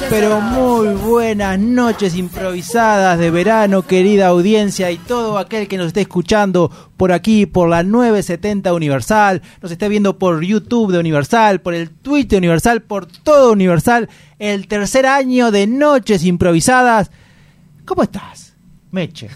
pero muy buenas noches improvisadas de verano, querida audiencia y todo aquel que nos esté escuchando por aquí, por la 970 Universal, nos esté viendo por YouTube de Universal, por el Twitch de Universal, por todo Universal, el tercer año de Noches Improvisadas. ¿Cómo estás, Meche?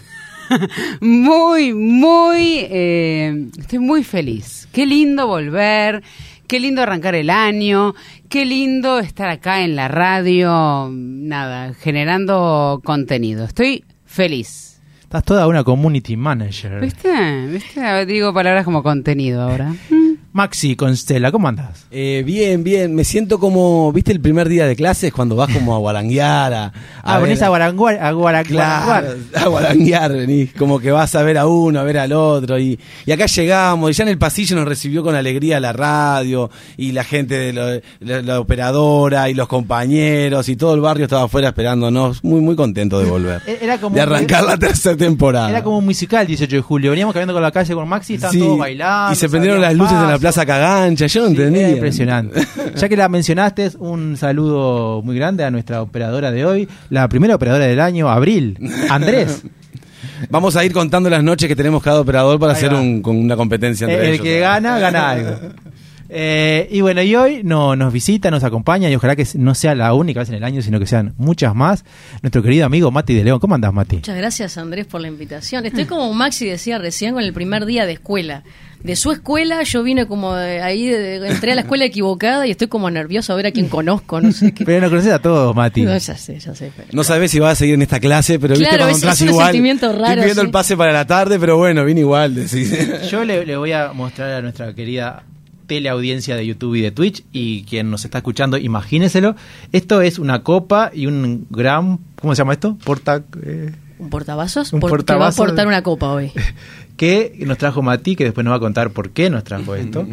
Estoy muy feliz. Qué lindo volver, qué lindo arrancar el año, qué lindo estar acá en la radio, generando contenido. Estoy feliz. Estás toda una community manager. ¿Viste? Digo palabras como contenido ahora. Maxi Constela, ¿cómo andás? Bien, me siento como, ¿viste el primer día de clases cuando vas como a guaranguear? Venís a guaranguar. Claro, a guaranguear, venís, como que vas a ver a uno, a ver al otro, y acá llegamos, y ya en el pasillo nos recibió con alegría la radio, y la gente de la operadora, y los compañeros, y todo el barrio estaba afuera esperándonos, muy contento de volver, de arrancar la tercera temporada. Era como un musical 18 de julio, veníamos caminando con la calle con Maxi, estaban todos bailando. Y se prendieron las luces en la Plaza Cagancha, yo no entendía. Era impresionante. Ya que la mencionaste, un saludo muy grande a nuestra operadora de hoy, la primera operadora del año, Abril, Andrés. Vamos a ir contando las noches que tenemos cada operador para hacer una competencia entre ellos. El que gana algo. Y bueno, y hoy nos visita, nos acompaña, y ojalá que no sea la única vez en el año, sino que sean muchas más, nuestro querido amigo Mati de León. ¿Cómo andás, Mati? Muchas gracias, Andrés, por la invitación. Estoy como Maxi decía recién, con el primer día de escuela. De su escuela, yo vine como entré a la escuela equivocada y estoy como nervioso a ver a quién conozco, no sé qué. Pero no conoces a todos, Mati. No, ya sé. Pero... No sabes si vas a seguir en esta clase, pero claro, viste cuando entras es un igual. Sentimiento raro, estoy pidiendo el pase para la tarde, pero bueno, vine igual. Decís. Yo le voy a mostrar a nuestra querida teleaudiencia de YouTube y de Twitch, y quien nos está escuchando, imagíneselo. Esto es una copa y un gran... ¿Cómo se llama esto? ¿Un portavasos? Un portavasos que va a portar una copa hoy. Que nos trajo Mati, que después nos va a contar por qué nos trajo esto.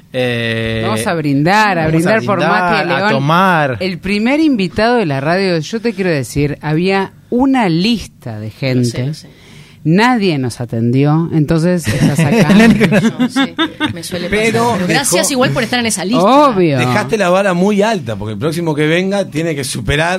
Vamos a brindar por Mati León. A tomar. El primer invitado de la radio, yo te quiero decir, había una lista de gente. Lo sé. Nadie nos atendió, entonces estás acá. No, sí, me suele pasar. Pero gracias igual por estar en esa lista. Obvio. Dejaste la vara muy alta, porque el próximo que venga tiene que superar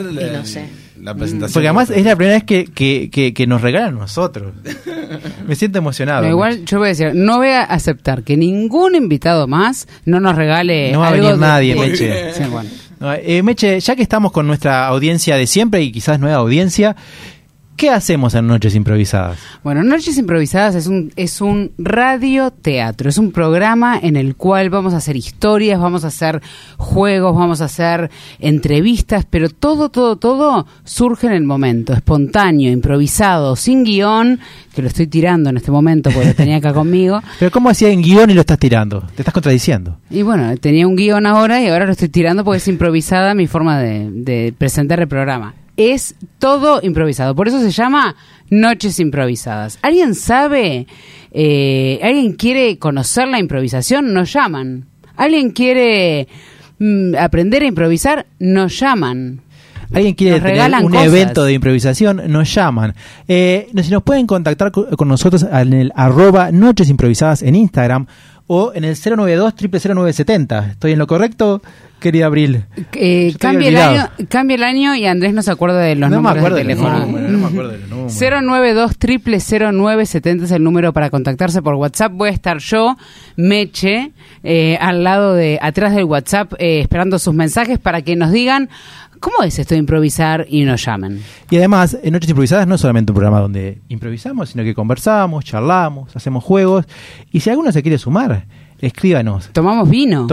la presentación. Porque además es la primera vez que nos regalan a nosotros. Me siento emocionado. Pero igual yo voy a decir, no voy a aceptar que ningún invitado más no nos regale. No va a venir nadie, Meche. Sí, bueno. Meche, ya que estamos con nuestra audiencia de siempre y quizás nueva audiencia, ¿qué hacemos en Noches Improvisadas? Bueno, Noches Improvisadas es un radioteatro, es un programa en el cual vamos a hacer historias, vamos a hacer juegos, vamos a hacer entrevistas, pero todo surge en el momento, espontáneo, improvisado, sin guión, que lo estoy tirando en este momento porque lo tenía acá conmigo. Pero ¿cómo hacía en guión y lo estás tirando? Te estás contradiciendo. Y bueno, tenía un guión ahora y ahora lo estoy tirando porque es improvisada mi forma de presentar el programa. Es todo improvisado, por eso se llama Noches Improvisadas. ¿Alguien sabe? ¿Alguien quiere conocer la improvisación? Nos llaman. ¿Alguien quiere aprender a improvisar? Nos llaman. ¿Alguien quiere tener un evento de improvisación? Nos llaman. Si nos pueden contactar con nosotros en el @Noches Improvisadas en Instagram o en el 092-00970. ¿Estoy en lo correcto, querida Abril? Cambia el año y Andrés no se acuerda de los números de teléfono. No me acuerdo de los números. 092-00970 es el número para contactarse por WhatsApp. Voy a estar yo, Meche, al lado atrás del WhatsApp, esperando sus mensajes para que nos digan ¿cómo es esto de improvisar? Y nos llamen. Y además, en Noches Improvisadas no es solamente un programa donde improvisamos, sino que conversamos, charlamos, hacemos juegos. Y si alguno se quiere sumar, escríbanos. Tomamos vino.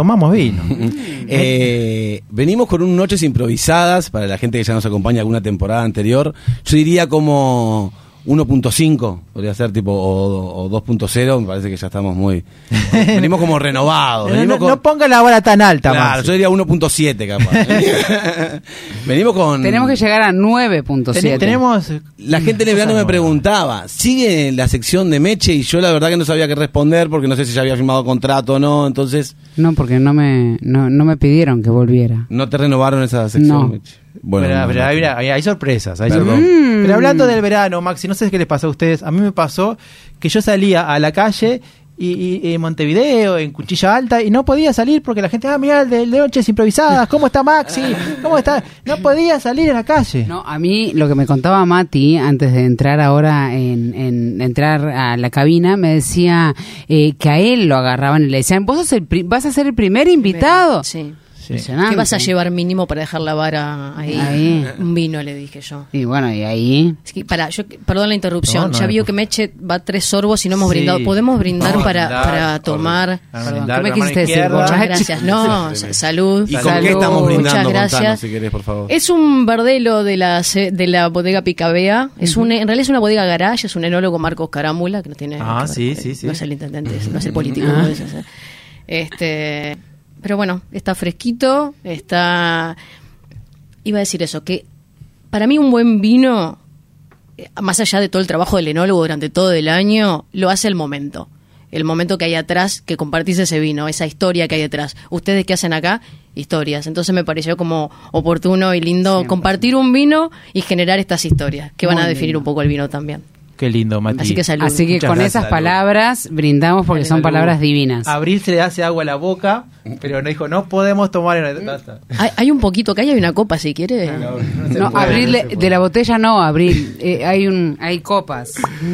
Venimos con un Noches Improvisadas, para la gente que ya nos acompaña alguna temporada anterior. Yo diría como 1.5, podría ser tipo, o 2.0, me parece que ya estamos muy... Venimos como renovados. No ponga la vara tan alta, claro, más. Yo diría 1.7 capaz. Venimos con... Tenemos que llegar a 9.7. La gente en el verano me preguntaba, ¿sigue la sección de Meche? Y yo la verdad que no sabía qué responder, porque no sé si ya había firmado contrato o no, entonces... No, porque no me pidieron que volviera. ¿No te renovaron esa sección, no. Meche? Bueno, pero hay sorpresas. Pero hablando del verano, Maxi, no sé qué les pasó a ustedes. A mí me pasó que yo salía a la calle y en Montevideo, en Cuchilla Alta, y no podía salir porque la gente, mirá, el de Noches Improvisadas, ¿cómo está Maxi? ¿Cómo está? No podía salir a la calle. No, a mí lo que me contaba Mati antes de entrar ahora en entrar a la cabina, me decía que a él lo agarraban y le decían, vos vas a ser el primer invitado. Sí. Impresionante. ¿Qué vas a llevar mínimo para dejar la vara ahí? Un vino, le dije yo. Y bueno, y ahí... Es que, perdón la interrupción, No, ya vio que Meche va 3 sorbos y no hemos brindado. ¿Podemos brindar para tomar? Perdón, ¿qué me quisiste decir? Muchas gracias. No, salud. ¿Y con salud. qué estamos brindando? Muchas gracias. Contanos, si querés, por favor. Es un bardelo de la bodega Picabea. En realidad es una bodega garage, es un enólogo Marcos Carámbula, que no tiene... Sí. No es el intendente, no es el político. No es ese. Pero bueno, está fresquito, iba a decir eso, que para mí un buen vino, más allá de todo el trabajo del enólogo durante todo el año, lo hace el momento que hay atrás, que compartís ese vino, esa historia que hay detrás. ¿Ustedes qué hacen acá? Historias. Entonces me pareció como oportuno y lindo compartir un vino y generar estas historias, que van a definir un poco el vino también. Qué lindo, Mati. Así que salud. Así que Muchas con gracias, esas palabras brindamos porque son palabras divinas. A Abril se le hace agua a la boca, pero no dijo, no podemos tomar en la taza. Hay un poquito, acá hay una copa si quiere. No, Abril de la botella no, Abril. Hay copas.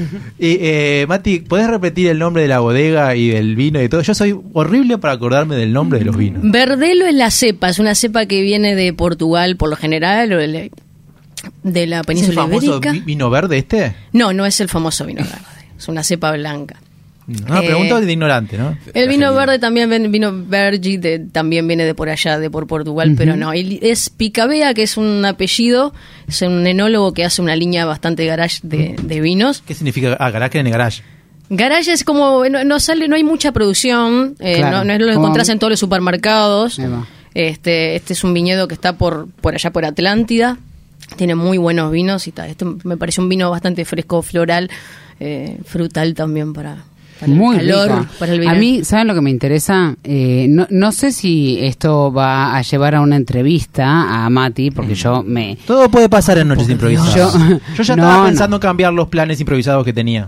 Mati, ¿podés repetir el nombre de la bodega y del vino y todo? Yo soy horrible para acordarme del nombre de los vinos. Verdelo es la cepa, es una cepa que viene de Portugal por lo general, o de la península ¿Es el famoso ibérica. vino verde este? No es el famoso vino verde, es una cepa blanca. Una pregunta de ignorante, ¿no? El vino verde también, vino Vergi, también viene de por allá, de por Portugal, pero no. Es Picabea, que es un apellido, es un enólogo que hace una línea bastante garage de vinos. ¿Qué significa? Garage en el garage. Garage es como, no hay mucha producción, Claro. no es lo que encontrás en todos los supermercados. Ahí va. Este es un viñedo que está por allá por Atlántida. Tiene muy buenos vinos y tal. Este me parece un vino bastante fresco, floral, frutal también para Muy el calor, rica. para el A verano. mí, ¿saben lo que me interesa? No sé si esto va a llevar a una entrevista a Mati, porque yo me... Todo puede pasar en Noches Improvisadas. Yo ya estaba No. pensando en cambiar los planes improvisados que tenía.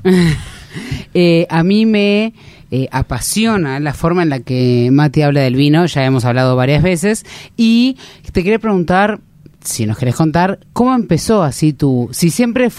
A mí me apasiona la forma en la que Mati habla del vino, ya hemos hablado varias veces, y te quería preguntar, si nos querés contar, ¿cómo empezó así si siempre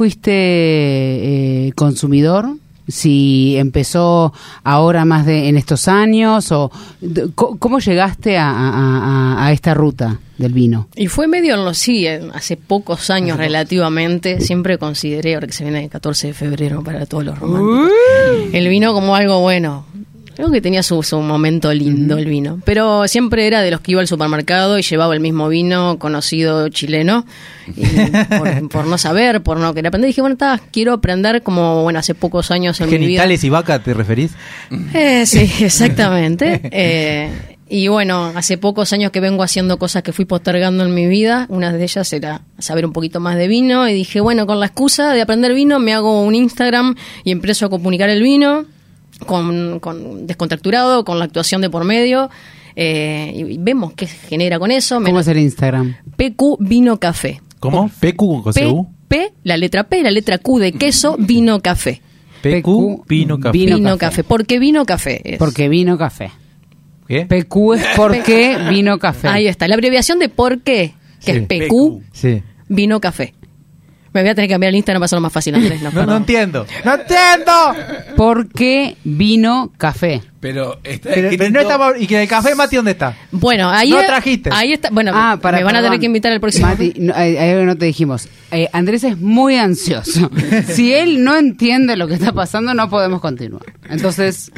fuiste consumidor? Si empezó ahora más en estos años, o ¿cómo llegaste a esta ruta del vino? Y fue medio hace pocos años relativamente, siempre consideré, ahora que se viene el 14 de febrero para todos los románticos, el vino como algo bueno. Creo que tenía su momento lindo el vino, pero siempre era de los que iba al supermercado y llevaba el mismo vino conocido chileno, y por no saber, por no querer aprender, dije, quiero aprender como, hace pocos años en mi vida. ¿Genitales y vaca te referís? Sí, exactamente. Y hace pocos años que vengo haciendo cosas que fui postergando en mi vida. Una de ellas era saber un poquito más de vino, y dije, con la excusa de aprender vino, me hago un Instagram y empiezo a comunicar el vino. Con descontracturado, con la actuación de por medio, y vemos qué genera con eso. ¿Cómo es el Instagram? PQ Vino Café. ¿Cómo? ¿PQ con CU? La letra P, la letra Q de queso, Vino Café. PQ Vino Café. Vino café. ¿Por qué Vino Café? Porque vino café. ¿Qué? PQ es porque vino café. Ahí está, la abreviación de por qué, que Sí. es PQ, Sí. Vino Café. Me voy a tener que cambiar el Instagram para hacerlo más fácil, Andrés. No perdón. entiendo. ¡No entiendo! Porque vino café. Pero está Pero escrito- no estamos... ¿Y que el café, Mati, dónde está? Bueno, ahí No trajiste. Ahí está. Bueno, me van a perdón. tener que invitar al próximo. Mati, hay algo que no te dijimos. Andrés es muy ansioso. Si él no entiende lo que está pasando, no podemos continuar. Entonces,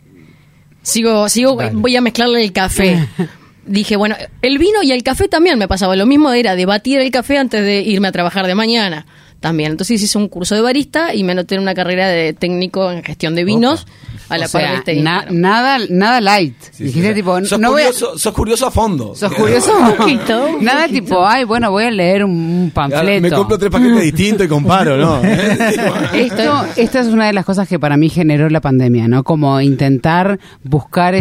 Sigo, Dale. voy a mezclarle el café. Dije, el vino y el café también me pasaba. Lo mismo era debatir el café antes de irme a trabajar de mañana. También. Entonces hice un curso de barista y me anoté en una carrera de técnico en gestión de vinos. A la o par sea, de este Instagram. nada light. Sí, Dijiste sí. tipo, sos, no voy a... curioso, sos curioso a fondo. ¿Sos curioso? Un poquito. Nada tipo, voy a leer un panfleto. Me compro 3 paquetes distintos y comparo, ¿no? Esta es una de las cosas que para mí generó la pandemia, ¿no? Como intentar buscar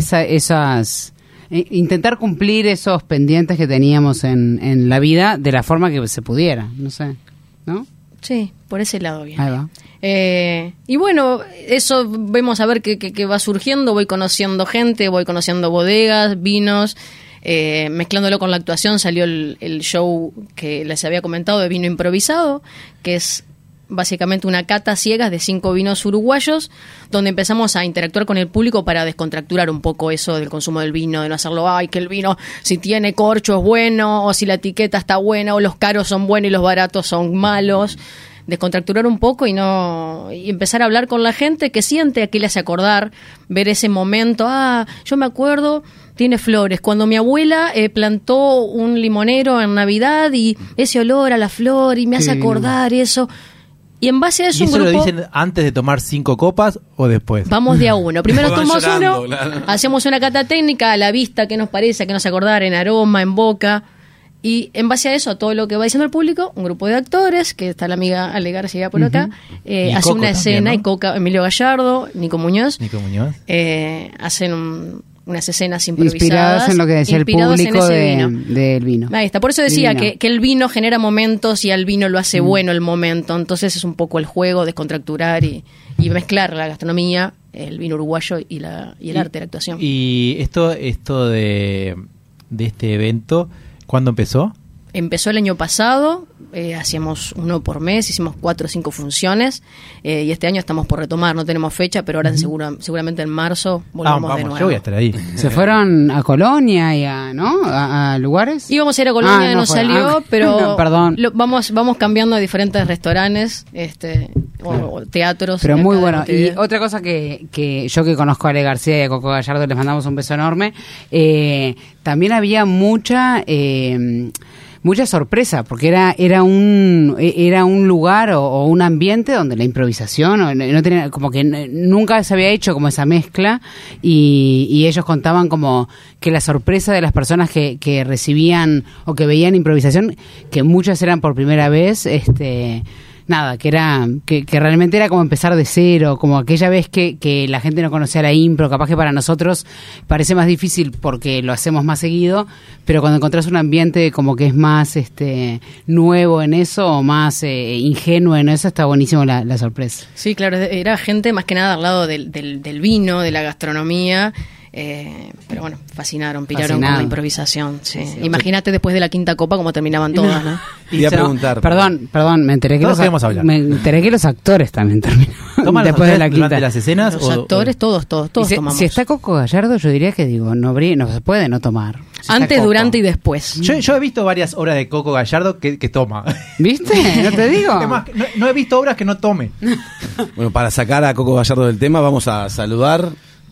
intentar cumplir esos pendientes que teníamos en la vida de la forma que se pudiera, no sé, ¿no? Sí, por ese lado bien. Ahí va. Y bueno, eso vemos a ver qué va surgiendo. Voy conociendo gente, voy conociendo bodegas, vinos. Mezclándolo con la actuación salió el show que les había comentado de vino improvisado, que es básicamente una cata ciegas de 5 vinos uruguayos, donde empezamos a interactuar con el público para descontracturar un poco eso del consumo del vino, de no hacerlo, ay, que el vino si tiene corcho es bueno, o si la etiqueta está buena, o los caros son buenos y los baratos son malos. Descontracturar un poco y empezar a hablar con la gente que siente, a qué le hace acordar, ver ese momento. Yo me acuerdo, tiene flores, cuando mi abuela plantó un limonero en Navidad y ese olor a la flor y me hace acordar eso. Y en base a eso, ¿Y eso lo dicen antes de tomar 5 copas o después? Vamos de a uno. Primero Van tomamos llorando, uno, claro. hacemos una cata técnica a la vista, qué nos parece, qué nos acordar, en aroma, en boca. Y en base a eso, a todo lo que va diciendo el público, un grupo de actores, que está la amiga Ale García por acá, Y hace Coco una escena, también, ¿no? y Coca, Emilio Gallardo, Nico Muñoz, hacen unas escenas improvisadas. Inspirados en lo que decía el inspirados en público ese vino. del vino. Ahí está, por eso decía Divino. que el vino genera momentos y al vino lo hace bueno el momento. Entonces es un poco el juego, descontracturar y mezclar la gastronomía, el vino uruguayo y el arte de la actuación. Y esto de este evento, ¿cuándo empezó? Empezó el año pasado, hacíamos uno por mes, hicimos 4 o 5 funciones, y este año estamos por retomar, no tenemos fecha, pero ahora seguramente en marzo volvamos de nuevo. Yo voy a estar ahí. ¿Se fueron a Colonia y a lugares? Íbamos a ir a Colonia, no fueron. salió, pero Perdón. vamos cambiando a diferentes restaurantes o teatros. Pero de muy acá de bueno. Y Montevideo. otra cosa que yo que conozco a Ale García y a Coco Gallardo, les mandamos un beso enorme, también había mucha sorpresa, porque era un lugar o un ambiente donde la improvisación no tenía, como que nunca se había hecho como esa mezcla, y ellos contaban como que la sorpresa de las personas que recibían o que veían improvisación, que muchas eran por primera vez, nada, que realmente era como empezar de cero, como aquella vez que la gente no conocía la impro, capaz que para nosotros parece más difícil porque lo hacemos más seguido, pero cuando encontrás un ambiente como que es más nuevo en eso, o más ingenuo en eso, está buenísimo la sorpresa. Sí, claro, era gente más que nada al lado del vino, de la gastronomía. Pero bueno, piraron con la improvisación. Sí. Imagínate después de la 5ª copa cómo terminaban todas, ¿no? Te iba a preguntar. Perdón, me enteré que Todos queremos hablar. los actores también terminaban ¿Toman después de la durante 5ª. las escenas? Los actores, todos tomamos. Si está Coco Gallardo, yo diría que no se puede no tomar. Si está Antes, Coco. durante y después. Yo he visto varias obras de Coco Gallardo que toma. ¿Viste? ¿No te digo? Es más, no he visto obras que no tome. Bueno, para sacar a Coco Gallardo del tema, vamos a saludar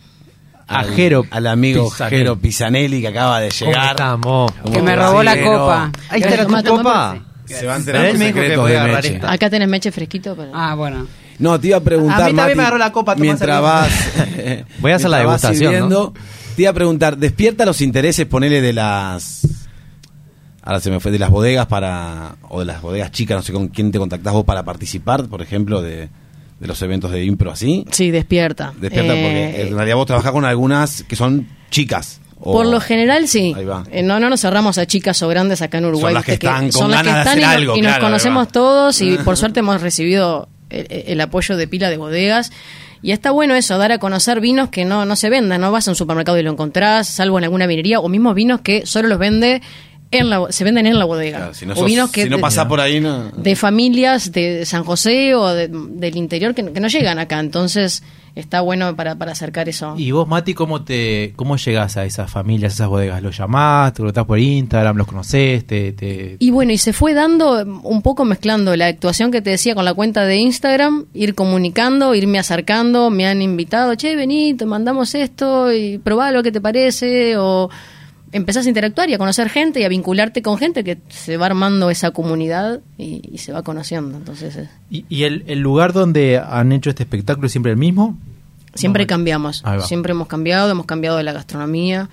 al amigo Pisanelli. Jero Pisanelli, que acaba de ¿Cómo llegar. estamos? Que me robó la copa. Ahí está Toma, tu copa. Se va a enterar Él de me dijo que secretos voy a de agarrar Meche. esta. Acá tenés Meche fresquito. Pero... Bueno. No, te iba a preguntar, A mí también Mati, me agarró la copa, tomá, mientras salud. vas... Voy a hacer la mientras vas degustación, sirviendo, te iba a preguntar, ¿despierta los intereses, ponele, de las... Ahora se me fue, de las bodegas o de las bodegas chicas, no sé con quién te contactás vos para participar, por ejemplo, de los eventos de impro así? Sí, despierta. Despierta porque en realidad vos trabajás con algunas que son chicas. Por lo general, sí. Ahí va. No nos cerramos a chicas o grandes acá en Uruguay. Son las que viste, están con son las que ganas de están hacer y, algo, y nos claro, ahí conocemos va. todos y por suerte hemos recibido el apoyo de pila de bodegas. Y está bueno eso, dar a conocer vinos que no se vendan. No vas a un supermercado y lo encontrás, salvo en alguna minería, o mismos vinos que solo los vende se venden en la bodega. Claro, si no, o vinos que pasás por ahí, no... de familias de San José o del interior que no llegan acá. Entonces está bueno para acercar eso. ¿Y vos, Mati, cómo llegás a esas familias, a esas bodegas? ¿Los llamás, te preguntás por Instagram, los conocés? Y bueno, y se fue dando un poco mezclando la actuación que te decía con la cuenta de Instagram, ir comunicando, irme acercando, me han invitado, che, vení, te mandamos esto y probá lo que te parece, o empezás a interactuar y a conocer gente y a vincularte con gente que se va armando esa comunidad y se va conociendo. Entonces ¿Y el lugar donde han hecho este espectáculo es siempre el mismo? siempre No, cambiamos, ahí va. siempre hemos cambiado de la gastronomía.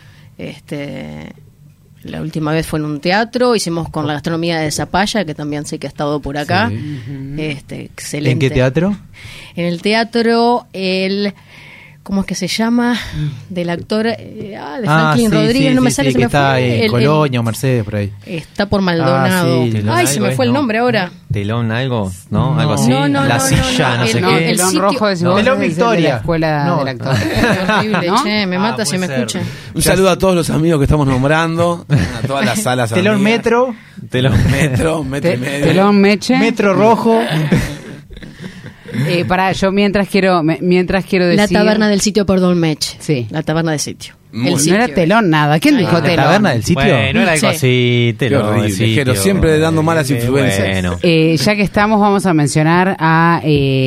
La última vez fue en un teatro, hicimos con la gastronomía de Zapalla, que también sé que ha estado por acá. Sí. Excelente. ¿En qué teatro? En el teatro ¿cómo es que se llama? Del actor de Franklin Rodríguez, no me sale, se que me está fue. en Colonia o Mercedes, por ahí. Está por Maldonado. Sí, Telón Ay, se me algo fue el ¿no? nombre ahora. Telón algo, ¿no? No. Algo así. No, La silla, no sé no, qué. el Telón sitio- rojo de No. Telón de Victoria. la escuela No. del actor. Qué horrible, ¿No? che, me mata si me puede ser. escuchan. Un saludo a todos los amigos que estamos nombrando, a todas las salas. Telón amigas. Metro, Telón. Metro y medio. Telón Meche. Metro Rojo. Yo mientras quiero decir... La taberna del sitio por Dolmech. Sí. La taberna del sitio. Muy El bien. sitio. No era telón nada. ¿Quién dijo ¿La telón? taberna del sitio? Bueno, era algo Sí. así. Qué Telón, horrible, el sitio. Jero, siempre dando malas influencias. Bueno. Ya que estamos, vamos a mencionar a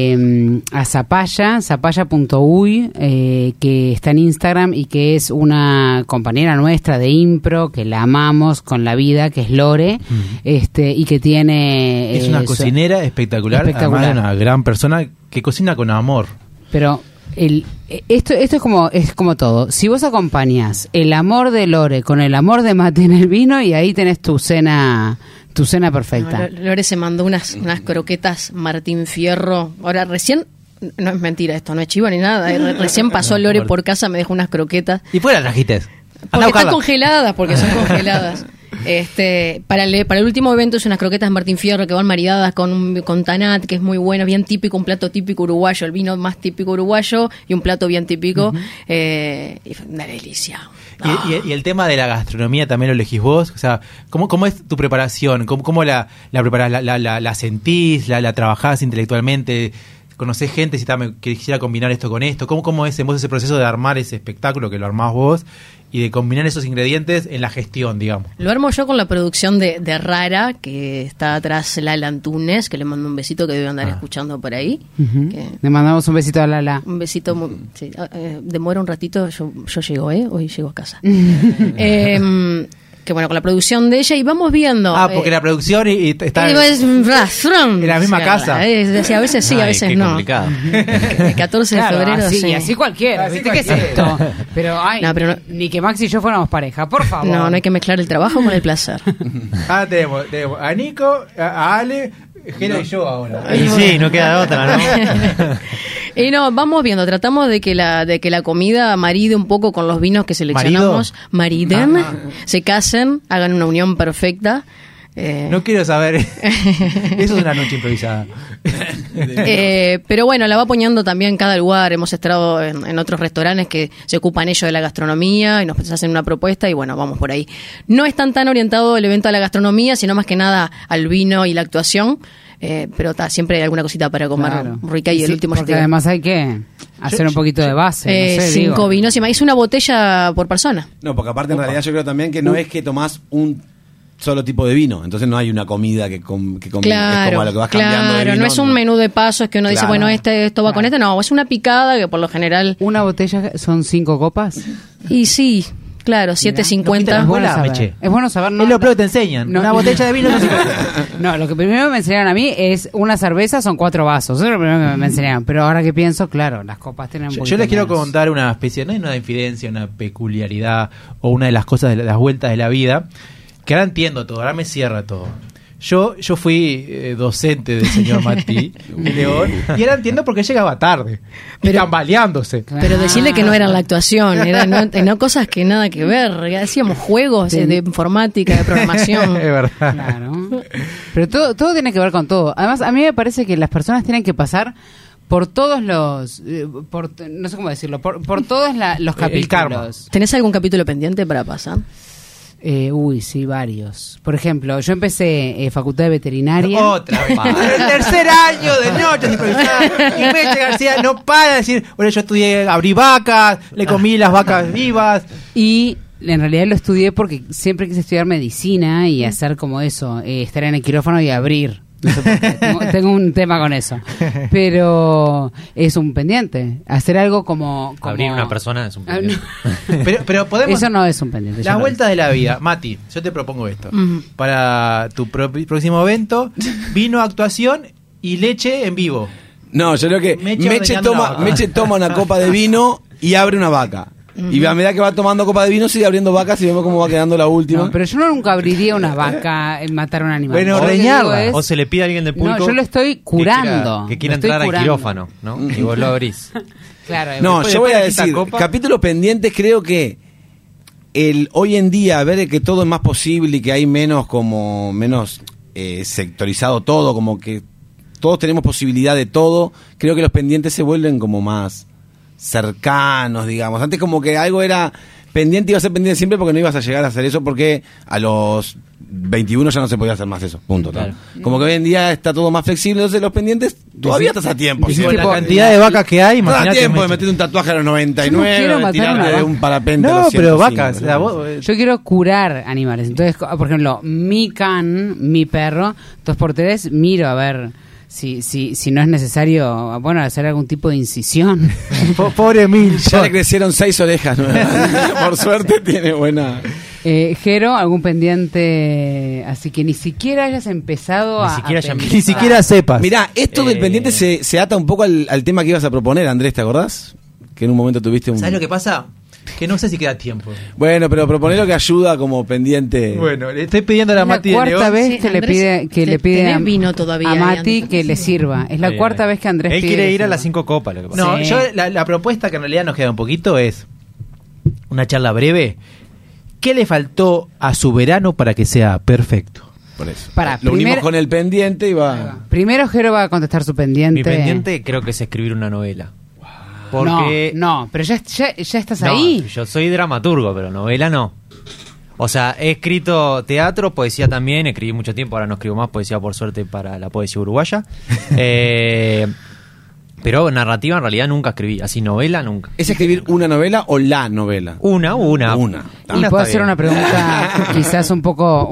Zapalla, zapalla.uy, que está en Instagram y que es una compañera nuestra de impro, que la amamos con la vida, que es Lore, y que tiene... Es una cocinera espectacular, espectacular. además de una gran persona que cocina con amor. Pero esto es como todo. Si vos acompañas el amor de Lore con el amor de Mati en el vino, y ahí tenés tu cena perfecta. No, Lore se mandó unas croquetas Martín Fierro. Ahora, recién, no es mentira esto, no es chivo ni nada. Recién pasó Lore por casa, me dejó unas croquetas. ¿Y fuera las trajiste? Porque están congeladas, porque son congeladas. Para el último evento es unas croquetas Martín Fierro que van maridadas con tanat, que es muy bueno, bien típico, un plato típico uruguayo, el vino más típico uruguayo y un plato bien típico. Y fue una delicia. Y el tema de la gastronomía también lo elegís vos, o sea, ¿cómo es tu preparación? ¿Cómo la preparás? ¿La sentís? ¿La trabajás intelectualmente? ¿Conocés gente si quisiera combinar esto con esto? ¿Cómo es en vos ese proceso de armar ese espectáculo que lo armás vos y de combinar esos ingredientes en la gestión, digamos? Lo armo yo con la producción de Rara, que está atrás Lala Antunes, que le mando un besito que debe andar escuchando por ahí. Ujú. Que- Le mandamos un besito a Lala. Un besito, sí. Demora un ratito, yo llego, hoy llego a casa. Que bueno, con la producción de ella y vamos viendo. Porque la producción y está en en la misma casa. A veces sí, a Ay, veces qué no. complicado. El 14 de Claro, febrero, así, sí. y así cualquiera. Así ¿Viste qué es cualquiera. esto? Pero, No, pero no- ni que Max y yo fuéramos pareja, por favor. No hay que mezclar el trabajo con el placer. Tenemos a Nico, a Ale, Jero y yo ahora. Y sí, no queda otra, ¿no? Y no, vamos viendo, tratamos de que la comida maride un poco con los vinos que seleccionamos, mariden, se casen, hagan una unión perfecta. No quiero saber. Eso es una noche improvisada. Pero bueno, la va poniendo también cada lugar. Hemos estado en otros restaurantes que se ocupan ellos de la gastronomía y nos hacen una propuesta y bueno, vamos por ahí. No es tan orientado el evento a la gastronomía, sino más que nada al vino y la actuación. Pero siempre hay alguna cosita para comer Claro. rica y el último porque ya te- además hay que hacer un poquito de base. No sé, 5 digo. vinos y más. Es una botella por persona. No, porque aparte en realidad yo creo también que no es que tomás un solo tipo de vino, entonces no hay una comida que combine, es como a lo que vas cambiando de vino. no es un menú de pasos que uno dice, Claro. bueno, esto va con este. No, es una picada que por lo general... ¿Una botella son 5 copas? Y sí, claro, ¿no 7.50. pintas bola? saber. Meche. Es bueno saber. Es lo primero que te enseñan. No. Una botella de vino. No, lo que primero me enseñaron a mí es una cerveza son 4 vasos. Eso es lo primero que me enseñaron. Pero ahora que pienso, claro, las copas tienen un Yo poquito les quiero menos. contar una especie, no es una infidencia, una peculiaridad o una de las cosas de las vueltas de la vida, que ahora entiendo todo, ahora me cierra todo. Yo fui docente del señor Mati León y ahora entiendo por qué llegaba tarde, tambaleándose. Pero decirle que no era la actuación, eran no cosas que nada que ver. Hacíamos juegos de informática, de programación. Es verdad. Claro. Pero todo tiene que ver con todo. Además, a mí me parece que las personas tienen que pasar por todos los... no sé cómo decirlo, por todos los El karma. capítulos. ¿Tenés algún capítulo pendiente para pasar? Sí, varios. Por ejemplo, yo empecé facultad de veterinaria. Otra vez. El tercer año de noches improvisadas. Y Meche García no para de decir, bueno, yo estudié, abrí vacas, le comí las vacas vivas. Y en realidad lo estudié porque siempre quise estudiar medicina y hacer como eso, estar en el quirófano y abrir. No sé por qué. Tengo un tema con eso. Pero es un pendiente. Hacer algo como Abrir una persona es un pendiente. Pero podemos... Eso no es un pendiente. Las vueltas de la vida. Mati, yo te propongo esto. Para tu próximo evento, vino, actuación y leche en vivo. No, yo creo que Meche Meche ordeñando una vaca. toma una copa de vino y abre una vaca. Y a medida que va tomando copa de vino, sigue abriendo vacas y vemos cómo va quedando la última. No, pero yo nunca abriría una vaca en matar a un animal. Bueno, Lo que reñarla. digo es- O se le pide a alguien del público. No, yo lo estoy curando. Que quiera Lo estoy entrar al curando. quirófano, ¿no? Y vos lo abrís. Claro, No, Después- yo voy a después de quitar decir, copa. capítulos pendientes, creo que hoy en día ver que todo es más posible y que hay menos sectorizado todo, como que todos tenemos posibilidad de todo, creo que los pendientes se vuelven como más cercanos, digamos. Antes como que algo era pendiente, iba a ser pendiente siempre porque no ibas a llegar a hacer eso porque a los 21 ya no se podía hacer más eso, punto. Claro. Como que hoy en día está todo más flexible, entonces los pendientes todavía estás a tiempo. Y ¿sí? con la tipo, cantidad de vacas que hay, Estás a imagínate. tiempo de meterte un tatuaje a los 99, Yo no quiero matar de tirarte una de vaca. un parapente a No, los pero 105, vacas. O sea, vos- Yo quiero curar animales. Entonces, por ejemplo, mi can, mi perro, 2x3, miro a ver si no es necesario, bueno, hacer algún tipo de incisión. Pobre Milton. Ya le crecieron 6 orejas nuevas. Por suerte tiene buena. Jero, algún pendiente, así que ni siquiera hayas empezado Ni a... siquiera a ya pensar. Ni siquiera sepas. Mirá, esto del pendiente se ata un poco al tema que ibas a proponer, Andrés, ¿te acordás? Que en un momento tuviste un... ¿Sabes lo que pasa? Que no sé si queda tiempo. Bueno, pero proponer lo que ayuda como pendiente. Bueno, le estoy pidiendo a la Es la Mati de cuarta León. vez Sí, que le Andrés, pide que te- le pide tenés vino todavía a ahí, Mati Andrés. que le sirva. Es la Bien, cuarta bien. vez que Andrés Él pide quiere que ir a sirva. las 5 copas, lo que pasa. No, Sí. yo la propuesta que en realidad nos queda un poquito es una charla breve. ¿Qué le faltó a su verano para que sea perfecto? Por eso. Pará, Lo unimos primero- con el pendiente y va... Primero Jero va a contestar su pendiente. Mi pendiente creo que es escribir una novela. Porque No, pero ya estás No, ahí. yo soy dramaturgo, pero novela no. O sea, he escrito teatro, poesía también, escribí mucho tiempo, ahora no escribo más poesía por suerte para la poesía uruguaya. Pero narrativa en realidad nunca escribí, así novela nunca. ¿Es escribir una novela o la novela? Una. Una. Y Una puedo está hacer bien. una pregunta quizás un poco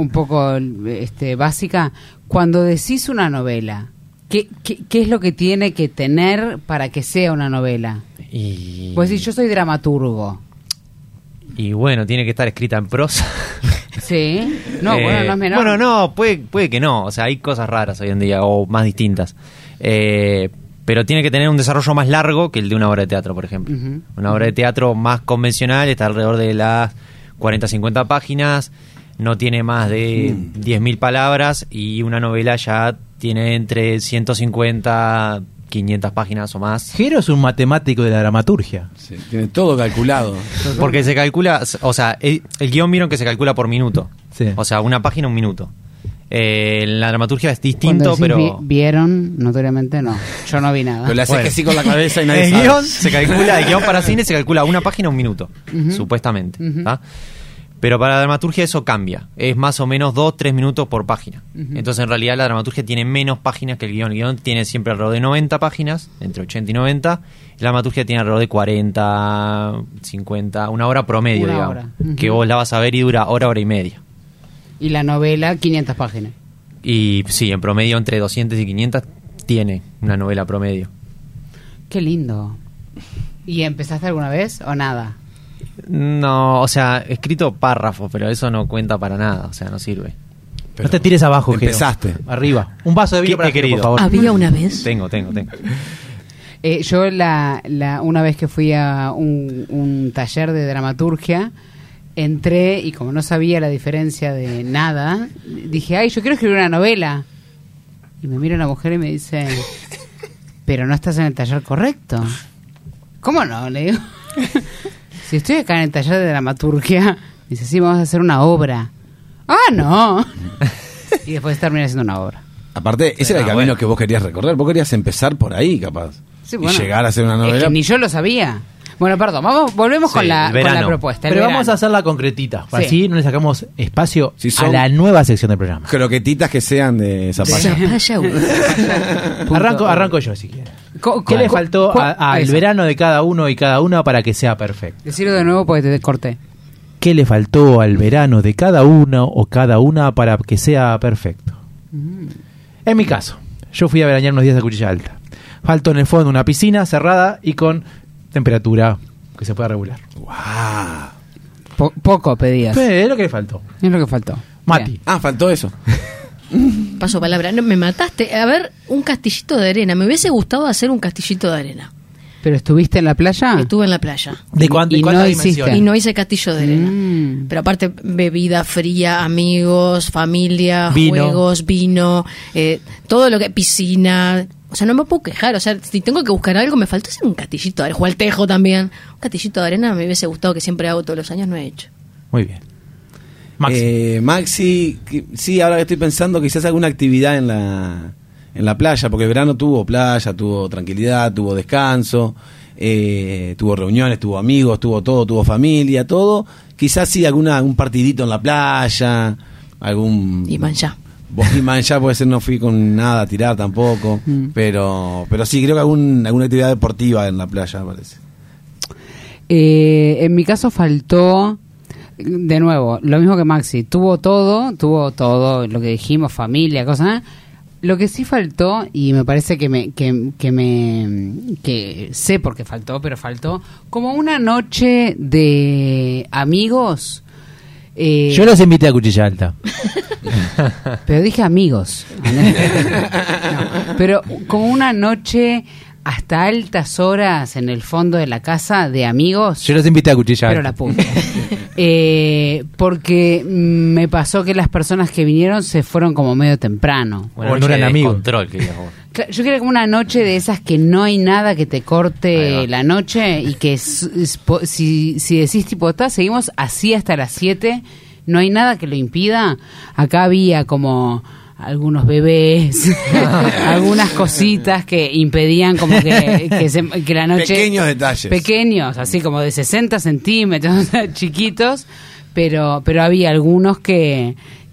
básica. Cuando decís una novela, ¿qué es lo que tiene que tener para que sea una novela? Y, Pues decís, yo soy dramaturgo. y bueno, tiene que estar escrita en prosa. Sí. No, bueno, no es menor. Bueno, no, puede que no. O sea, hay cosas raras hoy en día o más distintas. Pero tiene que tener un desarrollo más largo que el de una obra de teatro, por ejemplo. Ujú. Una obra de teatro más convencional está alrededor de las 40-50 páginas, no tiene más de 10.000 palabras y una novela ya tiene entre 150, 500 páginas o más. Jero es un matemático de la dramaturgia. Sí, tiene todo calculado. Porque se calcula, o sea, el guión vieron que se calcula por minuto. Sí. O sea, una página, un minuto. En la dramaturgia es Cuando distinto, decís pero... ¿vieron? Notoriamente no. Yo no vi nada. Pero le haces Bueno. que sí con la cabeza y nadie El sabe. guión se calcula, el guión para cine se calcula una página, un minuto, Ujú. supuestamente. Ujú. ¿tá? Pero para la dramaturgia eso cambia. Es más o menos 2-3 minutos por página. Ujú. Entonces en realidad la dramaturgia tiene menos páginas que el guión. El guión tiene siempre alrededor de 90 páginas, entre 80 y 90. Y la dramaturgia tiene alrededor de 40, 50, una hora promedio, Una digamos. hora. Ujú. Que vos la vas a ver y dura hora y media. Y la novela, 500 páginas. Y sí, en promedio entre 200 y 500 tiene una novela promedio. Qué lindo. ¿Y empezaste alguna vez o nada? No, o sea, escrito párrafos, pero eso no cuenta para nada, o sea, no sirve. Pero no te tires abajo, Jero. empezaste. Arriba. Un vaso de vino ¿Qué para he Jero, querido? por favor. Había una vez. Tengo. Yo una vez que fui a un taller de dramaturgia, entré y como no sabía la diferencia de nada, dije, ay, yo quiero escribir una novela. Y me mira una mujer y me dice, pero no estás en el taller correcto. ¿Cómo no? Le digo. Si estoy acá en el taller de dramaturgia, dice, sí, vamos a hacer una obra. Ah, no. Y después terminé haciendo una obra. Aparte, ese era el Ah, camino bueno. que vos querías recorrer. Vos querías empezar por ahí, capaz. Sí, y llegar a hacer una Es novela. que ni yo lo sabía. Bueno, perdón, volvemos Sí, con la el verano. propuesta. el Pero vamos verano. a hacerla concretita. Sí. Así no le sacamos espacio Si son- a la nueva sección del programa. Croquetitas que sean de zapalla. Zapalla, Arranco yo, si quieres. Co- ¿Qué co- le faltó co- al eso. verano de cada uno y cada una para que sea perfecto? Decirlo de nuevo porque te corté. ¿Qué le faltó al verano de cada uno o cada una para que sea perfecto? En mi caso, yo fui a veranear unos días a Cuchilla Alta. Faltó en el fondo una piscina cerrada y con temperatura que se pueda regular. ¡Wow! Poco pedías. Es lo que le faltó. Es lo que faltó. Mati. Bien. Ah, faltó eso. Paso palabra. No, me mataste. A ver, un castillito de arena. Me hubiese gustado hacer un castillito de arena. ¿Pero estuviste en la playa? Estuve en la playa. ¿De cuánto Y cuántas no hiciste. dimensiones? Y no hice castillo de arena. Mm. Pero aparte, bebida fría, amigos, familia, Vino. juegos, vino, todo lo que... piscina... O sea, no me puedo quejar. O sea, si tengo que buscar algo, me faltó hacer un castillito de arena. Jugar al tejo también. Un castillito de arena me hubiese gustado, que siempre hago todos los años, no he hecho. Muy bien. Maxi. Maxi, sí, ahora que estoy pensando, quizás alguna actividad en la playa, porque el verano tuvo playa, tuvo tranquilidad, tuvo descanso, tuvo reuniones, tuvo amigos, tuvo todo, tuvo familia, todo. Quizás sí, un partidito en la playa, algún... Y manchá. Bohemian ya puede ser, no fui con nada a tirar tampoco, pero sí, creo que alguna actividad deportiva en la playa, me parece. En mi caso faltó, de nuevo, lo mismo que Maxi, tuvo todo lo que dijimos, familia, cosas. Lo que sí faltó, y me parece que sé por qué faltó, pero faltó como una noche de amigos. Yo los invité a Cuchilla Alta. Pero dije amigos. No, pero como una noche hasta altas horas en el fondo de la casa de amigos. Yo los invité a Cuchilla Pero Alta. la puta. Porque me pasó que las personas que vinieron se fueron como medio temprano. Bueno, O no noche eran de amigos. control, que digas vos. Yo quería como una noche de esas que no hay nada que te Ahí corte va. la noche y que si decís tipo, seguimos así hasta las 7, no hay nada que lo impida. Acá había como algunos bebés, algunas cositas que impedían como que la noche... Pequeños detalles. Pequeños, así como de 60 centímetros, chiquitos, pero había algunos que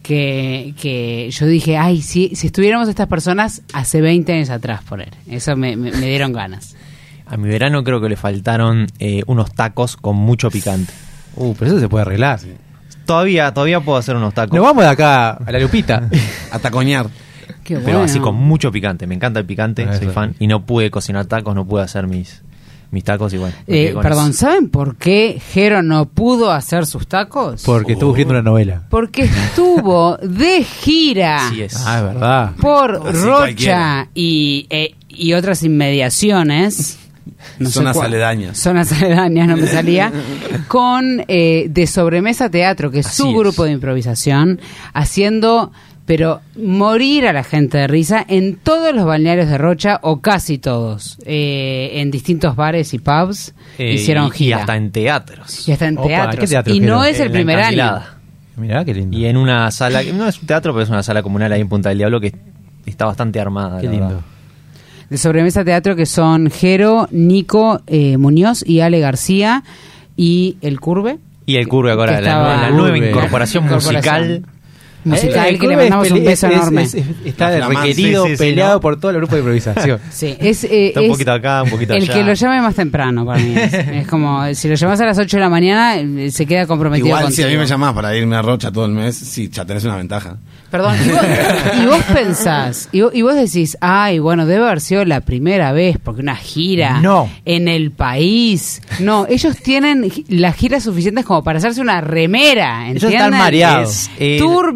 yo dije, ay, si estuviéramos estas personas hace 20 años atrás, por él. Eso me dieron ganas. A mi verano creo que le faltaron unos tacos con mucho picante. Pero eso se puede arreglar. Todavía puedo hacer unos tacos. Nos vamos de acá a la Lupita. A tacoñar. Qué Pero bueno. así con mucho picante. Me encanta el picante, Ah, soy eso. fan. Y no pude cocinar tacos, no pude hacer mis tacos y bueno. me quedé con Perdón, eso. ¿saben por qué Jero no pudo hacer sus tacos? Porque estuvo escribiendo una novela. Porque estuvo de gira Así es. Ah, es verdad. por Así Rocha cualquiera. y otras inmediaciones. No sé Zonas cuál. aledañas. Zonas aledañas, no me salía. Con De Sobremesa Teatro, que es Así su es. grupo de improvisación, haciendo, pero morir a la gente de risa en todos los balnearios de Rocha, o casi todos. En distintos bares y pubs hicieron y gira. hasta en teatros. Y hasta en Opa, teatros. ¿qué teatro, Y no Jero? es el En la primer año. Encantilada. Mirá, qué lindo. Y en una sala, no es un teatro, pero es una sala comunal ahí en Punta del Diablo que está bastante armada. Qué la lindo. verdad. De Sobremesa Teatro, que son Jero, Nico Muñoz y Ale García y el Curve. Y el Curve ahora, Que la estaba- nueva Curve. incorporación musical. Musical, El que le club mandamos un beso enorme. Está Flamante. requerido, Sí, sí, sí, peleado ¿no? por todo el grupo de improvisación. Sí, Está un poquito acá, un poquito el allá. que lo llame más temprano para mí. Es como, si lo llamas a las 8 de la mañana, se queda comprometido Igual contigo. si a mí me llamás para irme a Rocha todo el mes, sí, ya tenés una ventaja. Perdón, y vos pensás, y vos decís, ay, bueno, debe haber sido la primera vez, porque una gira No. en el país. No, ellos tienen las giras suficientes como para hacerse una remera, Ellos ¿entienden? están mareados. Tour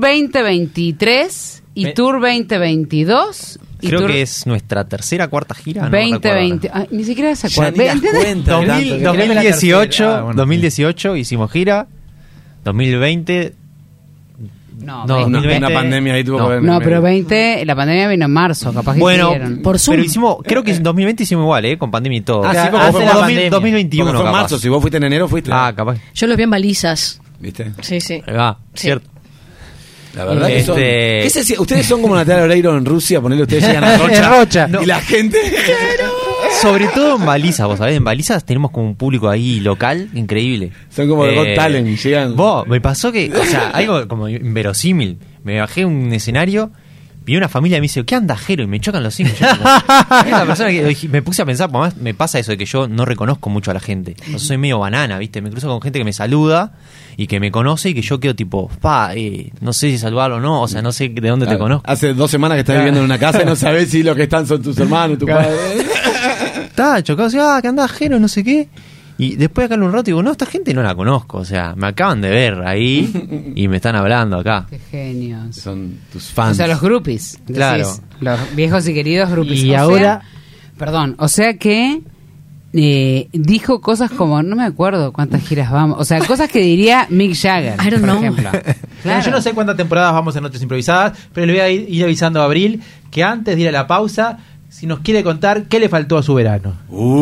2023 y Me- Tour 2022 y Creo Tour que es nuestra tercera o cuarta gira. No me recuerdo 2020. ahora. Ay, ni siquiera se Ya acuerdan. ni las ¿Entendés? cuentas. 2018, Ah, bueno. 2018 hicimos gira. 2020 No, No, 2020. Una pandemia ahí tuvo No. que ver. en No, el pero medio. 20, la pandemia vino en marzo, capaz que bueno, hicieron. Por Zoom. pero hicimos, creo que en 2020 hicimos igual, con pandemia y todo. Ah, sí, porque hace fue la como pandemia. 2021 Porque fue en capaz. marzo, si vos fuiste en enero, fuiste. Ah, capaz. Yo los vi en balizas. ¿Viste? Sí, sí. Ahí va, Sí. cierto. La verdad que son... Este- ¿Qué se- ustedes son como Natalia Oreiro en Rusia, ponerle ustedes llegan a Rocha. Rocha. Y la gente... Sobre todo en balizas, vos sabés, en balizas tenemos como un público ahí local increíble. Son como de Got Talent, llegan... Vos, me pasó que, o sea, algo como inverosímil. Me bajé a un escenario, vi una familia y me dice, ¿qué anda, Jero? Y me chocan los cinco. Yo digo, es la persona que me puse a pensar, además me pasa eso de que yo no reconozco mucho a la gente. Yo soy medio banana, ¿viste? Me cruzo con gente que me saluda y que me conoce y que yo quedo tipo, no sé si saludarlo o no, o sea, no sé de dónde te conozco. Hace 2 semanas que estás viviendo en una casa y no sabés si los que están son tus hermanos, tu padre. Estaba chocado, decía, ¿qué andás, Jero? No sé qué. Y después acá en un rato digo, no, esta gente no la conozco, o sea, me acaban de ver ahí y me están hablando acá. Qué genios. Son tus fans. O sea, los groupies. Claro. decís, los viejos y queridos groupies. Y O ahora- sea, perdón, o sea que dijo cosas como, no me acuerdo cuántas giras vamos, o sea, cosas que diría Mick Jagger, I don't por know. ejemplo. Claro. Yo no sé cuántas temporadas vamos en Noches Improvisadas, pero le voy a ir avisando a Abril que antes de ir a la pausa, si nos quiere contar qué le faltó a su verano.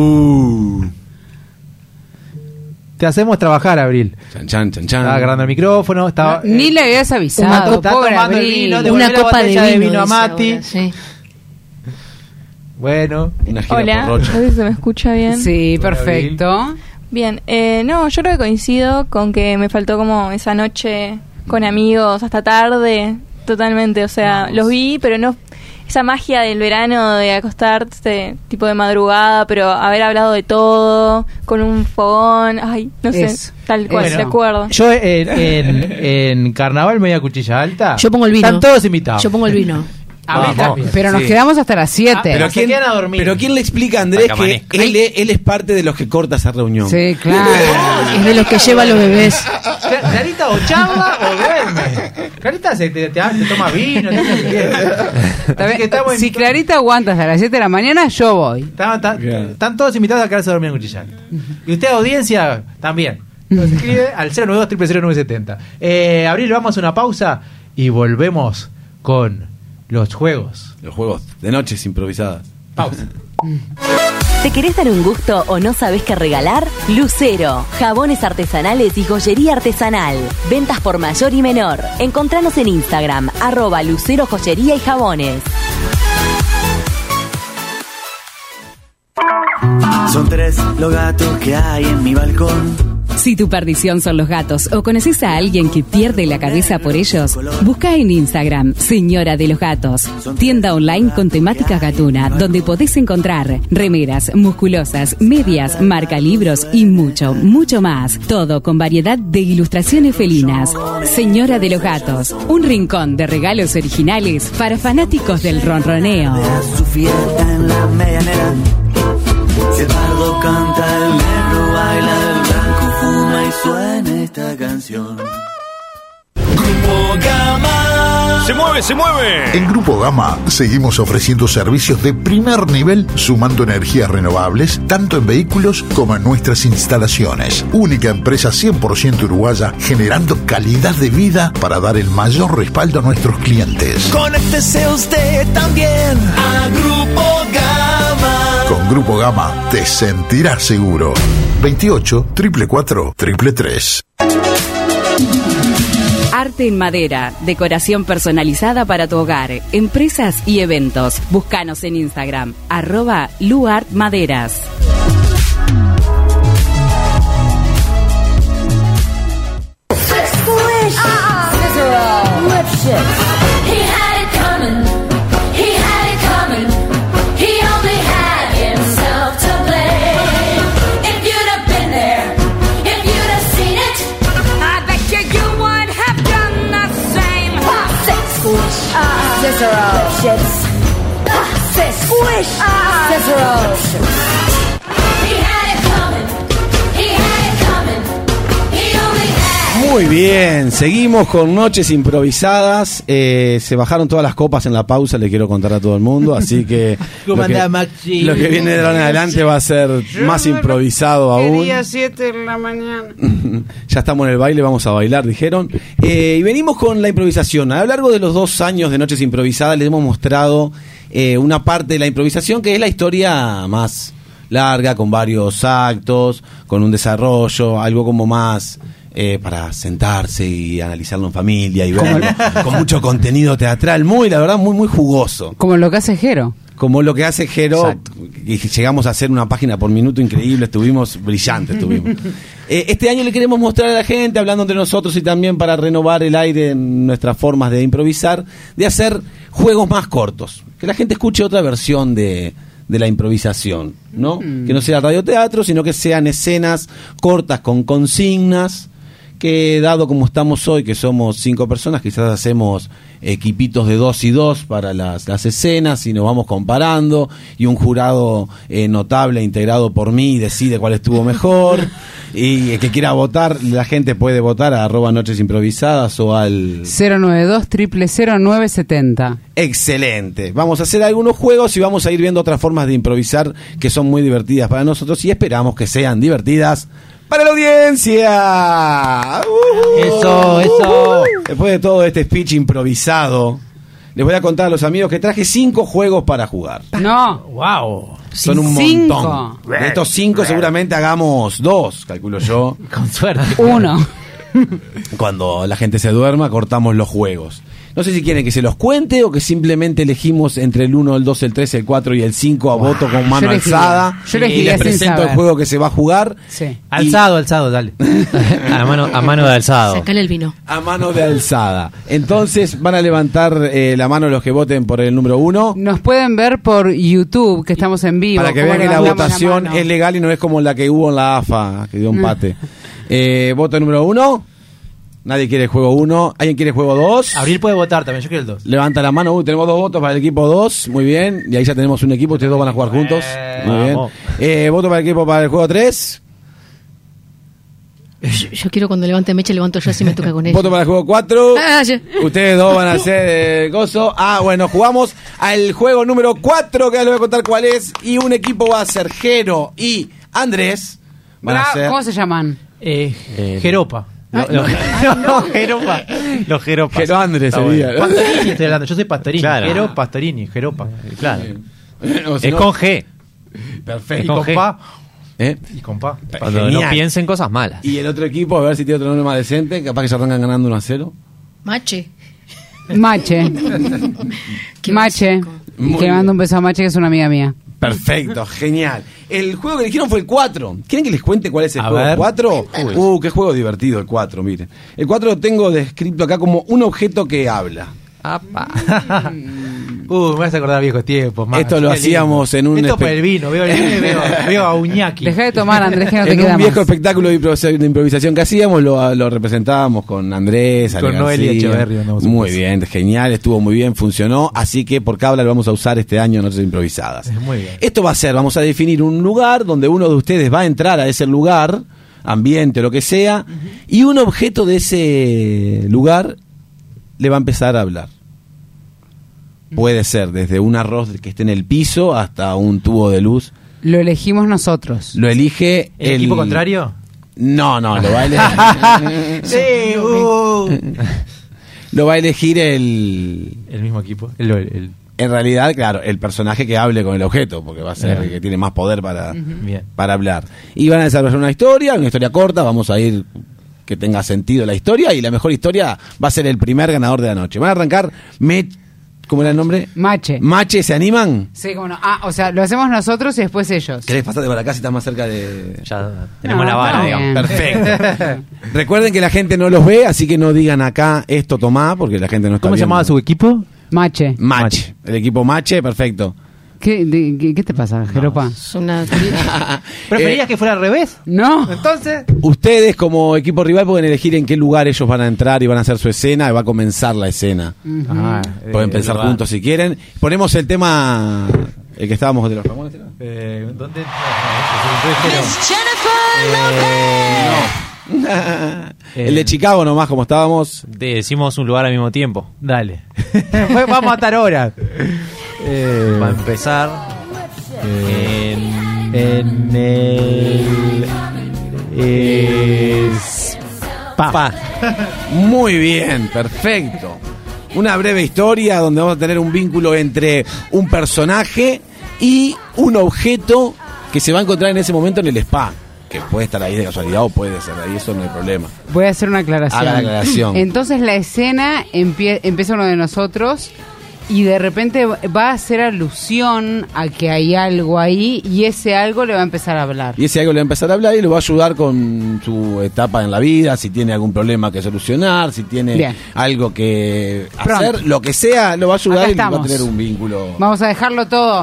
Te hacemos trabajar, Abril. Chan, chan, chan, chan. Estaba agarrando el micrófono, estaba... Ni le habías avisado, está pobre tomando el Abril. vino, te Una volvió la copa botella de vino a dice Mati. ahora, sí. Bueno, Una gira Hola, por no Rocha. sé si se me escucha bien. Sí, Hola, perfecto. Bien, no, yo creo que coincido con que me faltó como esa noche con amigos hasta tarde, totalmente, o sea, los vi, pero no esa magia del verano de acostarte tipo de madrugada, pero haber hablado de todo, con un fogón, ay, no sé, Eso. tal cual, Bueno, de acuerdo. yo en Carnaval media cuchilla alta. Yo pongo el vino. Están todos invitados. Yo pongo el vino. Abril Vamos. también. Pero nos Sí. quedamos hasta las 7. Pero se quedan a dormir. pero ¿quién le explica a Andrés Para que que él es parte de los que corta esa reunión? Sí, claro. Es de los que lleva a los bebés. Clarita o charla o duerme. Clarita te toma vino, te hace lo que quiera. Así que estamos en- Si Clarita aguanta hasta las 7 de la mañana, yo voy. Están todos invitados a quedarse a dormir en cuchilla alta. Y usted, audiencia, también. Nos escribe al 092-00970. Abril, vamos a una pausa y volvemos con los juegos. Los juegos de Noches Improvisadas. Pausa. ¿Te querés dar un gusto o no sabés qué regalar? Lucero, jabones artesanales y joyería artesanal. Ventas por mayor y menor. Encontranos en Instagram, @Lucero Joyería y Jabones. Son 3 los gatos que hay en mi balcón. Si tu perdición son los gatos o conoces a alguien que pierde la cabeza por ellos, busca en Instagram Señora de los Gatos, tienda online con temática gatuna, donde podés encontrar remeras, musculosas, medias, marcalibros y mucho, mucho más. Todo con variedad de ilustraciones felinas. Señora de los Gatos, un rincón de regalos originales para fanáticos del ronroneo. Su fiesta en la medianera. Si el pardo canta, el negro baila, el blanco fuma y suena esta canción. Grupo Gama. ¡Se mueve, se mueve! En Grupo Gama seguimos ofreciendo servicios de primer nivel sumando energías renovables tanto en vehículos como en nuestras instalaciones. Única empresa 100% uruguaya generando calidad de vida para dar el mayor respaldo a nuestros clientes. Conéctese usted también a Grupo Gama. Con Grupo Gama te sentirás seguro. 28 444 333. Arte en madera, decoración personalizada para tu hogar, empresas y eventos. Búscanos en Instagram, @luartmaderas. Muy bien, seguimos con Noches Improvisadas. Se bajaron todas las copas en la pausa, le quiero contar a todo el mundo, así que ¿Cómo lo que, andás, Maxi? lo que viene de ahora en adelante va a ser más improvisado aún. Quería 7 de la mañana. Ya estamos en el baile, vamos a bailar, dijeron. Y venimos con la improvisación. A lo largo de los 2 años de Noches Improvisadas les hemos mostrado una parte de la improvisación que es la historia más larga, con varios actos, con un desarrollo, algo como más para sentarse y analizarlo en familia y verlo con mucho contenido teatral, la verdad, muy jugoso. Como lo que hace Jero. Como lo que hace Jero, Exacto. y llegamos a hacer una página por minuto increíble, estuvimos brillantes. Este año le queremos mostrar a la gente, hablando entre nosotros y también para renovar el aire en nuestras formas de improvisar, de hacer juegos más cortos, que la gente escuche otra versión de la improvisación, ¿no? Que no sea radioteatro, sino que sean escenas cortas con consignas, que dado como estamos hoy, que somos 5 personas, quizás hacemos equipitos de 2 y 2 para las escenas y nos vamos comparando y un jurado notable integrado por mí decide cuál estuvo mejor y el que quiera votar, la gente puede votar a @nochesimprovisadas o al 092-000-970. Excelente. Vamos a hacer algunos juegos y vamos a ir viendo otras formas de improvisar que son muy divertidas para nosotros y esperamos que sean divertidas para la audiencia. Eso. Después de todo este speech improvisado, les voy a contar a los amigos que traje 5 juegos para jugar. No. Wow. Son un 5. montón. De estos 5 seguramente hagamos 2, calculo yo. Con suerte. 1. Cuando la gente se duerma, cortamos los juegos. No sé si quieren que se los cuente o que simplemente elegimos entre el 1, el 2, el 3, el 4 y el 5 a voto con mano alzada. Yo elegiría y les sin presento saber. el juego que se va a jugar. Sí. Alzado, dale. A mano de alzado. Sacale el vino. A mano de alzada. Entonces van a levantar la mano los que voten por el número 1. Nos pueden ver por YouTube, que estamos en vivo. Para que cómo vean que la levantamos votación mano. es legal y no es como la que hubo en la AFA, que dio empate. Voto número 1. Nadie quiere el juego 1. ¿Alguien quiere el juego 2? Abril puede votar también, yo quiero el 2. Levanta la mano. Tenemos 2 votos para el equipo 2. Muy bien. Y ahí ya tenemos un equipo. Ustedes 2 van a jugar juntos. Muy Vamos. bien. Voto para el equipo para el juego 3. Yo quiero cuando levante Meche, levanto yo así me toca con ella. Voto para el juego 4. Ah, ya. Ustedes 2 van a hacer el gozo. Bueno, jugamos al juego número 4, que ahora les voy a contar cuál es. Y un equipo va a ser Jero y Andrés. Van a ser... ¿Cómo se llaman? Jeropa. Jeropa. Los jeropas. Jero Andrés Está sería. bueno. Pastorini estoy hablando, yo soy Pastorini. Claro. Jero, Pastorini, Jeropa. Claro. O si Es no- con G. Y Perfecto. con G. pa. ¿Eh? Y con pa. Cuando Genial. no piensen cosas malas. Y el otro equipo, a ver si tiene otro nombre más decente. Capaz que se arrancan ganando 1-0. Mache. Mache. Qué Mache. básico. Muy Que le mando bien. un beso a Mache, que es una amiga mía. Perfecto, genial. El juego que eligieron fue el 4. ¿Quieren que les cuente cuál es el A juego ver. 4? Qué juego divertido el 4, miren. El 4 lo tengo descrito acá como un objeto que habla. Me vas a acordar viejos tiempos. man. Esto lo Qué hacíamos en un Esto por el vino. Veo el vino y veo a Uñaki. Deja de tomar, Andrés, que no te en queda un viejo más. espectáculo de improvisación que hacíamos, lo representábamos con Andrés, Con Ale Noelia García. Echeverri, andamos un Muy poco. bien, genial, estuvo muy bien, funcionó. Así que por Cabla lo vamos a usar este año en Noches Improvisadas. Muy bien. Esto va a ser, vamos a definir un lugar donde uno de ustedes va a entrar a ese lugar, ambiente o lo que sea, y un objeto de ese lugar le va a empezar a hablar. Puede ser desde un arroz que esté en el piso hasta un tubo de luz. Lo elegimos nosotros. Lo elige ¿El equipo contrario? No, lo va a elegir. Sí, Lo va a elegir el... El mismo equipo. El- En realidad, claro, el personaje que hable con el objeto, porque va a ser Bien. el que tiene más poder para Bien. hablar. Y van a desarrollar una historia corta, vamos a ir que tenga sentido la historia, y la mejor historia va a ser el primer ganador de la noche. Van a arrancar, ¿cómo era el nombre? Mache. Mache, ¿se animan? Sí, cómo no. O sea, lo hacemos nosotros y después ellos. ¿Querés pasarte por acá si estás más cerca de...? Ya tenemos No, la vara, está digamos. bien. Perfecto. Recuerden que la gente no los ve, así que no digan acá esto tomá, porque la gente no está ¿Cómo se viendo. llamaba su equipo? Mache. Mache. El equipo Mache, perfecto. ¿Qué te pasa, Jeropa? Es una... ¿Preferías que fuera al revés? No. Entonces... Ustedes como equipo rival pueden elegir en qué lugar ellos van a entrar y van a hacer su escena y va a comenzar la escena. Pueden pensar juntos si quieren. Ponemos el tema, el que estábamos de los Ramones. ¿Dónde? El de Chicago nomás, como estábamos. Decimos un lugar al mismo tiempo. Dale. Vamos a matar horas. Va a empezar En el... Pa. Muy bien, perfecto. Una breve historia donde vamos a tener un vínculo entre un personaje y un objeto que se va a encontrar en ese momento en el spa. Que puede estar ahí de casualidad o puede ser ahí, eso no hay problema. Voy a hacer una aclaración. Haga la aclaración. Entonces la escena empieza uno de nosotros y de repente va a hacer alusión a que hay algo ahí y ese algo le va a empezar a hablar. Y ese algo le va a empezar a hablar y lo va a ayudar con su etapa en la vida, si tiene algún problema que solucionar, si tiene Bien. algo que Pronto. hacer, lo que sea, lo va a ayudar Acá y va a estamos. tener un vínculo. Vamos a dejarlo todo.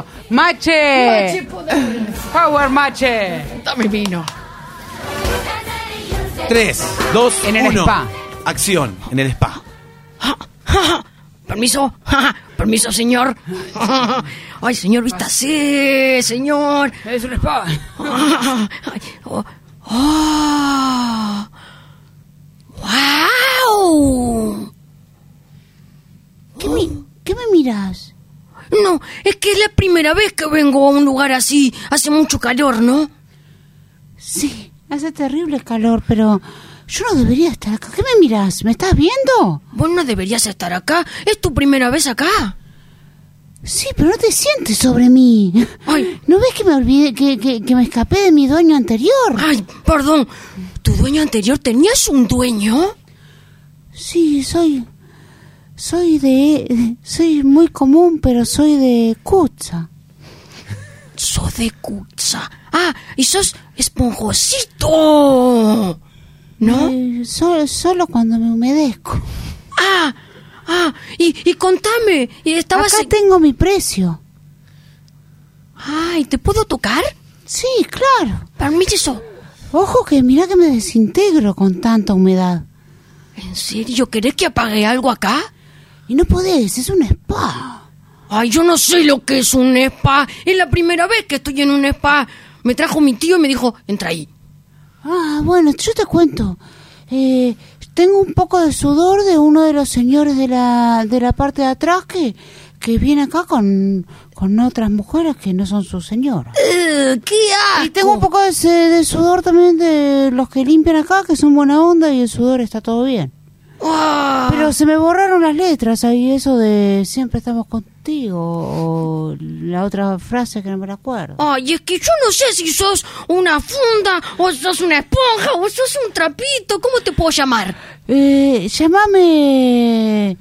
¡Mache! ¡Power Mache! Dame vino. 3, 2, En el 1. spa. Acción, en el spa. Permiso, permiso, señor. Ay, señor, vístase, señor. Es un spa. Ay, ¡Wow! ¿Qué me miras? No, es que es la primera vez que vengo a un lugar así. Hace mucho calor, ¿no? Sí, hace terrible calor, pero yo no debería estar acá. ¿Qué me miras? ¿Me estás viendo? Vos no deberías estar acá. ¿Es tu primera vez acá? Sí, pero no te sientes sobre mí. Ay. ¿No ves que me olvidé, que me escapé de mi dueño anterior? Ay, perdón. ¿Tu dueño anterior tenías un dueño? Sí, soy muy común, pero soy de Kutza. Sos de Kutza. Ah, y sos esponjosito, ¿no? Solo cuando me humedezco. Y contame, estabas... Acá tengo mi precio. Ay, ¿te puedo tocar? Sí, claro. Permiso. Ojo que mirá que me desintegro con tanta humedad. ¿En serio? ¿Querés que apague algo acá? Y no podés, es un spa. Ay, yo no sé lo que es un spa. Es la primera vez que estoy en un spa. Me trajo mi tío y me dijo, entra ahí. Ah, bueno, yo te cuento. Tengo un poco de sudor de uno de los señores de la parte de atrás que viene acá con otras mujeres que no son sus señoras. ¡Qué asco! Y tengo un poco de sudor también de los que limpian acá, que son buena onda y el sudor está todo bien. Pero se me borraron las letras ahí, eso de siempre estamos contigo, o la otra frase que no me la acuerdo. Ay, es que yo no sé si sos una funda, o sos una esponja, o sos un trapito. ¿Cómo te puedo llamar? Llamame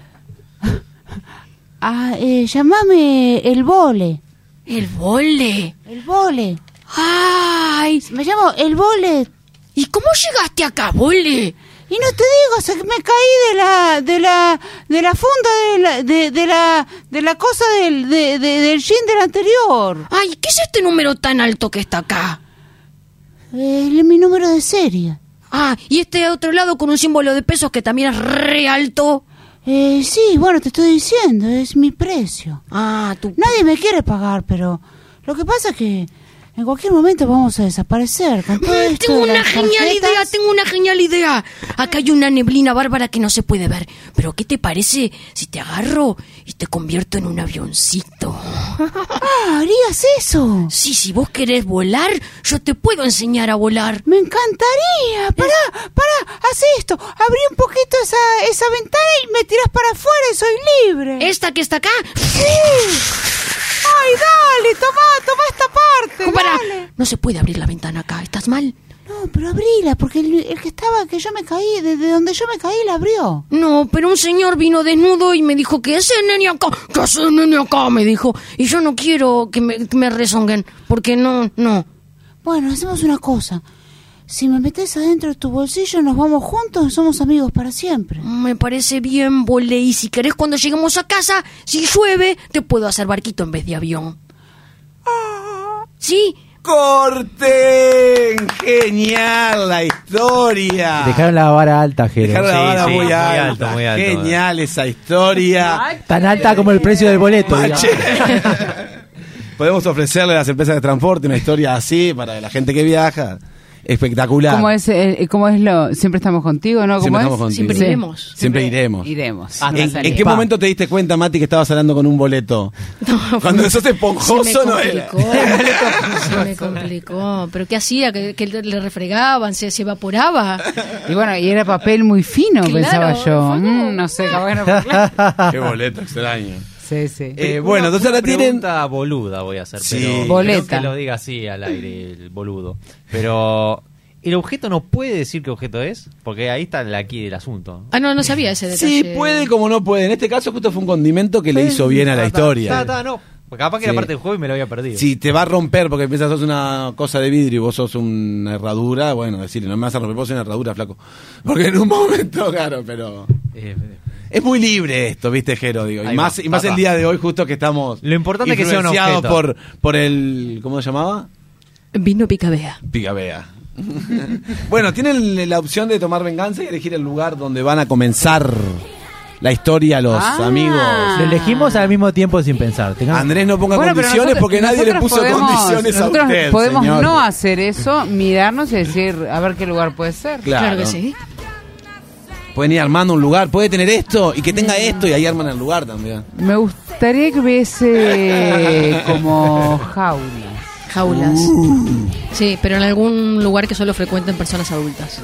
el vole. ¿El vole? El vole. Ay, Me llamo el vole. ¿y cómo llegaste acá, vole? Y no te digo, me caí de la funda de la cosa del jean del anterior. Ay, ¿qué es este número tan alto que está acá? Es mi número de serie. Ah, y este otro lado con un símbolo de pesos que también es re alto. Sí, bueno, te estoy diciendo, es mi precio. Ah, Nadie me quiere pagar, pero lo que pasa es que en cualquier momento vamos a desaparecer con todo esto. Tengo de una las genial idea. Acá hay una neblina bárbara que no se puede ver. Pero ¿qué te parece si te agarro y te convierto en un avioncito? Ah, ¿harías eso? Sí, si vos querés volar, yo te puedo enseñar a volar. Me encantaría. Pará, haz esto. Abrí un poquito esa ventana y me tirás para afuera y soy libre. ¿Esta que está acá? Sí. Ay, dale, toma esta parte. Pará, dale. no se puede abrir la ventana acá, ¿estás mal? No, pero abrila, porque el que yo me caí, desde donde yo me caí, la abrió. No, pero un señor vino desnudo y me dijo que ese nene acá, me dijo. Y yo no quiero que me rezonguen, porque no. Bueno, hacemos una cosa. Si me metes adentro de tu bolsillo, nos vamos juntos y somos amigos para siempre. Me parece bien, vole. Y si querés, cuando lleguemos a casa, si llueve, te puedo hacer barquito en vez de avión. ¿Sí? ¡Corten! ¡Genial la historia! Dejaron la vara alta, Jero. Dejaron la vara muy muy alta. alto, muy alto. Genial esa historia. Tan alta como el precio del boleto. Mache. Podemos ofrecerle a las empresas de transporte una historia así para la gente que viaja. Espectacular. ¿Cómo es lo siempre estamos contigo, no? ¿Cómo Siempre es? estamos contigo. Siempre iremos. Siempre iremos. Iremos. ¿En qué momento te diste cuenta, Mati, que estabas hablando con un boleto? Cuando sos esponjoso no era. Se me complicó. ¿Pero qué hacía? ¿Que le refregaban? ¿Se evaporaba? Y bueno, y era papel muy fino, Claro, pensaba yo. fue como- No sé, capaz que no. Qué boleto extraño. Sí, sí. Bueno, entonces ahora tienen... pregunta boluda voy a hacer, Sí. pero Boleta. creo que lo diga así al aire, el boludo. Pero el objeto no puede decir qué objeto es, porque ahí está aquí el asunto. Ah, no sabía ese detalle. Sí, puede como no puede. En este caso justo fue un condimento que le hizo bien a la historia. No. Porque capaz que Sí. era parte del juego y me lo había perdido. Si te va a romper porque piensas sos una cosa de vidrio y vos sos una herradura, bueno, decirle, no me vas a romper, vos sos una herradura, flaco. Porque en un momento, claro, pero... Es muy libre esto, ¿viste, Jero? Digo. Y Ahí más, va, y más el día de hoy, justo que estamos Lo importante es que sea un influenciados objeto. por el... ¿Cómo se llamaba? Vino picabea. Picabea. Bueno, tienen la opción de tomar venganza y elegir el lugar donde van a comenzar la historia los amigos. Lo elegimos al mismo tiempo sin pensar. Andrés no ponga condiciones porque nadie le puso condiciones a usted, podemos señor. no hacer eso, mirarnos y decir, a ver qué lugar puede ser. Claro que sí. Pueden ir armando un lugar, puede tener esto y que tenga esto y ahí arman el lugar también. Me gustaría que hubiese como Jaulas. Sí, pero en algún lugar que solo frecuenten personas adultas.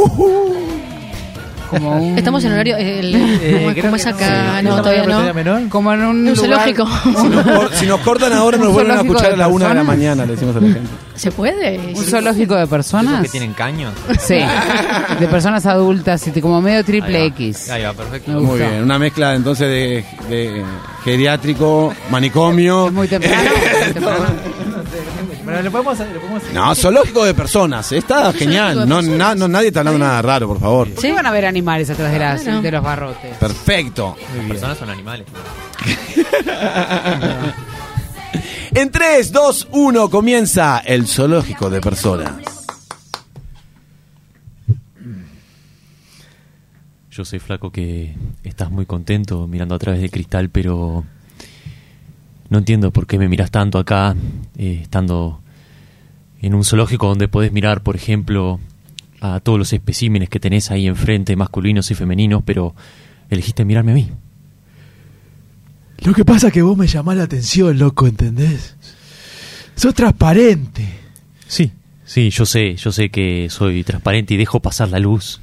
Como Estamos en horario. ¿Cómo es acá? No, todavía no. Menor. Como en un zoológico. Si nos cortan ahora nos vuelven a escuchar a la 1 de la mañana, le decimos a la gente. ¿Se puede? ¿Un zoológico de personas? ¿Esos que tienen caños? Sí, de personas adultas, como medio triple X. Ahí va, perfecto. Muy bien, una mezcla entonces de geriátrico, manicomio. Es muy temprano. Pero le podemos No, zoológico de personas, está genial. No, nadie está hablando nada raro, por favor. Sí, van a ver animales atrás de los barrotes. Perfecto. Las personas son animales. En 3, 2, 1 comienza el zoológico de personas. Yo sé, flaco, que estás muy contento mirando a través del cristal, pero no entiendo por qué me miras tanto acá, estando en un zoológico donde podés mirar, por ejemplo, a todos los especímenes que tenés ahí enfrente, masculinos y femeninos, pero elegiste mirarme a mí. Lo que pasa es que vos me llamás la atención, loco, ¿entendés? Sos transparente. Sí, yo sé que soy transparente y dejo pasar la luz.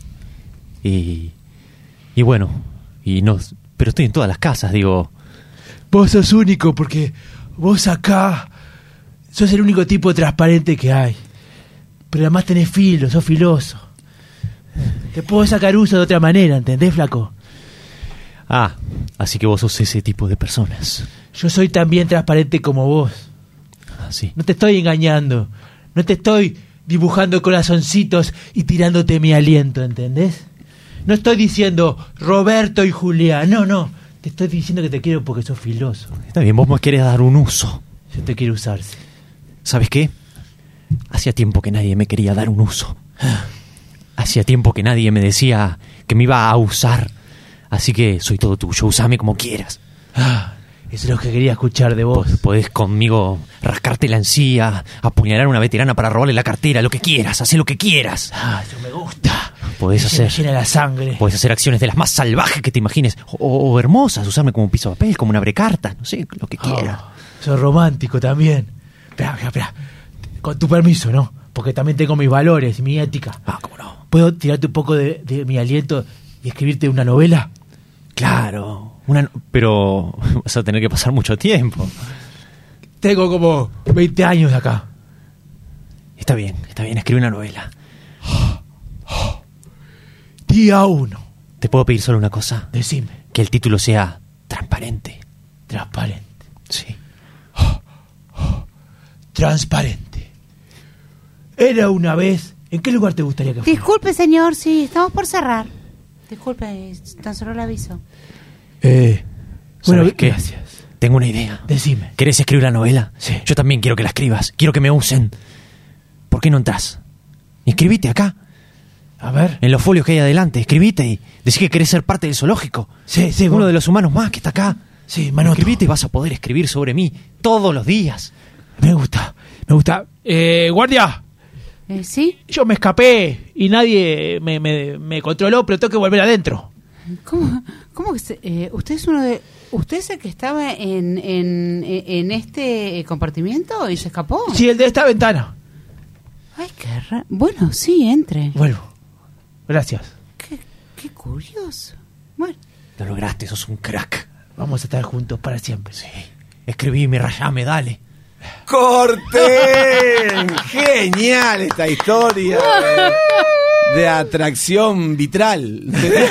Y bueno, pero estoy en todas las casas, digo. Vos sos único porque vos acá sos el único tipo transparente que hay. Pero además tenés filo, sos filoso. Te puedo sacar uso de otra manera, ¿entendés, flaco? Ah, así que vos sos ese tipo de personas. Yo soy también transparente como vos. Ah, sí. No te estoy engañando. No te estoy dibujando corazoncitos y tirándote mi aliento, ¿entendés? No estoy diciendo Roberto y Julián. No. Te estoy diciendo que te quiero porque sos filoso. Está bien, vos me querés dar un uso. Yo te quiero usar. ¿Sabes qué? Hacía tiempo que nadie me quería dar un uso. Hacía tiempo que nadie me decía que me iba a usar. Así que soy todo tuyo, usame como quieras. Eso es lo que quería escuchar de vos. Podés conmigo rascarte la encía, apuñalar a una veterana para robarle la cartera, lo que quieras, hacé lo que quieras. Eso me gusta. Podés me llena la sangre. Podés hacer acciones de las más salvajes que te imagines. O hermosas, usarme como un piso de papel, como una abrecarta, no sé, lo que quieras. Sos romántico también. Espera. Con tu permiso, ¿no? Porque también tengo mis valores y mi ética. ¿Cómo no? ¿Puedo tirarte un poco de mi aliento y escribirte una novela? Claro, pero vas a tener que pasar mucho tiempo. Tengo como 20 años acá. Está bien, escribe una novela. Día 1. ¿Te puedo pedir solo una cosa? Decime. Que el título sea Transparente. Transparente. Sí. Transparente. Era una vez. ¿En qué lugar te gustaría que fuera? Disculpe, señor, sí, estamos por cerrar. Disculpe, tan solo le aviso. Bueno, qué? Gracias. Tengo una idea. Decime. ¿Querés escribir la novela? Sí. Yo también quiero que la escribas. Quiero que me usen. ¿Por qué no entras? Inscribite acá. A ver. En los folios que hay adelante. Escribite y decí que querés ser parte del zoológico. Sí. Uno de los humanos más que está acá. Sí, mano. Escribite y vas a poder escribir sobre mí todos los días. Me gusta. Guardia. ¿Sí? Yo me escapé y nadie me controló, pero tengo que volver adentro. ¿Cómo que usted es uno de... ¿Usted es el que estaba en este compartimiento y se escapó? Sí, el de esta ventana. Ay, qué raro. Bueno, sí, entre. Vuelvo. Gracias. Qué curioso. Bueno. Lo lograste, sos un crack. Vamos a estar juntos para siempre. Sí. Escribime, rayame, dale. ¡Corten! Genial esta historia de atracción vitral.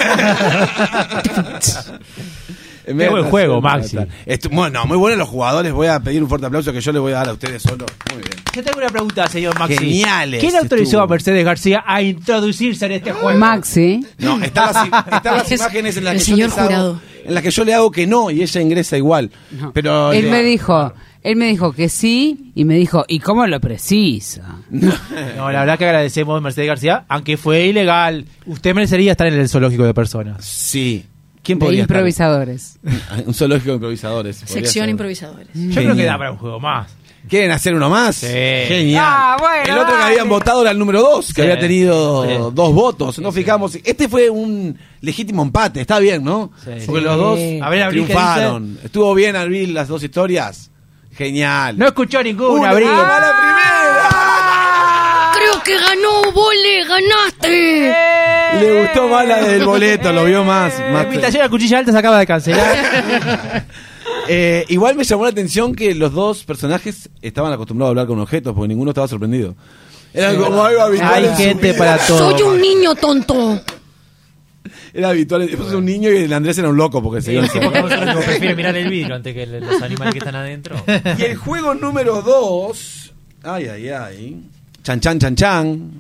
Qué buen juego, Maxi. Bueno, muy bueno los jugadores. Voy a pedir un fuerte aplauso que yo les voy a dar a ustedes solo. Muy bien. yo tengo una pregunta, señor Maxi. Geniales. ¿Quién autorizó estuvo. a Mercedes García a introducirse en este juego? Maxi. No, están las imágenes en las el que señor yo les hago- jurado. en las que yo le hago que no y ella ingresa igual. No. Pero Él me dijo que sí y me dijo, ¿y cómo lo precisa? No, la verdad que agradecemos a Mercedes García, aunque fue ilegal. Usted merecería estar en el zoológico de personas. Sí. ¿Quién De podría estar? improvisadores. Un zoológico de improvisadores. podría Sección ser. improvisadores. Yo creo que da para un juego más. ¿Quieren hacer uno más? Sí. Genial. Ah, bueno, el otro que dale. habían votado era el número 2, que Sí. había tenido Sí. 2 votos. No fijamos. Este fue un legítimo empate, está bien, ¿no? Sí. Porque Sí. los dos A ver, Abril, ¿qué triunfaron. ¿Estuvo bien, Abril, las dos historias? Genial. No escuchó ninguna, Abril. ¡Ah, la primera! Creo que ganó, Vole, ganaste. Le gustó más la del boleto, lo vio más. La invitación a Cuchilla Alta se acaba de cancelar. Igual me llamó la atención que los dos personajes estaban acostumbrados a hablar con objetos, porque ninguno estaba sorprendido. Era como algo habitual. Hay en su gente vida. para todo. Soy un niño tonto. Era habitual. Después un niño y el Andrés era un loco porque se iba Sí, porque vos único prefiere mirar el vidrio antes que los animales que están adentro. Y el juego número 2. Ay, ay, ay. Chan, chan, chan, chan.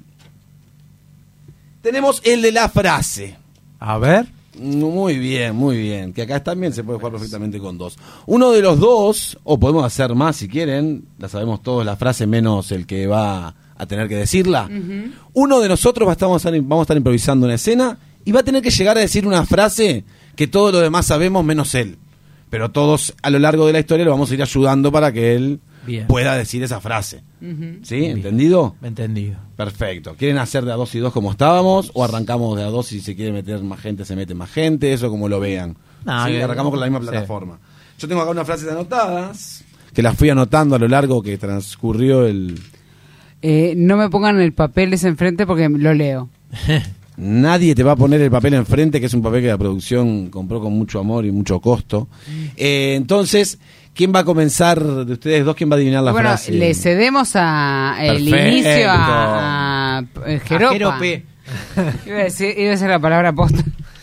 Tenemos el de la frase. A ver. Muy bien, muy bien. Que acá también se puede jugar perfectamente con 2. Uno de los dos, o podemos hacer más si quieren, la sabemos todos la frase menos el que va a tener que decirla. Uno de nosotros vamos a estar improvisando una escena y va a tener que llegar a decir una frase que todos los demás sabemos menos él. Pero todos a lo largo de la historia lo vamos a ir ayudando para que él Bien. pueda decir esa frase. ¿Sí? ¿Entendido? Entendido. Perfecto. ¿Quieren hacer de a 2 y 2 como estábamos? ¿O arrancamos de a 2 y si se quiere meter más gente, se mete más gente? Eso como lo vean. No, ¿Sí? que- Arrancamos con la misma sí. plataforma. Yo tengo acá unas frases anotadas que las fui anotando a lo largo que transcurrió el... No me pongan el papel ese enfrente porque lo leo. Nadie te va a poner el papel enfrente, que es un papel que la producción compró con mucho amor y mucho costo. Entonces, ¿quién va a comenzar de ustedes dos? ¿Quién va a adivinar la Bueno, frase? le cedemos el Perfecto. inicio a Jeropa. Jerope. Iba a decir la palabra posta.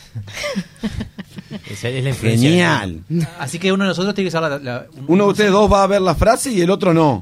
Es la influencia. Genial. Así que uno de nosotros tiene que saber Uno de ustedes dos va a ver la frase y el otro no.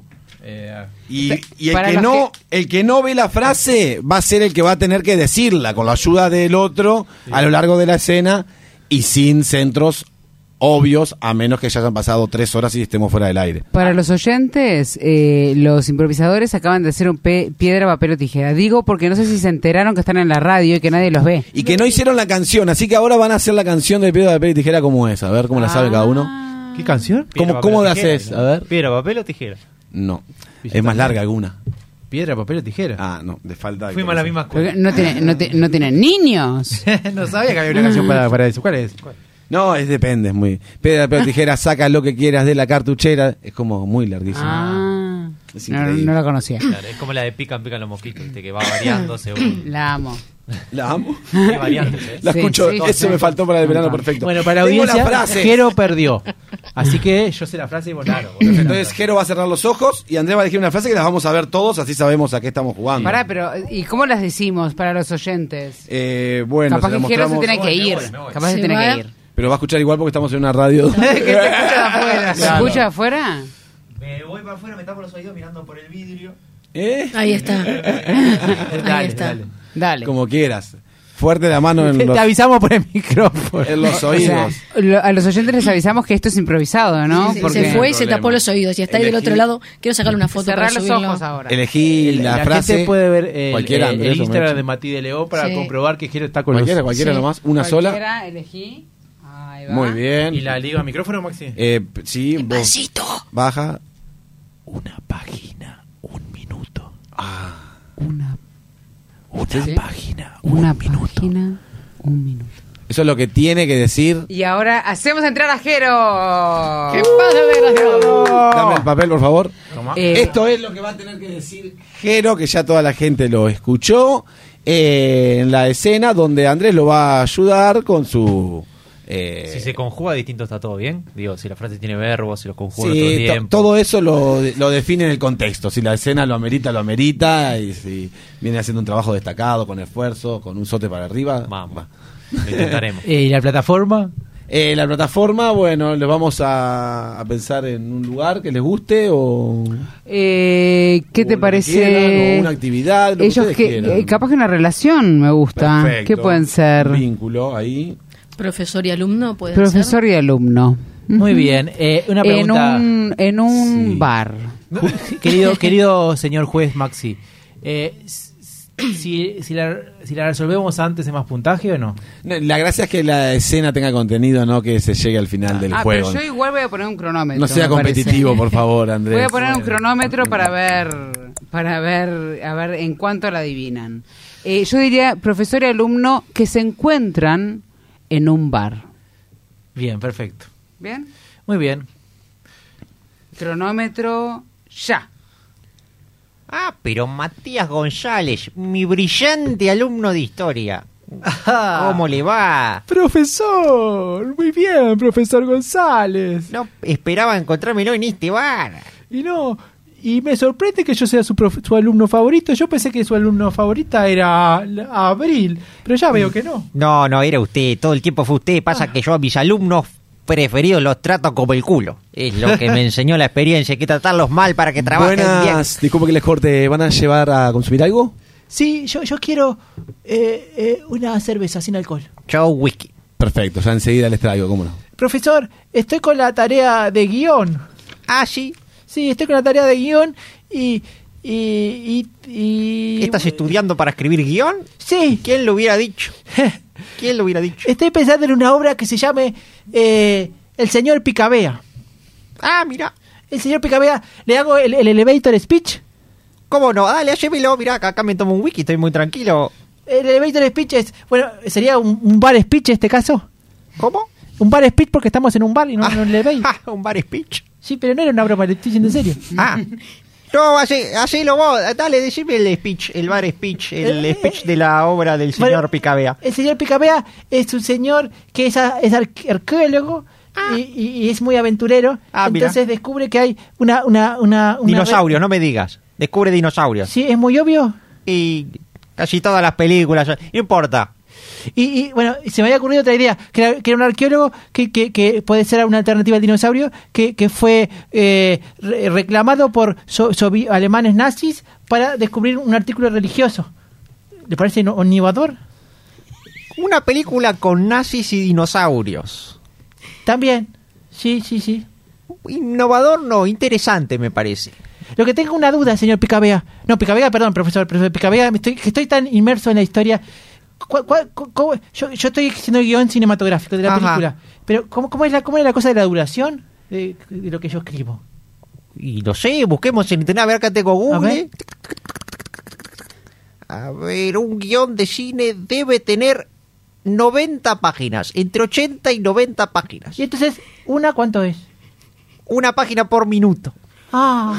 Y Para el los el que no ve la frase va a ser el que va a tener que decirla con la ayuda del otro a lo largo de la escena y sin centros obvios, a menos que ya hayan pasado 3 horas y estemos fuera del aire. Para los oyentes, los improvisadores acaban de hacer un piedra, papel o tijera. Digo porque no sé si se enteraron que están en la radio y que nadie los ve. Y que no hicieron la canción, así que ahora van a hacer la canción de Piedra, Papel y Tijera como es. A ver cómo la sabe cada uno. ¿Qué canción? ¿Cómo la haces? A ver. Piedra, papel o tijera. No, es más larga alguna. Piedra, papel o tijera. Ah, no, le falta... Fuimos a la misma escuela. Porque no tienen niños. No sabía que había una canción para eso. ¿Cuál es? No, depende, es muy... Piedra, Papel, Tijera, saca lo que quieras de la cartuchera. Es como muy larguísimo. Ah, Es no, increíble. no la conocía. Claro, es como la de pican los mosquitos, ¿viste? Que va variando según. La amo. La amo. Va variando, ¿sí? La Sí, escucho, sí, eso sí. me faltó para el verano perfecto. Bueno, para la Tengo audiencia, la frase. Jero perdió. Así que yo sé la frase y vos claro. Entonces Jero va a cerrar los ojos y Andrés va a elegir una frase que las vamos a ver todos, así sabemos a qué estamos jugando. Pará, pero ¿y cómo las decimos para los oyentes? Bueno, Capaz se la que Jero se mostramos, tiene que ir. Capaz se Se tiene va. que ir. pero va a escuchar igual porque estamos en una radio. Que se escucha de afuera. ¿Se Claro. escucha afuera? Me voy para afuera, me tapo los oídos mirando por el vidrio. ¿Eh? Ahí está. Ahí está. Dale. Como quieras. Fuerte la mano en Te los, avisamos por el micrófono. en los O sea, oídos. a los oyentes les avisamos que esto es improvisado, ¿no? Sí, Porque se fue y no se hay tapó problema. los oídos y está ahí del Elegí- otro lado. Quiero sacarle una foto cerrar para los subirlo. ojos ahora. Elegí la frase. gente puede ver Cualquiera, el Andrés, o Instagram Meche. de Mati de León para Sí. comprobar que Jero está con Cualquiera Sí. nomás. Una sola. Cualquiera, elegí. Ahí va. Muy bien. ¿Y la liga a micrófono, Maxi? Sí, vos Pasito. baja. Una página, un minuto. Una Una página, página, un minuto. Eso es lo que tiene que decir. Y ahora hacemos entrar a Jero. ¿Qué pasa, desgraciado? Dame el papel, por favor. Eh, Esto es lo que va a tener que decir Jero, que ya toda la gente lo escuchó en la escena donde Andrés lo va a ayudar con su... Si se conjuga distinto, ¿está todo bien? Digo, si la frase tiene verbos, si los conjuga en Sí, otro tiempo. todo eso lo define en el contexto. Si la escena lo amerita, y si viene haciendo un trabajo destacado, con esfuerzo, con un sote para arriba. Vamos, lo intentaremos. ¿Y la plataforma? La plataforma, bueno, ¿les vamos a pensar en un lugar que les guste o...? ¿Qué te parece? Quieran, o una actividad, lo que ellos ustedes que quieran. capaz que una relación me gusta. Perfecto. ¿Qué pueden ser? Un vínculo ahí. Profesor y alumno, puede Profesor ser. y alumno. Muy bien. Una pregunta. En un bar. Querido señor juez Maxi, si la resolvemos antes de más puntaje o no? La gracia es que la escena tenga contenido, no que se llegue al final del juego. Pero yo igual voy a poner un cronómetro. No sea me competitivo, parece. por favor, Andrés. Voy a poner un cronómetro para ver a ver en cuánto la adivinan. Yo diría profesor y alumno que se encuentran en un bar. Bien, perfecto. ¿Bien? Muy bien. Cronómetro ya. Ah, pero Matías González, mi brillante alumno de historia. ¿Cómo le va? Profesor, muy bien, profesor González. No esperaba encontrármelo en este bar. Y me sorprende que yo sea su alumno favorito. Yo pensé que su alumno favorita era Abril, pero ya veo que no. No, era usted. Todo el tiempo fue usted. Pasa que yo a mis alumnos preferidos los trato como el culo. Es lo que me enseñó la experiencia. Hay que tratarlos mal para que trabajen Buenas, disculpe que les corte. ¿Van a llevar a consumir algo? Sí, yo quiero una cerveza sin alcohol. Yo whisky. Perfecto, ya enseguida les traigo, cómo no. Profesor, estoy con la tarea de guión. Ah, sí. Sí, estoy con la tarea de guión y ¿Estás estudiando para escribir guión? Sí. ¿Quién lo hubiera dicho? ¿Quién lo hubiera dicho? Estoy pensando en una obra que se llame El señor Picabea. Ah, mira. El señor Picabea, ¿le hago el elevator speech? ¿Cómo no? Dale, llévelo. Mirá, acá me tomo un whisky, estoy muy tranquilo. El elevator speech es, bueno, ¿sería un bar speech en este caso? ¿Cómo? Un bar speech porque estamos en un bar y no en un elevator. ¿Un bar speech? Sí, pero no era una broma, le estoy diciendo en serio. Ah. No, hacelo vos. Dale, decime el speech, el bar speech, el speech de la obra del señor Picabea. El señor Picabea es un señor que es arqueólogo y es muy aventurero. Entonces mira. descubre que hay una Dinosaurios, no me digas. Descubre dinosaurios. Sí, es muy obvio. Y casi todas las películas. No importa. Y bueno, se me había ocurrido otra idea, que era un arqueólogo que puede ser una alternativa al dinosaurio, que fue reclamado por alemanes nazis para descubrir un artículo religioso. ¿Le parece innovador? Una película con nazis y dinosaurios. También, sí. Innovador no, interesante me parece. Lo que tengo una duda, señor Picabea. No, Picabea, perdón, profesor Picabea, estoy tan inmerso en la historia. Yo estoy haciendo el guión cinematográfico de la película, pero ¿cómo es la cosa de la duración de lo que yo escribo? Y no sé, busquemos en internet, a ver, acá tengo Google. A ver, un guión de cine debe tener 90 páginas, entre 80 y 90 páginas. ¿Y entonces, cuánto es? Una página por minuto. Ah.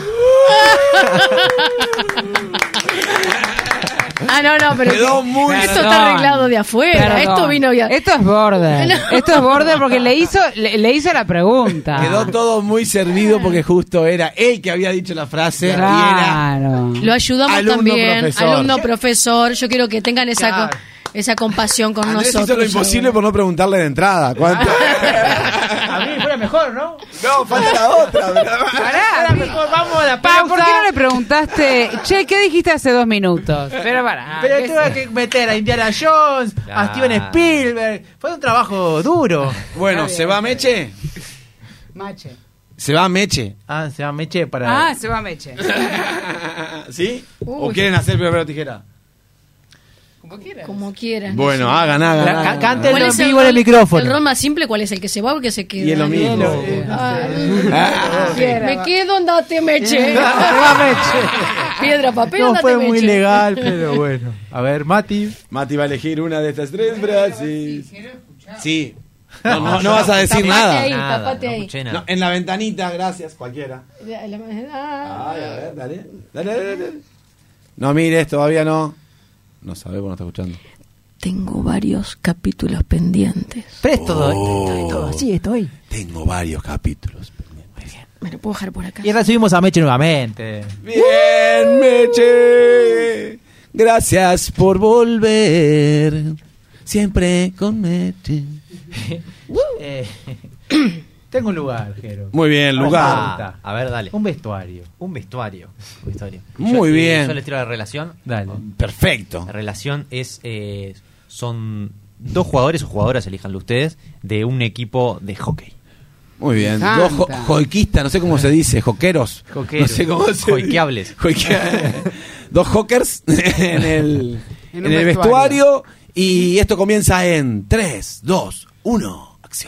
No, pero quedó muy... esto está arreglado de afuera. Perdón. Esto vino ya. Esto es border. Esto es border porque le hizo la pregunta. Quedó todo muy servido porque justo era él que había dicho la frase Claro. y era Lo ayudamos alumno también. profesor. Alumno profesor. Yo quiero que tengan esa compasión con Andrés nosotros. hizo lo imposible por no preguntarle de entrada. ¿Cuánto? A mí fuera mejor, ¿no? No, falta la otra. Pará, mejor, vamos a la pausa. ¿Por qué no le preguntaste, che, qué dijiste hace 2 minutos? Pero pará. Pero ¿qué tuve que meter a Indiana Jones, a Steven Spielberg. Fue un trabajo duro. Bueno, ¿se va Meche? Mache. ¿Se va Meche? Ah, se va Meche para... Ah, se va Meche. ¿Sí? ¿O quieren hacer primero tijera? Como quieras. Bueno, hagan. Cántenlo en vivo en el El micrófono. rol más simple, ¿cuál es? ¿El que se va o el que se queda? Y es lo mismo. Me quedo, andate, Meche. Se va Meche. Piedra, papel, No andate, fue muy Meche. legal, pero bueno. A ver, Mati. Mati va a elegir una de estas tres frases. Sí. No vas a decir Tapate nada. ahí, Nada, tapate no ahí. escuché nada. No, en la ventanita, gracias, cualquiera. Ah. Ay, a ver, dale. No mires, todavía no. No sabe, no está escuchando. Tengo varios capítulos pendientes. Pero es todo, sí, estoy. Tengo varios capítulos. Me lo puedo dejar por acá. Y recibimos a Meche nuevamente. Bien, Meche. Gracias por volver. Siempre con Meche. Tengo un lugar, Jero. Muy bien, lugar. A ver, dale. Un vestuario. Un vestuario. Muy bien. Yo les tiro la relación. Dale. Perfecto. La relación es son 2 jugadores o jugadoras, elíjanlo ustedes, de un equipo de hockey. Muy bien. Me 2 encanta. joiquistas, no sé cómo se dice, joqueros. Joqueros. No sé cómo se Joiqueables. 2 hockers en el En un vestuario. Y esto comienza en 3, 2, 1, acción.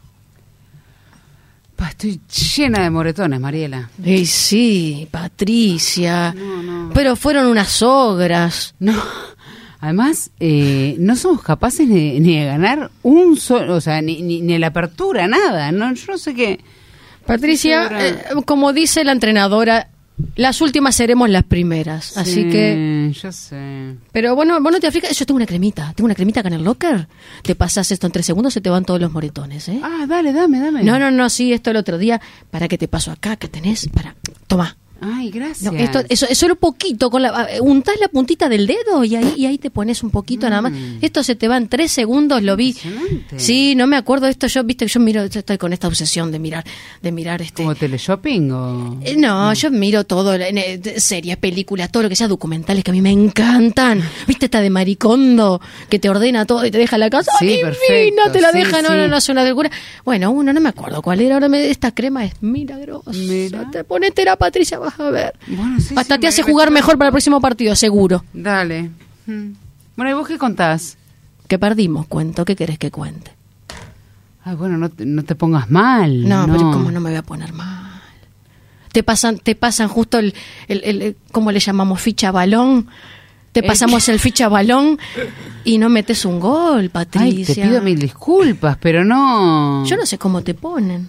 Estoy llena de moretones, Mariela. Y sí, Patricia. No. Pero fueron unas ogras. No. Además, no somos capaces ni de ganar un solo, o sea, ni la apertura, nada. No, yo no sé qué. Patricia, como dice la entrenadora, las últimas seremos las primeras. Así Sí, que... ya sé. Pero bueno, vos no te aflicas. Yo tengo una cremita acá en el locker. Te pasas esto en 3 segundos, se te van todos los moretones, ¿eh? Ah, dale, dame. No, sí, esto el otro día. ¿Para qué te paso acá? ¿Qué tenés? Toma. Ay, gracias. No, eso solo poquito, untás la puntita del dedo y ahí te pones un poquito nada más. Esto se te va en 3 segundos, lo vi. Impresionante. Sí, no me acuerdo esto, yo miro, yo estoy con esta obsesión de mirar ¿Como teleshopping o...? No, yo miro todo, series, películas, todo lo que sea documentales que a mí me encantan. ¿Viste esta de Maricondo que te ordena todo y te deja la casa? Sí, ¡Ay, perfecto, divina! Te la sí, deja, sí. no, es una locura. Bueno, no me acuerdo cuál era, esta crema es milagrosa. Mira. Ponétela, Patricia, vas a ver. Bueno, sí, Hasta sí, te me hace voy a jugar meter. mejor para el próximo partido, seguro. Dale. Bueno, ¿y vos qué contás? Que perdimos, cuento. ¿Qué querés que cuente? Ay, bueno, no te pongas mal. No, pero ¿cómo no me voy a poner mal? Te pasan justo el ¿cómo le llamamos? Ficha balón. Te pasamos el ficha balón y no metes un gol, Patricia. Ay, te pido 1000 disculpas, pero no... Yo no sé cómo te ponen.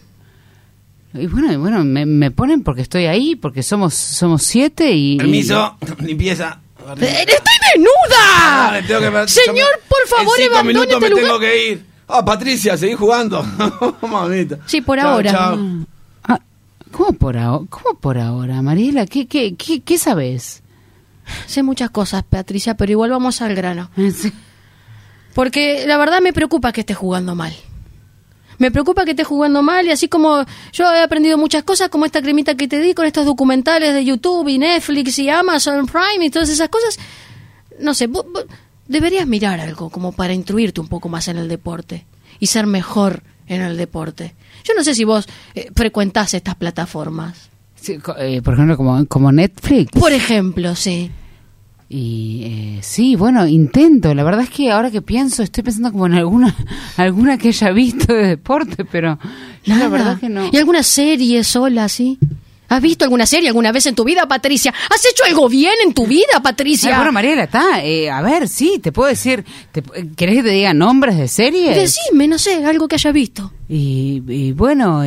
Y bueno, me ponen porque estoy ahí, porque somos 7 y... Permiso, limpieza. ¡Estoy desnuda! Señor, por favor, en 5 abandone minutos este me lugar. tengo que ir. Patricia, seguí jugando. Mamita. Sí, por Chao, ahora. chao. Ah, ¿Cómo por ahora, Mariela? ¿Qué sabes? Sé muchas cosas, Patricia, pero igual vamos al grano. Sí. Porque la verdad me preocupa que estés jugando mal. Me preocupa que estés jugando mal y así como yo he aprendido muchas cosas, como esta cremita que te di con estos documentales de YouTube y Netflix y Amazon Prime y todas esas cosas, no sé, vos deberías mirar algo como para instruirte un poco más en el deporte y ser mejor en el deporte. Yo no sé si vos frecuentás estas plataformas. Sí, por ejemplo, como Netflix. Por ejemplo, sí. Y sí, bueno, intento. La verdad es que ahora que pienso, estoy pensando como en alguna que haya visto de deporte, pero yo la verdad que no. ¿Y alguna serie sola, sí? ¿Has visto alguna serie alguna vez en tu vida, Patricia? ¿Has hecho algo bien en tu vida, Patricia? Bueno, Mariela, está. A ver, sí, te puedo decir. ¿Querés que te diga nombres de series? Decime, no sé, algo que haya visto. Y bueno,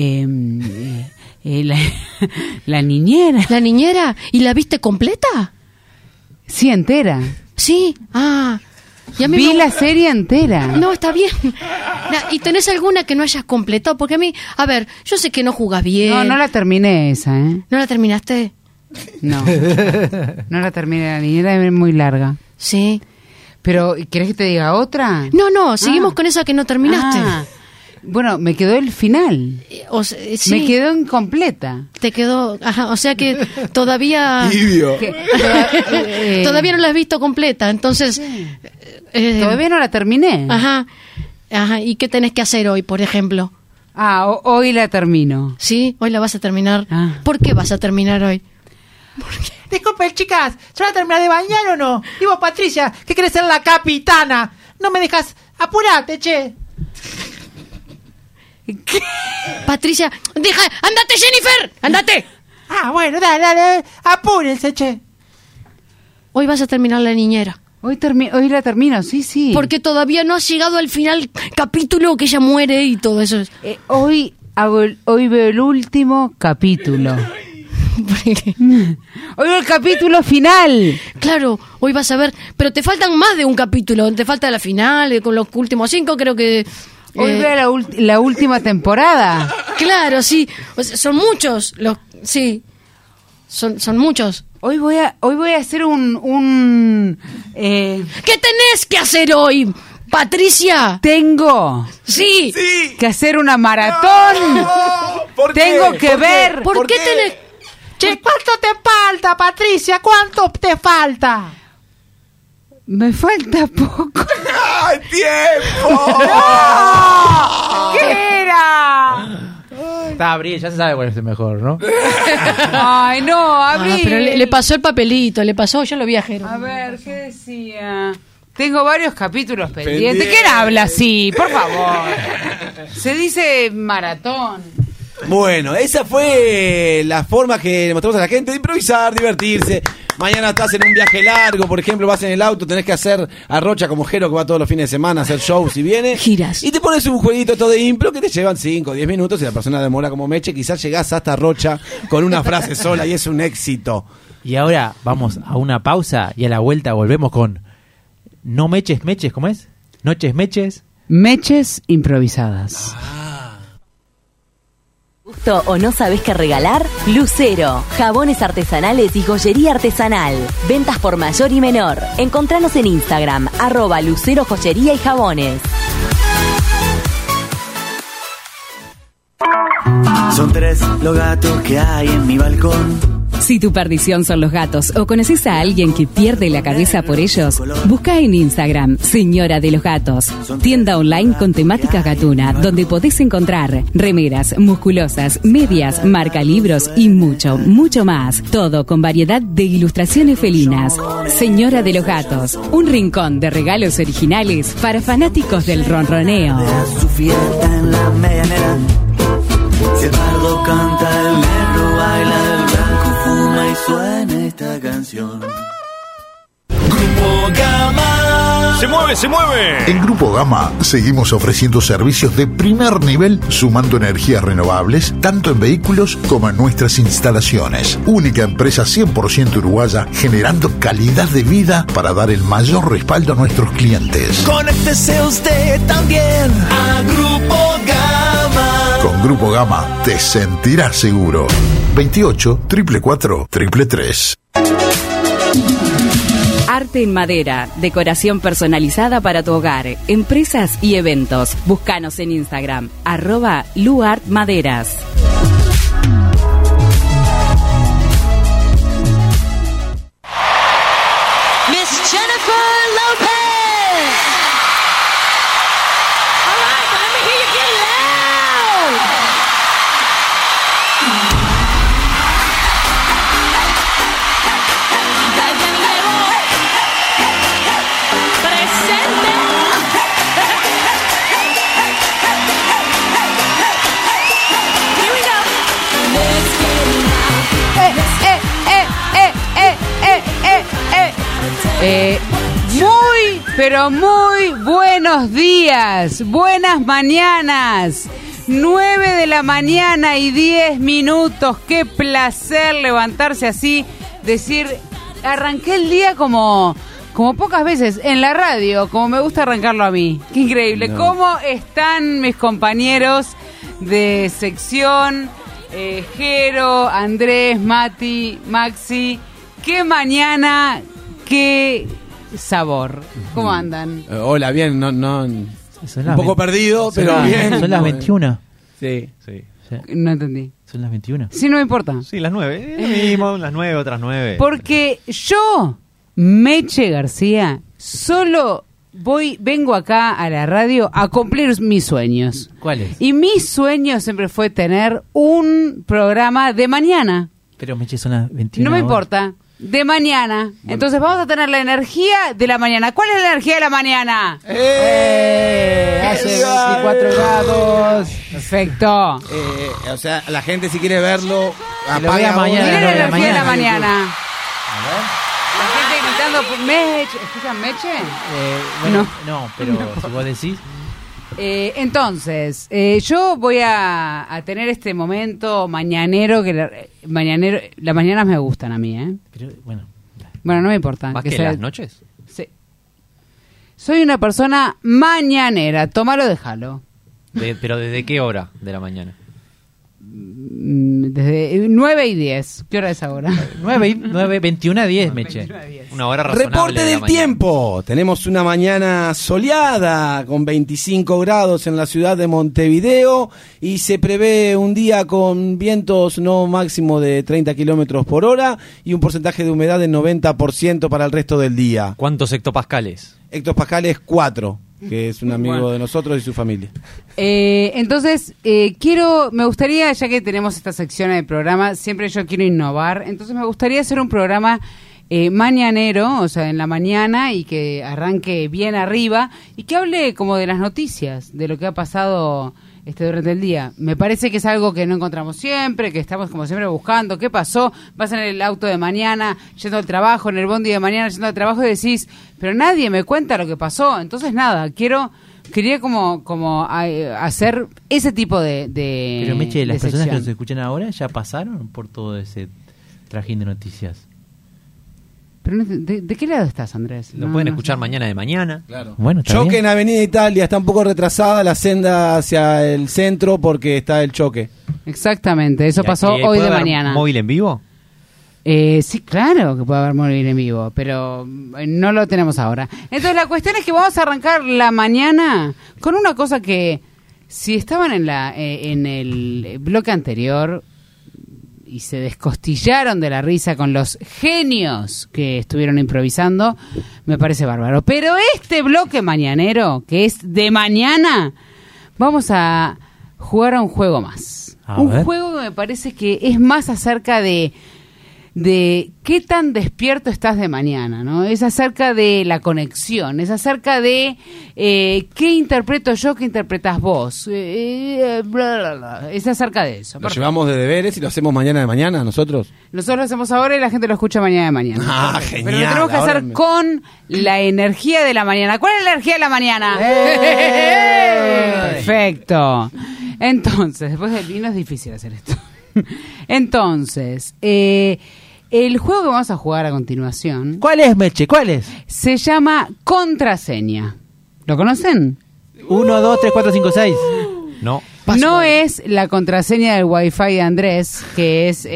la niñera. ¿La niñera? ¿Y la viste completa? Sí, entera. Sí, y a mí Vi la serie entera. No, está bien. ¿Y tenés alguna que no hayas completado? Porque a mí, a ver, yo sé que no jugás bien. No la terminé esa, ¿eh? ¿No la terminaste? No. No la terminé, la niñera es muy larga. Sí. Pero, ¿querés que te diga otra? No, seguimos con esa que no terminaste. Bueno, me quedó el final. Sí. Me quedó incompleta. Te quedó, o sea que todavía... Tibio. Todavía no la has visto completa, entonces... Todavía no la terminé. Ajá, ¿y qué tenés que hacer hoy, por ejemplo? Hoy la termino. ¿Sí? ¿Hoy la vas a terminar? ¿Por qué vas a terminar hoy? Disculpen, chicas, ¿se van a terminar de bañar o no? Y vos, Patricia, que querés ser la capitana. No me dejas apurarte, che. ¿Qué? Patricia, ¡andate, Jennifer! ¡Andate! Bueno, dale, apúrense, che. Hoy vas a terminar la niñera. Hoy la termino, sí. Porque todavía no has llegado al final capítulo que ella muere y todo eso. Hoy veo el último capítulo. Hoy veo el capítulo final. Claro, hoy vas a ver, pero te faltan más de un capítulo. Te falta la final, con los últimos 5 creo que... Hoy veo la última temporada. Claro, sí. O sea, son muchos. Sí. Son muchos. Hoy voy a hacer un ¿Qué tenés que hacer hoy? Patricia, tengo sí, que hacer una maratón. ¿Por qué? Tengo que ver. ¿Por qué tenés? Che, ¿cuánto te falta, Patricia? ¿Cuánto te falta? Me falta poco. ¡Ay, tiempo! ¿Qué era? Está, Abril, ya se sabe cuál es el mejor, ¿no? Ay, no, Abril. Pero le pasó el papelito, yo lo vi a Jero. A ver, ¿qué decía? Tengo varios capítulos pendientes. ¿Quién habla así? Por favor. Se dice maratón. Bueno, esa fue la forma que le mostramos a la gente de improvisar, divertirse. Mañana estás en un viaje largo, por ejemplo, vas en el auto, tenés que hacer a Rocha como Jero, que va todos los fines de semana a hacer shows y viene. Giras. Y te pones un jueguito todo de impro que te llevan 5 o 10 minutos y la persona demora como Meche. Quizás llegás hasta Rocha con una frase sola y es un éxito. Y ahora vamos a una pausa y a la vuelta volvemos con No Meches, ¿cómo es? Noches Meches. Meches improvisadas. ¿Gusto o no sabés qué regalar? Lucero, jabones artesanales y joyería artesanal. Ventas por mayor y menor. Encontranos en Instagram, @Lucero Joyería y Jabones. Son 3 los gatos que hay en mi balcón. Si tu perdición son los gatos o conoces a alguien que pierde la cabeza por ellos, busca en Instagram Señora de los Gatos, tienda online con temática gatuna, donde podés encontrar remeras, musculosas, medias, marcalibros y mucho, mucho más. Todo con variedad de ilustraciones felinas. Señora de los Gatos, un rincón de regalos originales para fanáticos del ronroneo. Su fiesta en la medianera. Si el pardo canta, el negro baila, el blanco fuma y suena esta canción. Grupo Gama. ¡Se mueve, se mueve! En Grupo Gama seguimos ofreciendo servicios de primer nivel, sumando energías renovables, tanto en vehículos como en nuestras instalaciones. Única empresa 100% uruguaya, generando calidad de vida para dar el mayor respaldo a nuestros clientes. Conéctese usted también a Grupo Gama. Con Grupo Gama te sentirás seguro. 28 444 333. Arte en madera, decoración personalizada para tu hogar, empresas y eventos. Búscanos en Instagram, @luartmaderas. Miss Jennifer Lopez. All right, let me hear you get loud. Presente. Here we go. Let's get Muy, pero muy buenos días, buenas mañanas. 9 de la mañana y 10 minutos. Qué placer levantarse así, decir, arranqué el día como pocas veces en la radio, como me gusta arrancarlo a mí. Qué increíble. No. ¿Cómo están mis compañeros de sección? Jero, Andrés, Mati, Maxi. Qué mañana, qué sabor. ¿Cómo andan? Hola, bien, no, Son un las poco 20. perdido, pero Son bien. las 21. Sí. Sí. No entendí. Son las 21. Sí, no me importa. Sí, las 9. Lo mismo, las 9, otras 9. Porque yo, Meche García, solo vengo acá a la radio a cumplir mis sueños. ¿Cuáles? Y mi sueño siempre fue tener un programa de mañana. Pero Meche, son las 21. No me horas. importa. De mañana. Entonces vamos a tener la energía de la mañana. ¿Cuál es la energía de la mañana? Hace 24 grados. Perfecto. O sea, la gente si quiere verlo, Que lo vea mañana. Miren la de la energía de la mañana. mañana. La gente gritando por Meche. ¿Escuchan Meche? Bueno, no, pero si vos decís. Entonces, yo voy a tener este momento mañanero que las mañanas me gustan a mí, ¿eh? Pero, bueno. Bueno, no me importa. ¿Más que sea- las noches? Sí. Soy una persona mañanera, tómalo, déjalo. ¿Pero desde qué hora de la mañana? desde 9 y 10. ¿Qué hora es ahora? 21 a 10, Meche. Una hora razonable. Reporte de la del mañana. tiempo. Tenemos una mañana soleada con 25 grados en la ciudad de Montevideo y se prevé un día con vientos no máximo de 30 kilómetros por hora y un porcentaje de humedad del 90% para el resto del día. ¿Cuántos hectopascales? Hectopascales 4, que es un amigo Bueno. de nosotros y su familia. Entonces, me gustaría, ya que tenemos esta sección del programa, siempre yo quiero innovar, entonces me gustaría hacer un programa mañanero, o sea, en la mañana, y que arranque bien arriba, y que hable como de las noticias, de lo que ha pasado durante el día. Me parece que es algo que no encontramos siempre, que estamos como siempre buscando, ¿qué pasó? Vas en el auto de mañana, yendo al trabajo, en el bondi de mañana, yendo al trabajo, y decís, pero nadie me cuenta lo que pasó. Entonces, nada, quería como hacer ese tipo de Pero Meche, las de personas que sección. nos escuchan ahora ya pasaron por todo ese trajín de noticias. Pero ¿de qué lado estás, Andrés? Lo No, pueden no escuchar sé. mañana de mañana. Bueno, está Choque bien. en Avenida Italia, está un poco retrasada la senda hacia el centro porque está el choque. Exactamente, eso ¿Y pasó aquí hoy puede de haber mañana. ¿Móvil en vivo? Sí, claro que puede haber móvil en vivo, pero no lo tenemos ahora. Entonces la cuestión es que vamos a arrancar la mañana con una cosa que, si estaban en el bloque anterior y se descostillaron de la risa con los genios que estuvieron improvisando, me parece bárbaro. Pero este bloque mañanero, que es de mañana, vamos a jugar a un juego más. A Un ver. juego que me parece que es más acerca de qué tan despierto estás de mañana, ¿no? Es acerca de la conexión, es acerca de qué interpreto yo, qué interpretas vos, bla, bla, bla. Es acerca de eso. Lo Perfecto. llevamos de deberes y lo hacemos mañana de mañana nosotros. Nosotros lo hacemos ahora y la gente lo escucha mañana de mañana. Ah, Perfecto. genial, Pero lo tenemos que ahora hacer me- con la energía de la mañana. ¿Cuál es la energía de la mañana? Perfecto. Entonces, después del vino es difícil hacer esto. Entonces, el juego que vamos a jugar a continuación ¿Cuál es, Meche? ¿Cuál es? se llama Contraseña. ¿Lo conocen? 1, 2, 3, 4, 5, 6. No. No es la contraseña del Wi-Fi de Andrés, que es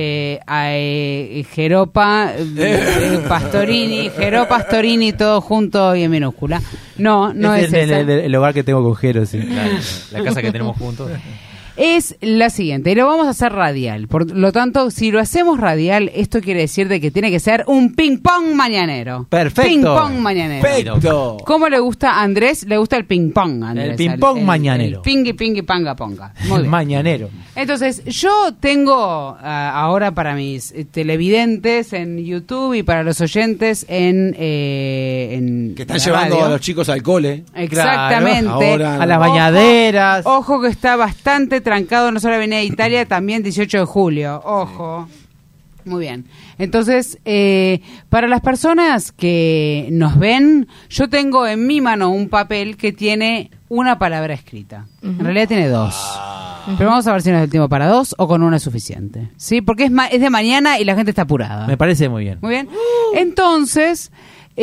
Jeropa Pastorini, Pastorini, todo junto y en minúscula. No es esa. el hogar que tengo con Jero, sí. La casa que tenemos juntos. Es la siguiente, y lo vamos a hacer radial. Por lo tanto, si lo hacemos radial, esto quiere decir de que tiene que ser un ping-pong mañanero. Perfecto. Ping-pong mañanero. Perfecto. ¿Cómo le gusta a Andrés? Le gusta el ping-pong, Andrés. El ping-pong mañanero. El pingui, panga, ponga. Muy bien. Mañanero. Entonces, yo tengo ahora para mis televidentes en YouTube y para los oyentes en Que están la llevando radio. a los chicos al cole. Exactamente. Ahora, A las Ojo, bañaderas. Ojo que está bastante trancado, no solo Avenida Italia, también 18 de julio. Ojo. Muy bien. Entonces, para las personas que nos ven, yo tengo en mi mano un papel que tiene una palabra escrita. En realidad tiene dos. Pero vamos a ver si nos da el tiempo para dos o con una es suficiente. ¿Sí? Porque es de mañana y la gente está apurada. Me parece muy bien. Muy bien. Entonces,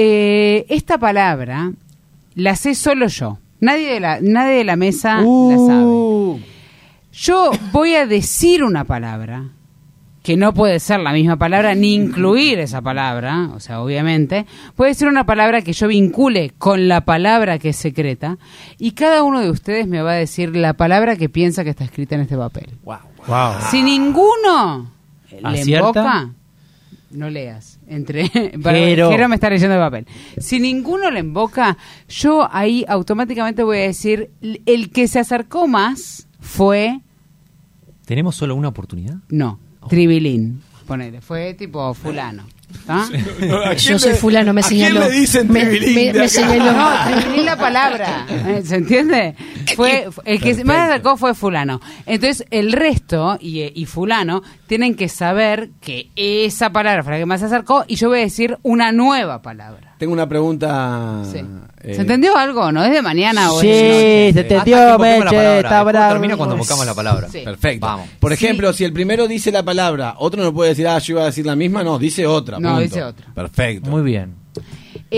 esta palabra la sé solo yo. Nadie de la mesa la sabe. Yo voy a decir una palabra que no puede ser la misma palabra ni incluir esa palabra, o sea, obviamente, puede ser una palabra que yo vincule con la palabra que es secreta y cada uno de ustedes me va a decir la palabra que piensa que está escrita en este papel. Wow. Si ninguno le ¿Acierta? invoca, no leas. Jero. Jero me está leyendo el papel. Si ninguno le invoca, yo ahí automáticamente voy a decir, el que se acercó más fue, ¿Tenemos solo una oportunidad? no, Tribilín. Ponele, fue tipo fulano. ¿Está? Yo soy fulano, me ¿A quién señaló. le dicen Tribilín de me acá? señaló. No, Tribilín la palabra. ¿Se entiende? Fue el que más acercó fue fulano. Entonces, el resto y fulano tienen que saber que esa palabra fue la que más se acercó y yo voy a decir una nueva palabra. Tengo una pregunta. Sí. ¿Se entendió algo? ¿No es de mañana o Sí, es de noche? se entendió, Meche. Está bravo. Termina cuando buscamos la palabra. Sí. Perfecto. Vamos. Por ejemplo, si el primero dice la palabra, otro no puede decir, yo iba a decir la misma, no, dice otra. No, punto. dice otra. Perfecto. Muy bien.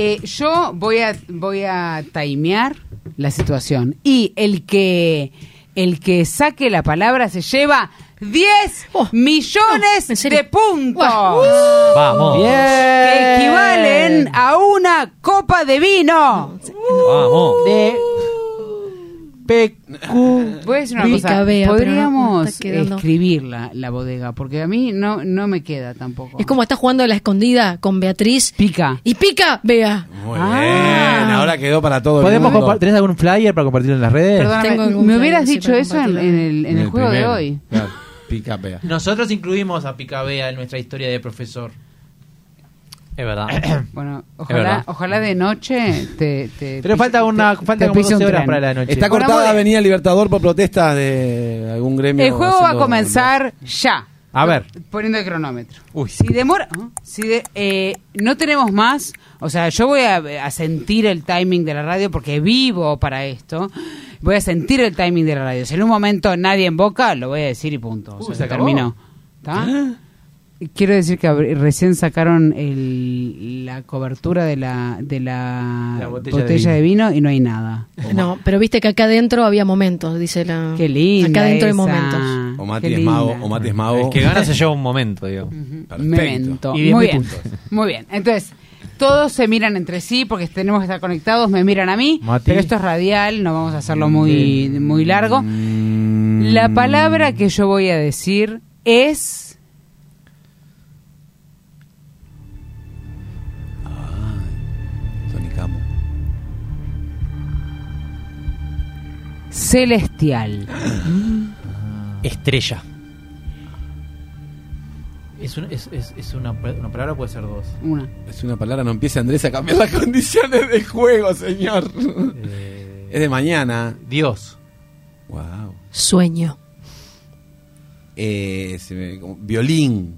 Yo voy a timear la situación y el que el que saque la palabra se lleva 10 millones de puntos. Vamos. Que equivalen a una copa de vino. Vamos. De Voy a decir una cosa. Picabea, Podríamos pero está quedando- escribir la bodega, porque a mí no me queda tampoco. Es como está jugando a la escondida con Beatriz. Pica. Y pica, vea. Muy bien, ahora quedó para todo el ¿Podemos mundo. ¿Tenés algún flyer para compartirlo en las redes? Perdóname, Tengo algún me flyer, hubieras sí, dicho para eso en compartirlo. el juego primero. de hoy. Claro, pica, pea. Nosotros incluimos a Picabea en nuestra historia de profesor. Es verdad. Bueno, verdad. ojalá de noche te Pero falta como pise 12 un horas tren. para la noche. Está Bueno, cortada muy bien. Avenida Libertador por protestas de algún gremio. El juego va a haciendo- comenzar ya. A ver. Poniendo el cronómetro. Uy. Si demora, no tenemos más, o sea, yo voy a sentir el timing de la radio porque vivo para esto. Voy a sentir el timing de la radio. Si en un momento nadie invoca, lo voy a decir y punto. O sea, ¿se acabó? terminó. ¿Está? Quiero decir que recién sacaron la cobertura de la botella de vino y no hay nada. No, pero viste que acá adentro había momentos, dice la. Qué linda Acá adentro hay esa. momentos. O Mati Qué es mago, linda. o Mati es mago. El que gana se lleva un momento, digo. Perfecto. Memento. Y 10.000 Muy bien. puntos. Muy bien. Entonces, todos se miran entre sí porque tenemos que estar conectados, me miran a mí, Mati. pero esto es radial, no vamos a hacerlo muy largo. La palabra que yo voy a decir es Tony Camo. celestial. Estrella. Es una palabra, puede ser dos. Una. Es una palabra, no empiece Andrés a cambiar las condiciones del juego, señor. Es de mañana. Dios. Wow. Sueño. Violín.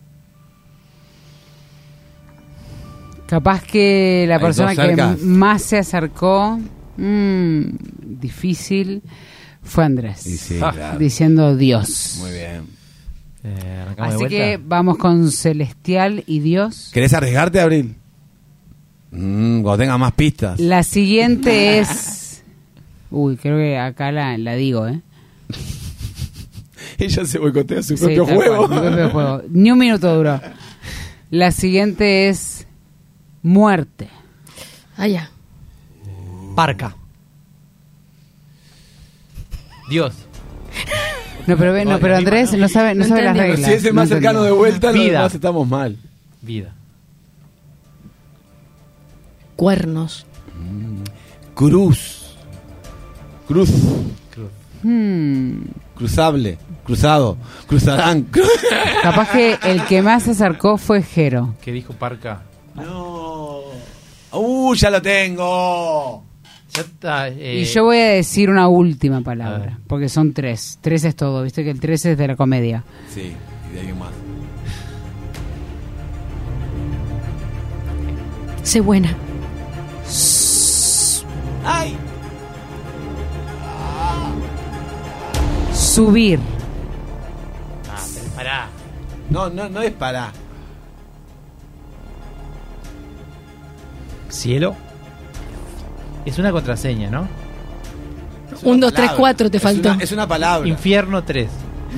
Capaz que la Hay persona dos que cercas. más se acercó, difícil, fue Andrés. Sí, sí, claro. Diciendo Dios. Muy bien. Arrancamos Así de que vuelta. vamos con celestial y Dios. ¿Querés arriesgarte, Abril? Cuando tenga más pistas. La siguiente es... Uy, creo que acá la digo, ¿eh? Ella se boicotea su Sí, propio tal juego. cual, mi propio juego. Ni un minuto duró. La siguiente es muerte. Allá. Parca. Dios. No, pero Andrés no sabe las entendí. reglas. Si es el más No cercano de entendió. vuelta, los Vida. demás estamos mal. Vida. Cuernos. Cruz. Cruz. Hmm. Cruzable. Cruzado. Cruzarán. Capaz que el que más se acercó fue Jero. ¿Qué dijo Parca? No. Ya lo tengo. Ya está. Y yo voy a decir una última A ver. palabra, porque son 3. 3 es todo, viste que el 3 es de la comedia. Sí, y de alguien más. Sé buena. ¡Ay! Subir. Pará. No es para. Cielo. Es una contraseña, ¿no? Es una 1, 2, 3, palabra. 4 te faltó. Es una palabra. Infierno 3.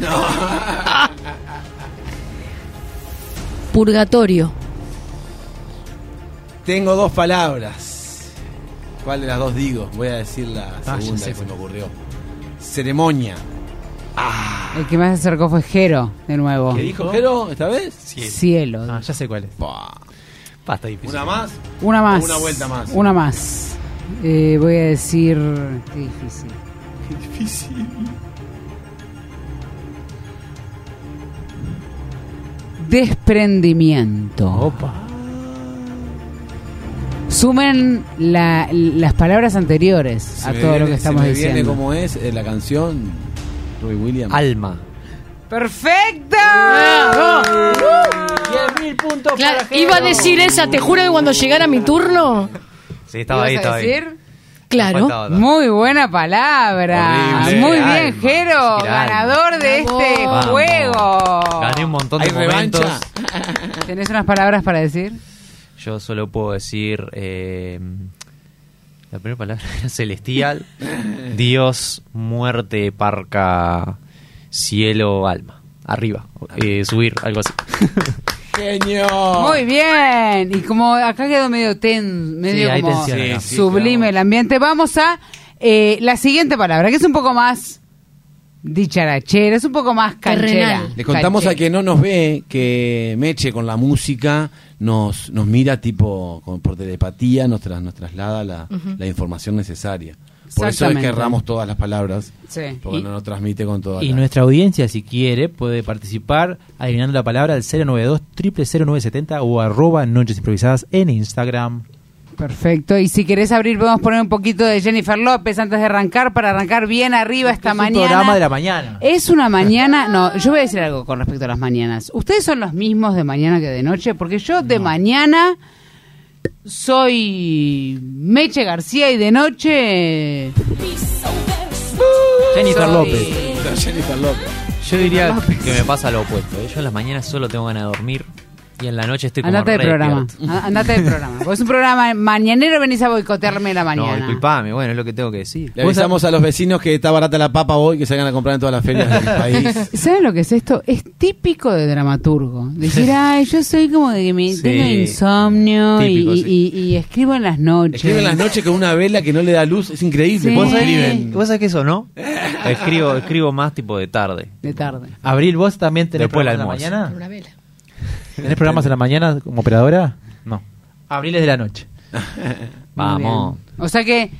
Purgatorio. Tengo 2 palabras. ¿Cuál de las 2 digo? Voy a decir la ya segunda sé que se me cuál. ocurrió. Ceremonia. El que más se acercó fue Jero, de nuevo. ¿Qué dijo? ¿Pero esta vez? Cielo. Ah, ya sé cuál es. Basta difícil. ¿Una más? Una más. Una vuelta más. Una más. Voy a decir... Qué difícil. Qué difícil. Desprendimiento. Opa. Sumen las palabras anteriores a todo lo que estamos se me viene diciendo. como es la canción Robbie Williams. Alma. ¡Perfecto! 10.000 puntos Claro, para Jero. iba a decir esa, te juro que cuando llegara mi turno. Sí, estaba ahí, ¿Ibas a estaba ahí. decir? Claro. Faltaba, estaba. Muy buena palabra. Horrible. Muy bien, Alma. Jero. Respira, alma. Ganador de Vamos. este Vamos. juego. Gané un montón de ¿Hay momentos. revancha? ¿Tenés unas palabras para decir? Yo solo puedo decir La primera palabra era celestial. Dios, muerte, parca, cielo, alma. Arriba. Subir, algo así. ¡Genio! Muy bien. Y como acá quedó medio medio hay como tensión acá. sublime el ambiente, vamos a la siguiente palabra, que es un poco más dicharachera, es un poco más canchera. Terrenal. Le contamos Canchera. a quien no nos ve que Meche con la música nos mira tipo como por telepatía, nos traslada la información necesaria. Por eso es que Exactamente. erramos todas las palabras, Sí. porque no nos transmite con todas Y las... nuestra audiencia, si quiere, puede participar adivinando la palabra al 092-00970 o @ Noches Improvisadas en Instagram. Perfecto. Y si querés abrir, podemos poner un poquito de Jennifer López antes de arrancar, para arrancar bien arriba esta Es un mañana. programa de la mañana. Es una mañana. No, yo voy a decir algo con respecto a las mañanas. ¿Ustedes son los mismos de mañana que de noche? Porque yo de mañana soy Meche García y de noche. Jennifer soy- López. Jennifer López. Yo diría que me pasa lo opuesto. Yo en las mañanas solo tengo ganas de dormir y en la noche estoy como Andate del re programa. despierto. Andate del programa. Porque es un programa mañanero, venís a boicotearme la No, mañana. disculpame, bueno, es lo que tengo que decir. Le avisamos a los vecinos que está barata la papa hoy, que se vayan a comprar en todas las ferias del país. ¿Saben lo que es esto? Es típico de dramaturgo. Decir, ay, yo soy como de que me Sí. tengo insomnio Típico, y escribo en las noches. Escriben las noches con una vela que no le da luz, es increíble. Sí. ¿Cómo ¿Vos escriben? ¿Vos sabés que eso no? Escribo más tipo de tarde. De tarde. Abril, ¿vos también tenés Después programas del en la almuerzo. mañana? Una vela. ¿Tenés programas en la mañana como operadora? No. Abril es de la noche. Vamos. Muy bien. O sea que,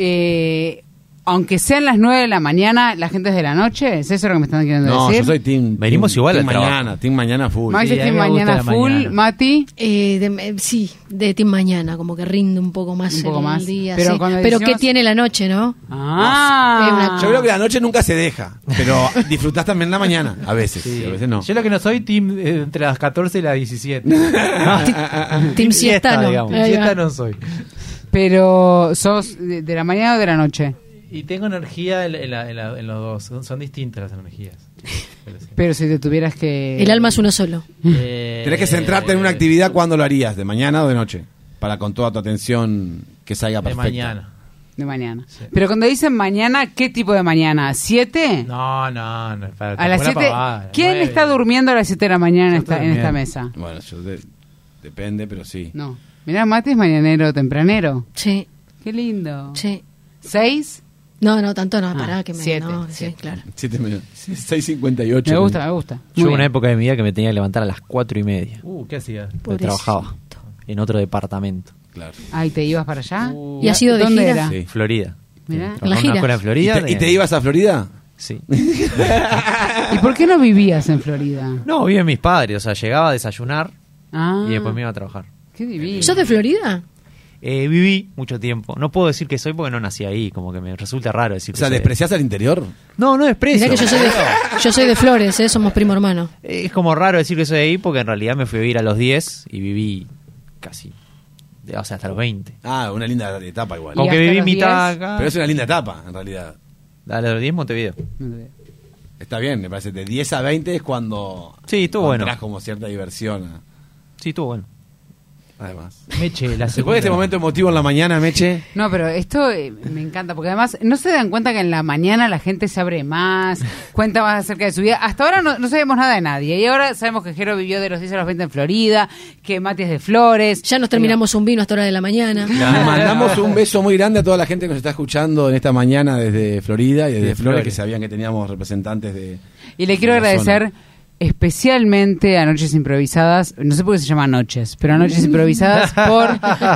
aunque sean las 9 de la mañana, la gente es de la noche. ¿Es eso lo que me están queriendo No, decir? yo soy team. Venimos team- igual team al trabajo. mañana, team mañana full. Maxi Sí, es a mí team me gusta mañana la full. mañana. Mati. Sí, de Team Mañana, como que rinde un poco más Un poco el más. día. Pero sí. cuando Pero decimos- ¿qué tiene la noche, no? Ah. Yo creo que la noche nunca se deja, pero disfrutás también la mañana, a veces, y a veces no. Yo lo que no soy, team entre las 14 y las 17. Team siesta, no. digamos. Team Ahí va. siesta no soy. Pero, ¿sos de la mañana o de la noche? Y tengo energía en los dos. Son distintas las energías. Pero sí. Pero si te tuvieras que... El alma es uno solo. Tenés que centrarte en una actividad, ¿cuándo lo harías? ¿De mañana o de noche? Para con toda tu atención que salga De perfecta. mañana. De mañana. Pero cuando dicen mañana, ¿qué tipo de mañana? ¿7? No. Para, A las tampoco 7. una pavada, ¿Quién 9. está durmiendo a las 7 de la mañana en Yo esta, estoy en esta durmiendo. mesa? Bueno, depende, pero sí. No. Mirá, Mati es mañanero tempranero. Sí, Qué lindo. sí. ¿6? No, tanto no, pará, que me... 7. No, sí, claro. 6:58. Me gusta, me gusta. Yo Muy hubo una bien. época de mi vida que me tenía que levantar a las 4:30. ¿Qué hacías? Porque trabajaba en otro departamento. Claro. Ay, ¿te ibas para allá? ¿Y has ido de ¿Dónde gira? era? Sí. Florida. Mirá. Trabajaba ¿En la en gira? una escuela en Florida. ¿Y te ibas a Florida? Sí. ¿Y por qué no vivías en Florida? No, viven mis padres. O sea, llegaba a desayunar Ah, y después me iba a trabajar. qué divino. ¿Sos de Florida? Viví mucho tiempo. No puedo decir que soy porque no nací ahí. Como que me resulta raro decir O sea, que soy. ¿despreciás al interior? No, no desprecio. Mirá que yo soy de Flores, somos primo hermano. Es como raro decir que soy de ahí porque en realidad me fui a vivir a los 10 y viví casi. O sea, hasta los 20. Ah, una linda etapa igual. ¿Y Aunque hasta viví los mitad 10? acá. Pero es una linda etapa, en realidad. A los 10 Montevideo. Está bien, me parece. De 10 a 20 es cuando... Sí, estuvo cuando bueno. tenés como cierta diversión. Sí, estuvo bueno. Además. Meche, la Después segunda. de este momento emotivo en la mañana, Meche... No, pero esto me encanta, porque además no se dan cuenta que en la mañana la gente se abre más, cuenta más acerca de su vida. Hasta ahora no sabemos nada de nadie. Y ahora sabemos que Jero vivió de los 10 a los 20 en Florida, que Mati es de Flores. Ya nos terminamos un vino hasta hora de la mañana. Le mandamos un beso muy grande a toda la gente que nos está escuchando en esta mañana desde Florida y desde De Flores, Flores. que sabían que teníamos representantes de... Y le quiero de la agradecer zona. especialmente a Noches Improvisadas, no sé por qué se llama Noches, pero a Noches Improvisadas por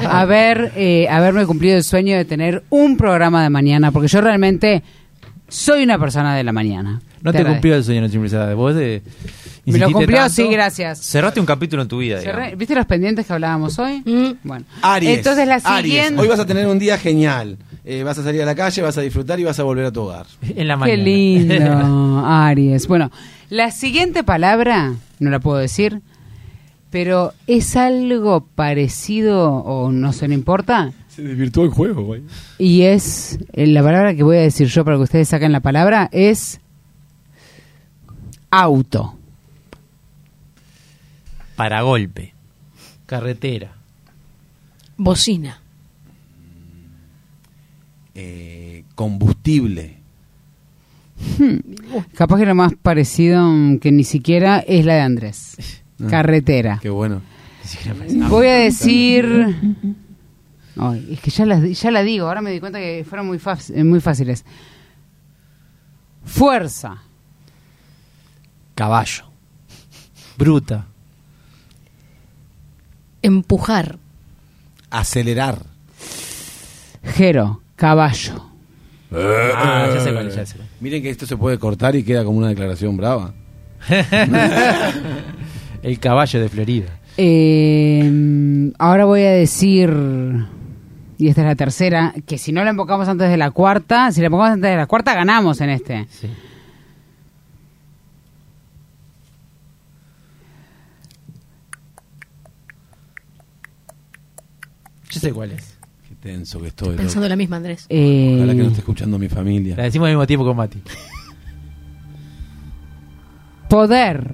haberme cumplido el sueño de tener un programa de mañana, porque yo realmente soy una persona de la mañana. No te cumplió el sueño, no simbolizada. Vos ¿Me lo insististe cumplió? tanto. Sí, gracias. Cerraste un capítulo en tu vida, digamos. ¿Viste los pendientes que hablábamos hoy? Mm. Bueno. Aries. Entonces la Aries. siguiente... Hoy vas a tener un día genial. Vas a salir a la calle, vas a disfrutar y vas a volver a tu hogar. En la Qué mañana. lindo, Aries. Bueno, la siguiente palabra, no la puedo decir, pero es algo parecido, o no se, no importa, Se desvirtuó el juego, güey. y es, la palabra que voy a decir yo para que ustedes saquen la palabra, es auto. Paragolpe. Carretera. Bocina. combustible. Capaz que lo más parecido, que ni siquiera, es la de Andrés. Carretera. Qué bueno. Voy a decir... Ay, es que ya la digo, ahora me di cuenta que fueron muy fáciles. Fuerza. Caballo. Bruta. Empujar. Acelerar. Jero. Caballo. Ya sé cuál es. Miren que esto se puede cortar y queda como una declaración brava. El caballo de Florida. Ahora voy a decir, y esta es la tercera, que si no la invocamos antes de la cuarta, si la invocamos antes de la cuarta, ganamos en este. Sí. Yo sé cuál es. Qué tenso que estoy. Pensando la misma, Andrés. Ojalá que no esté escuchando mi familia. La decimos al mismo tiempo con Mati. Poder.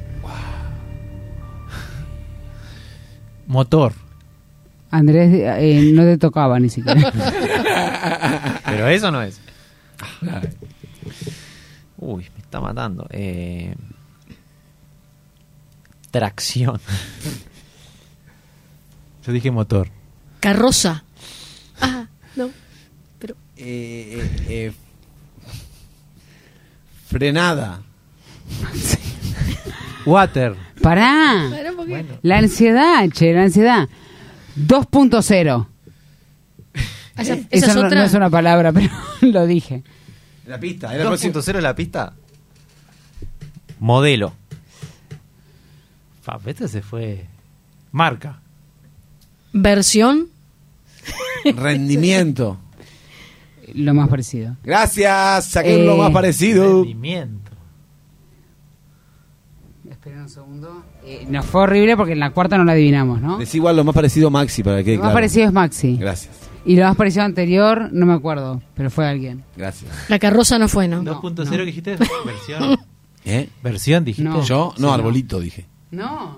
Motor. Andrés, no te tocaba ni siquiera. Pero eso no es. Uy, me está matando. Tracción. Yo dije motor. Carroza. No. Pero. Frenada. Water. Pará. Bueno. La ansiedad, la ansiedad. 2.0. Esa Eso es no, otra. no es una palabra, pero lo dije. La pista. 2.0 la pista. Modelo. Este se fue. Marca. Versión. Rendimiento. Lo más parecido. Gracias. Saqué lo más parecido. Rendimiento. Esperen un segundo. Nos fue horrible porque en la cuarta no la adivinamos, ¿no? Decí igual lo más parecido Maxi para que quede Lo más claro. parecido es Maxi. Gracias. Y lo más parecido anterior, no me acuerdo, pero fue alguien. Gracias. La carroza no fue, ¿no? 2.0 que dijiste. Versión. ¿Eh? Versión dijiste. No. ¿Yo? No, Sí, arbolito dije. No.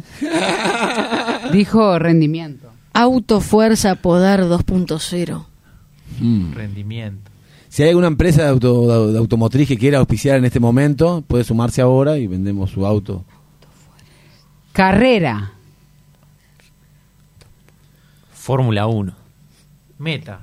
Dijo rendimiento. Autofuerza Poder 2.0. Rendimiento. Si hay alguna empresa de automotriz que quiera auspiciar en este momento, puede sumarse ahora y vendemos su auto. Carrera. Fórmula 1. Meta.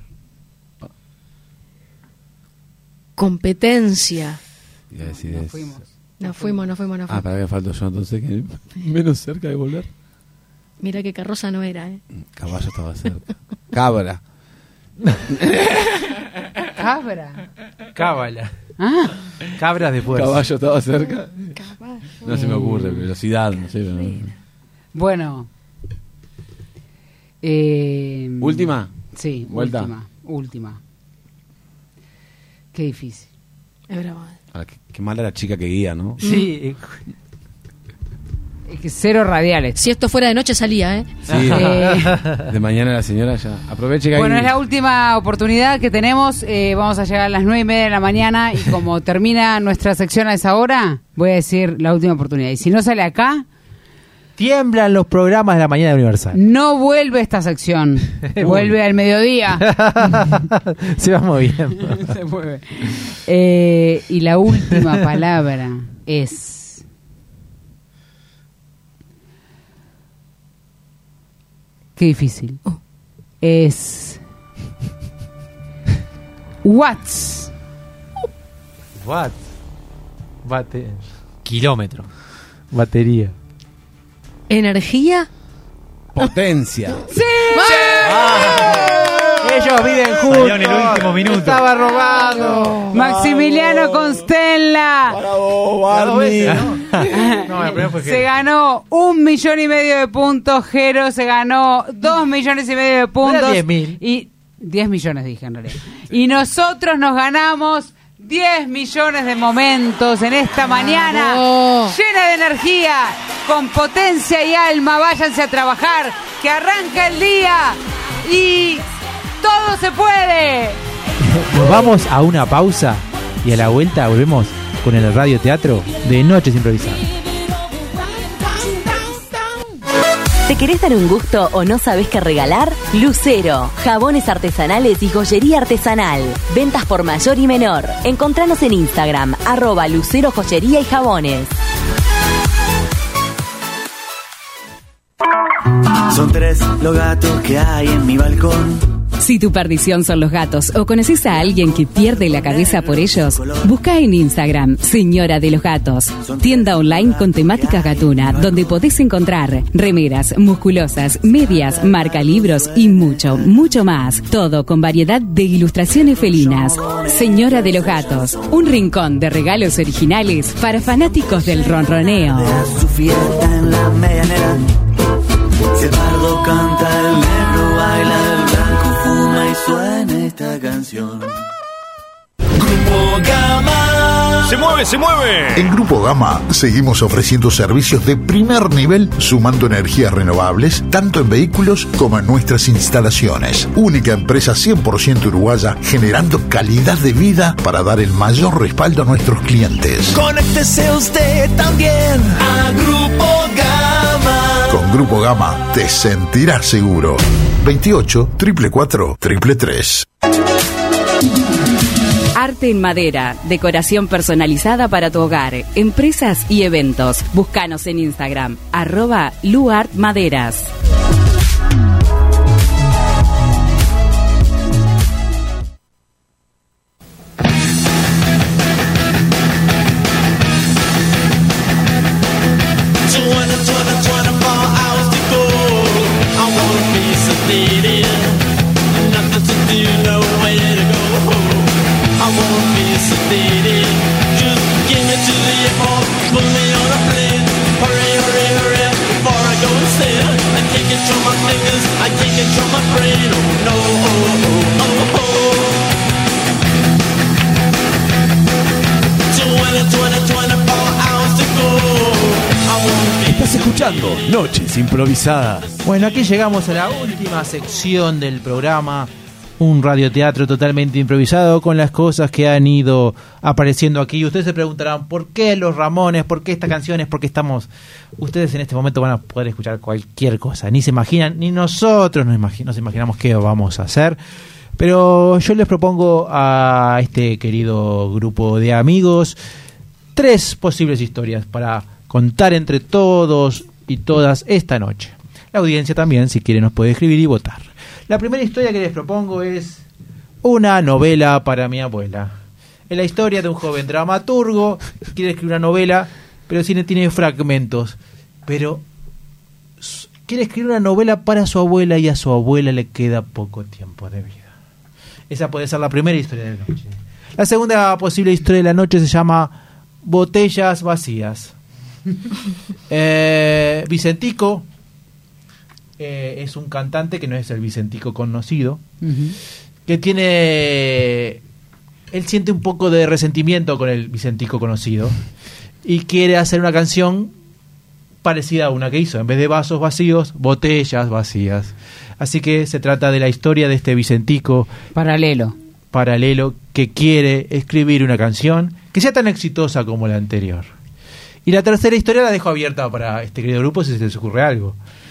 Competencia. Iba a decir eso. Nos fuimos. Ah, para que falto yo entonces, que menos cerca de volver. Mira que carroza no era, Caballo estaba cerca. Cabra. Cabra. Cábala. Ah. Cabras de fuerza. Caballo estaba cerca. No se me ocurre, velocidad, no sé. Bueno. ¿Última? Sí, ¿Vuelta? última. Qué difícil. Es bravo. Qué mala la chica que guía, ¿no? Sí. Es que 0 radiales. Si esto fuera de noche salía, Sí. De mañana la señora ya. Aproveche que Bueno, hay... es la última oportunidad que tenemos. Vamos a llegar a las 9:30 de la mañana y como termina nuestra sección a esa hora, voy a decir la última oportunidad. Y si no sale acá, Tiemblan los programas de la mañana de Universal. no vuelve esta sección. Vuelve al mediodía. Se va moviendo. Se mueve. Y la última palabra es... Qué difícil. Es... Watts. What? Kilómetro. Batería. Energía. Potencia. ¡Sí! Ellos viven juntos. Salió en el último minuto. Estaba robando. Maximiliano Constella. Barney. No, la primera fue Se Jero. ganó 1,5 millones de puntos. Jero se ganó 2,5 millones de puntos. No era 10.000. Y 10 millones dije en realidad. Y nosotros nos ganamos 10 millones de momentos en esta mañana llena de energía, con potencia y alma. Váyanse a trabajar, que arranca el día y todo se puede. Nos vamos a una pausa y a la vuelta volvemos con el radioteatro de Noches Improvisadas. ¿Te ¿Te querés dar un gusto o no sabés qué regalar? Lucero, jabones artesanales y joyería artesanal. Ventas por mayor y menor. Encontranos en Instagram, @Lucero Joyería y Jabones. Son 3 los gatos que hay en mi balcón. Si tu perdición son los gatos o conoces a alguien que pierde la cabeza por ellos, busca en Instagram Señora de los Gatos, tienda online con temática gatuna, donde podés encontrar remeras, musculosas, medias, marcalibros y mucho, mucho más. Todo con variedad de ilustraciones felinas. Señora de los Gatos, un rincón de regalos originales para fanáticos del ronroneo. Su fiesta en la medianera. Si el pardo canta, el negro baila, el blanco fuma y suena esta canción. Grupo Gama. ¡Se mueve, se mueve! En Grupo Gama seguimos ofreciendo servicios de primer nivel, sumando energías renovables, tanto en vehículos como en nuestras instalaciones. Única empresa 100% uruguaya, generando calidad de vida para dar el mayor respaldo a nuestros clientes. Conéctese usted también a Grupo Gama. Con Grupo Gama te sentirás seguro. 28 444 333. Arte en madera, decoración personalizada para tu hogar, empresas y eventos. Búscanos en Instagram, @luartmaderas. Estás escuchando Noches Improvisadas. Bueno, aquí llegamos a la última sección del programa. Un radioteatro totalmente improvisado con las cosas que han ido apareciendo aquí. Ustedes se preguntarán, ¿por qué los Ramones? ¿Por qué estas canciones? ¿Por qué estamos...? Ustedes en este momento van a poder escuchar cualquier cosa. Ni se imaginan, ni nosotros nos imaginamos qué vamos a hacer. Pero yo les propongo a este querido grupo de amigos 3 posibles historias para contar entre todos y todas esta noche. La audiencia también, si quiere, nos puede escribir y votar. La primera historia que les propongo es una novela para mi abuela. Es la historia de un joven dramaturgo que quiere escribir una novela, pero tiene fragmentos. Pero quiere escribir una novela para su abuela y a su abuela le queda poco tiempo de vida. Esa puede ser la primera historia de la noche. La segunda posible historia de la noche se llama Botellas Vacías. Vicentico es un cantante que no es el Vicentico conocido, que tiene... Él siente un poco de resentimiento con el Vicentico conocido y quiere hacer una canción parecida a una que hizo. En vez de vasos vacíos, botellas vacías. Así que se trata de la historia de este Vicentico paralelo que quiere escribir una canción que sea tan exitosa como la anterior. Y la tercera historia la dejo abierta para este querido grupo si se les ocurre algo.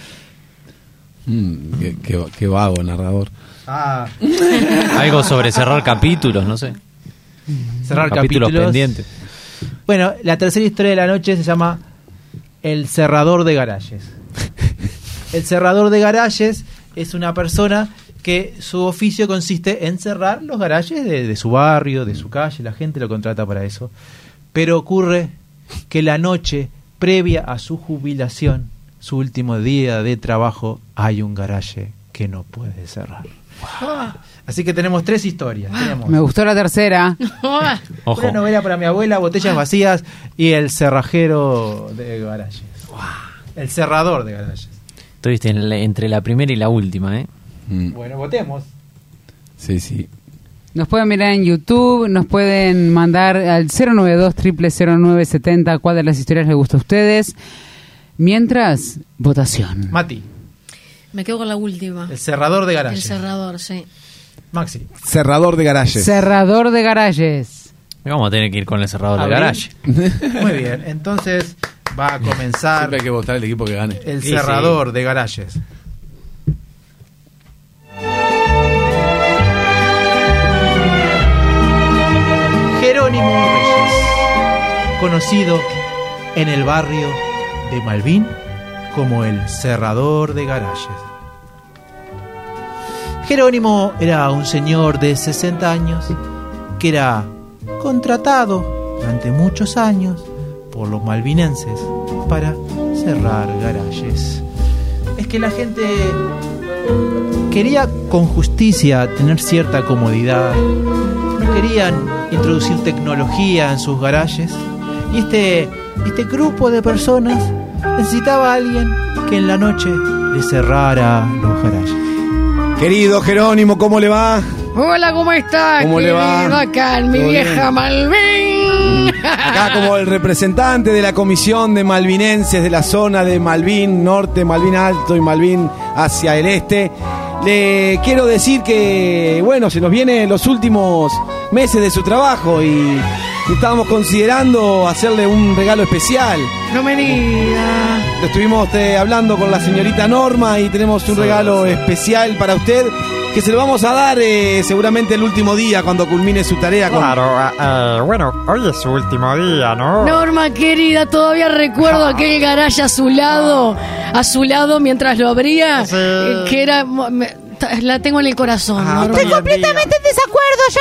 Qué vago narrador. Algo sobre cerrar capítulos, no sé. Cerrar capítulos pendientes. Bueno, la tercera historia de la noche se llama El cerrador de garajes. El cerrador de garajes es una persona que su oficio consiste en cerrar los garajes de su barrio, de su calle. La gente lo contrata para eso. Pero ocurre que la noche previa a su jubilación, su último día de trabajo, hay un garaje que no puede cerrar. Así que tenemos 3 historias. Me gustó la tercera. Una novela para mi abuela, Botellas Vacías, y El cerrajero de garajes. El cerrador de garajes. Estuviste entre la primera y la última, ¿eh? Bueno, votemos. Sí. Nos pueden mirar en YouTube, nos pueden mandar al 092-00970 cuál de las historias les gusta a ustedes. Mientras, votación. Mati. Me quedo con la última. El cerrador de garajes. El cerrador, sí. Maxi. Cerrador de garajes. Cerrador de garajes. Vamos a tener que ir con el cerrador de garaje. Muy bien, entonces va a comenzar. Siempre hay que votar el equipo que gane. El cerrador de garajes. Jerónimo Reyes, conocido en el barrio de Malvin como el cerrador de garajes. Jerónimo era un señor de 60 años que era contratado durante muchos años por los malvinenses para cerrar garajes. Es que la gente quería con justicia tener cierta comodidad, no querían introducir tecnología en sus garajes, y este grupo de personas necesitaba a alguien que en la noche le cerrara los garajes. Querido Jerónimo, ¿cómo le va? Hola, ¿cómo estás? ¿Cómo le va? Acá en mi ¿Todo vieja bien? Malvin. Acá como el representante de la comisión de malvinenses de la zona de Malvin Norte, Malvin Alto y Malvin hacia el este, le quiero decir que, bueno, se nos vienen los últimos meses de su trabajo y estábamos considerando hacerle un regalo especial. No me digas. Estuvimos hablando con la señorita Norma y tenemos un regalo especial para usted que se lo vamos a dar seguramente el último día cuando culmine su tarea. Claro, bueno, hoy es su último día, ¿no? Norma querida, todavía recuerdo aquel garaje a su lado mientras lo abría, que era... la tengo en el corazón, Norma. Estoy completamente en desacuerdo, ya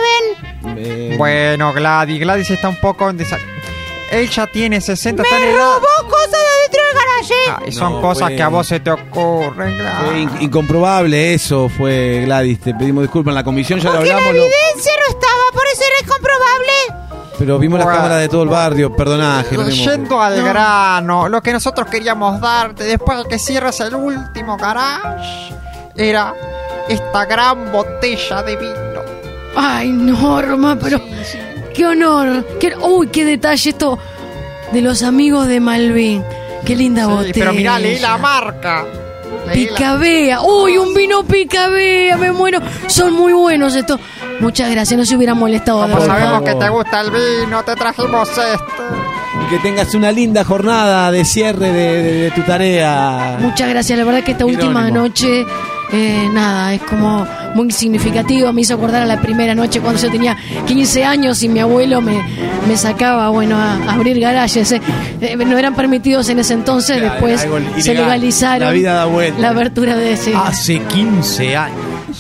lo saben. Bueno, Gladys está un poco en Ella tiene 60, está en Me edad. robó cosas de dentro del garaje. Y son No, cosas fue- que a vos se te ocurren, Gladys. Fue incomprobable eso, fue Gladys. Te pedimos disculpas en la comisión, ya lo Porque la hablamos. evidencia no estaba, por eso era incomprobable. Pero vimos las cámaras de todo el barrio, perdoná, Jerónimo. Yendo al grano, lo que nosotros queríamos darte después de que cierres el último garage era esta gran botella de vino. Ay, Norma, pero qué honor. Uy, qué detalle esto de los amigos de Malvin. Qué linda botella. Pero mirá, leí la marca. Picabea. Uy, un vino Picabea, me muero. Son muy buenos estos. Muchas gracias, no se hubiera molestado. Como de verdad. sabemos que te gusta el vino, te trajimos esto. Que tengas una linda jornada de cierre de tu tarea. Muchas gracias, la verdad que esta Jerónimo. última noche, nada, es como muy significativo. Me hizo acordar a la primera noche cuando yo tenía 15 años y mi abuelo me sacaba, bueno, a abrir garajes. No eran permitidos en ese entonces, Claro, después algo se ilegal. legalizaron. La vida da vuelta. La abertura de ese. Hace 15 años.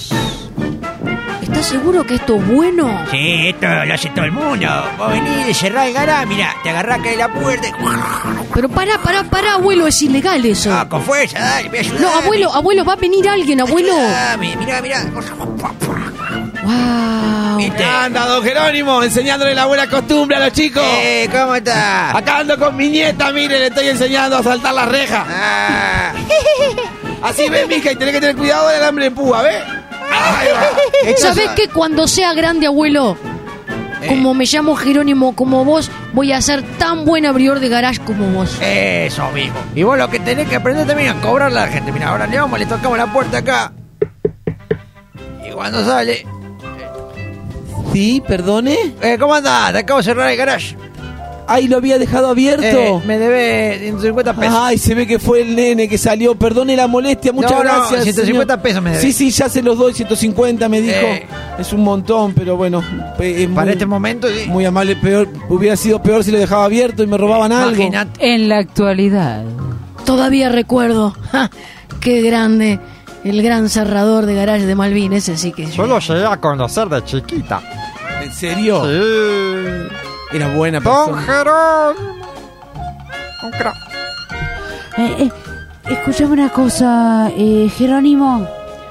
¿Estás seguro que esto es bueno? Sí, esto lo hace todo el mundo. Vos venís de cerrar el garage, mirá, te agarrás acá de la puerta y... Pero pará, abuelo, es ilegal eso. Ah, con fuerza, dale, me ayudás. No, abuelo, va a venir alguien, abuelo. Ayudame, mirá. Wow. ¿Viste? Anda, don Jerónimo, enseñándole la buena costumbre a los chicos. ¿Cómo estás? Acá ando con mi nieta, mire, le estoy enseñando a saltar las rejas. Ah. Así ves, mija, y tenés que tener cuidado del alambre de púa, ¿ves? ¿Sabés qué? Cuando sea grande, abuelo, como me llamo Jerónimo como vos, voy a ser tan buen abridor de garage como vos. Eso mismo. Y vos lo que tenés que aprender también a cobrarle a la gente. Mira, ahora le tocamos la puerta acá. Y cuando sale... Sí, perdone. ¿Cómo andás? Te acabo de cerrar el garage. Ay, lo había dejado abierto. Me debe 150 pesos. Ay, se ve que fue el nene que salió. Perdone la molestia, muchas No, gracias. 150 señor. pesos me debe. Sí, ya se los doy, 150 me dijo. Es un montón, pero bueno. Es Para muy, este momento, sí. muy amable. Peor, hubiera sido peor si lo dejaba abierto y me robaban algo. Imagínate. En la actualidad. Todavía recuerdo. ¡Ja! ¡Qué grande! El gran cerrador de garage de Malvin, ese sí que... Yo lo llegué a conocer de chiquita. ¿En serio? Sí. Era buena Don persona. Jerónimo. Un crack. Escuchame una cosa, Jerónimo.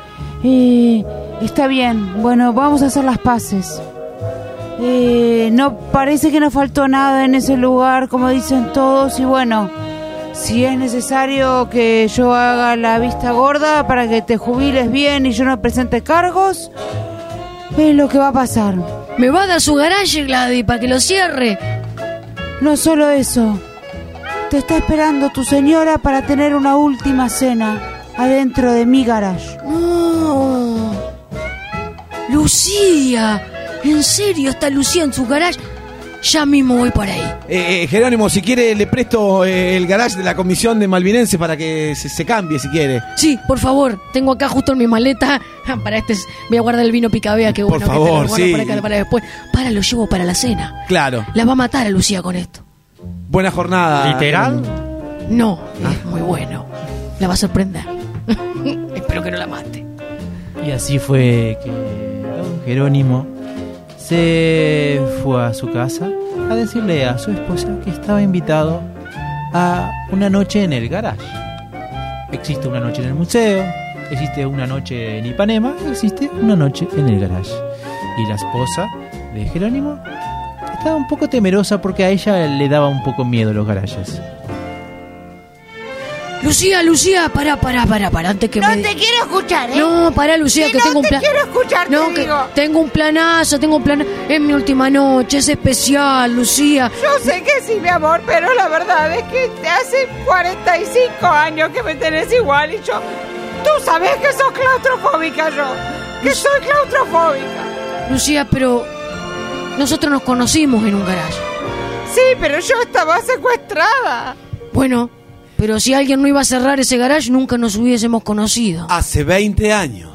Está bien, bueno, vamos a hacer las paces. No parece que nos faltó nada en ese lugar, como dicen todos, y bueno, si es necesario que yo haga la vista gorda para que te jubiles bien y yo no presente cargos, es lo que va a pasar. ¿Me va a dar su garage, Gladys, para que lo cierre? No solo eso, te está esperando tu señora para tener una última cena adentro de mi garage. No. Lucía. ¿En serio está Lucía en su garage? Ya mismo voy para ahí. Jerónimo, si quiere le presto el garage de la comisión de Malvinense para que se cambie si quiere. Sí, por favor. Tengo acá justo en mi maleta. Voy a guardar el vino picabea, que bueno. Por favor, que sí. para después. Lo llevo para la cena. Claro. La va a matar a Lucía con esto. Buena jornada. ¿Literal? No, es muy bueno. La va a sorprender. Espero que no la mate. Y así fue que don Jerónimo se fue a su casa a decirle a su esposa que estaba invitado a una noche en el garage. Existe una noche en el museo, existe una noche en Ipanema, existe una noche en el garage. Y la esposa de Jerónimo estaba un poco temerosa porque a ella le daba un poco miedo los garajes. Lucía, pará, antes que No te quiero escuchar, ¿eh? No, pará, Lucía, que tengo un plan. No te quiero escuchar, No, te que digo. tengo un planazo. Es mi última noche, es especial, Lucía. Yo sé que sí, mi amor, pero la verdad es que hace 45 años que me tenés igual y yo... Tú sabes que sos claustrofóbica yo, que soy claustrofóbica. Lucía, pero nosotros nos conocimos en un garage. Sí, pero yo estaba secuestrada. Bueno, pero si alguien no iba a cerrar ese garage, nunca nos hubiésemos conocido. Hace 20 años.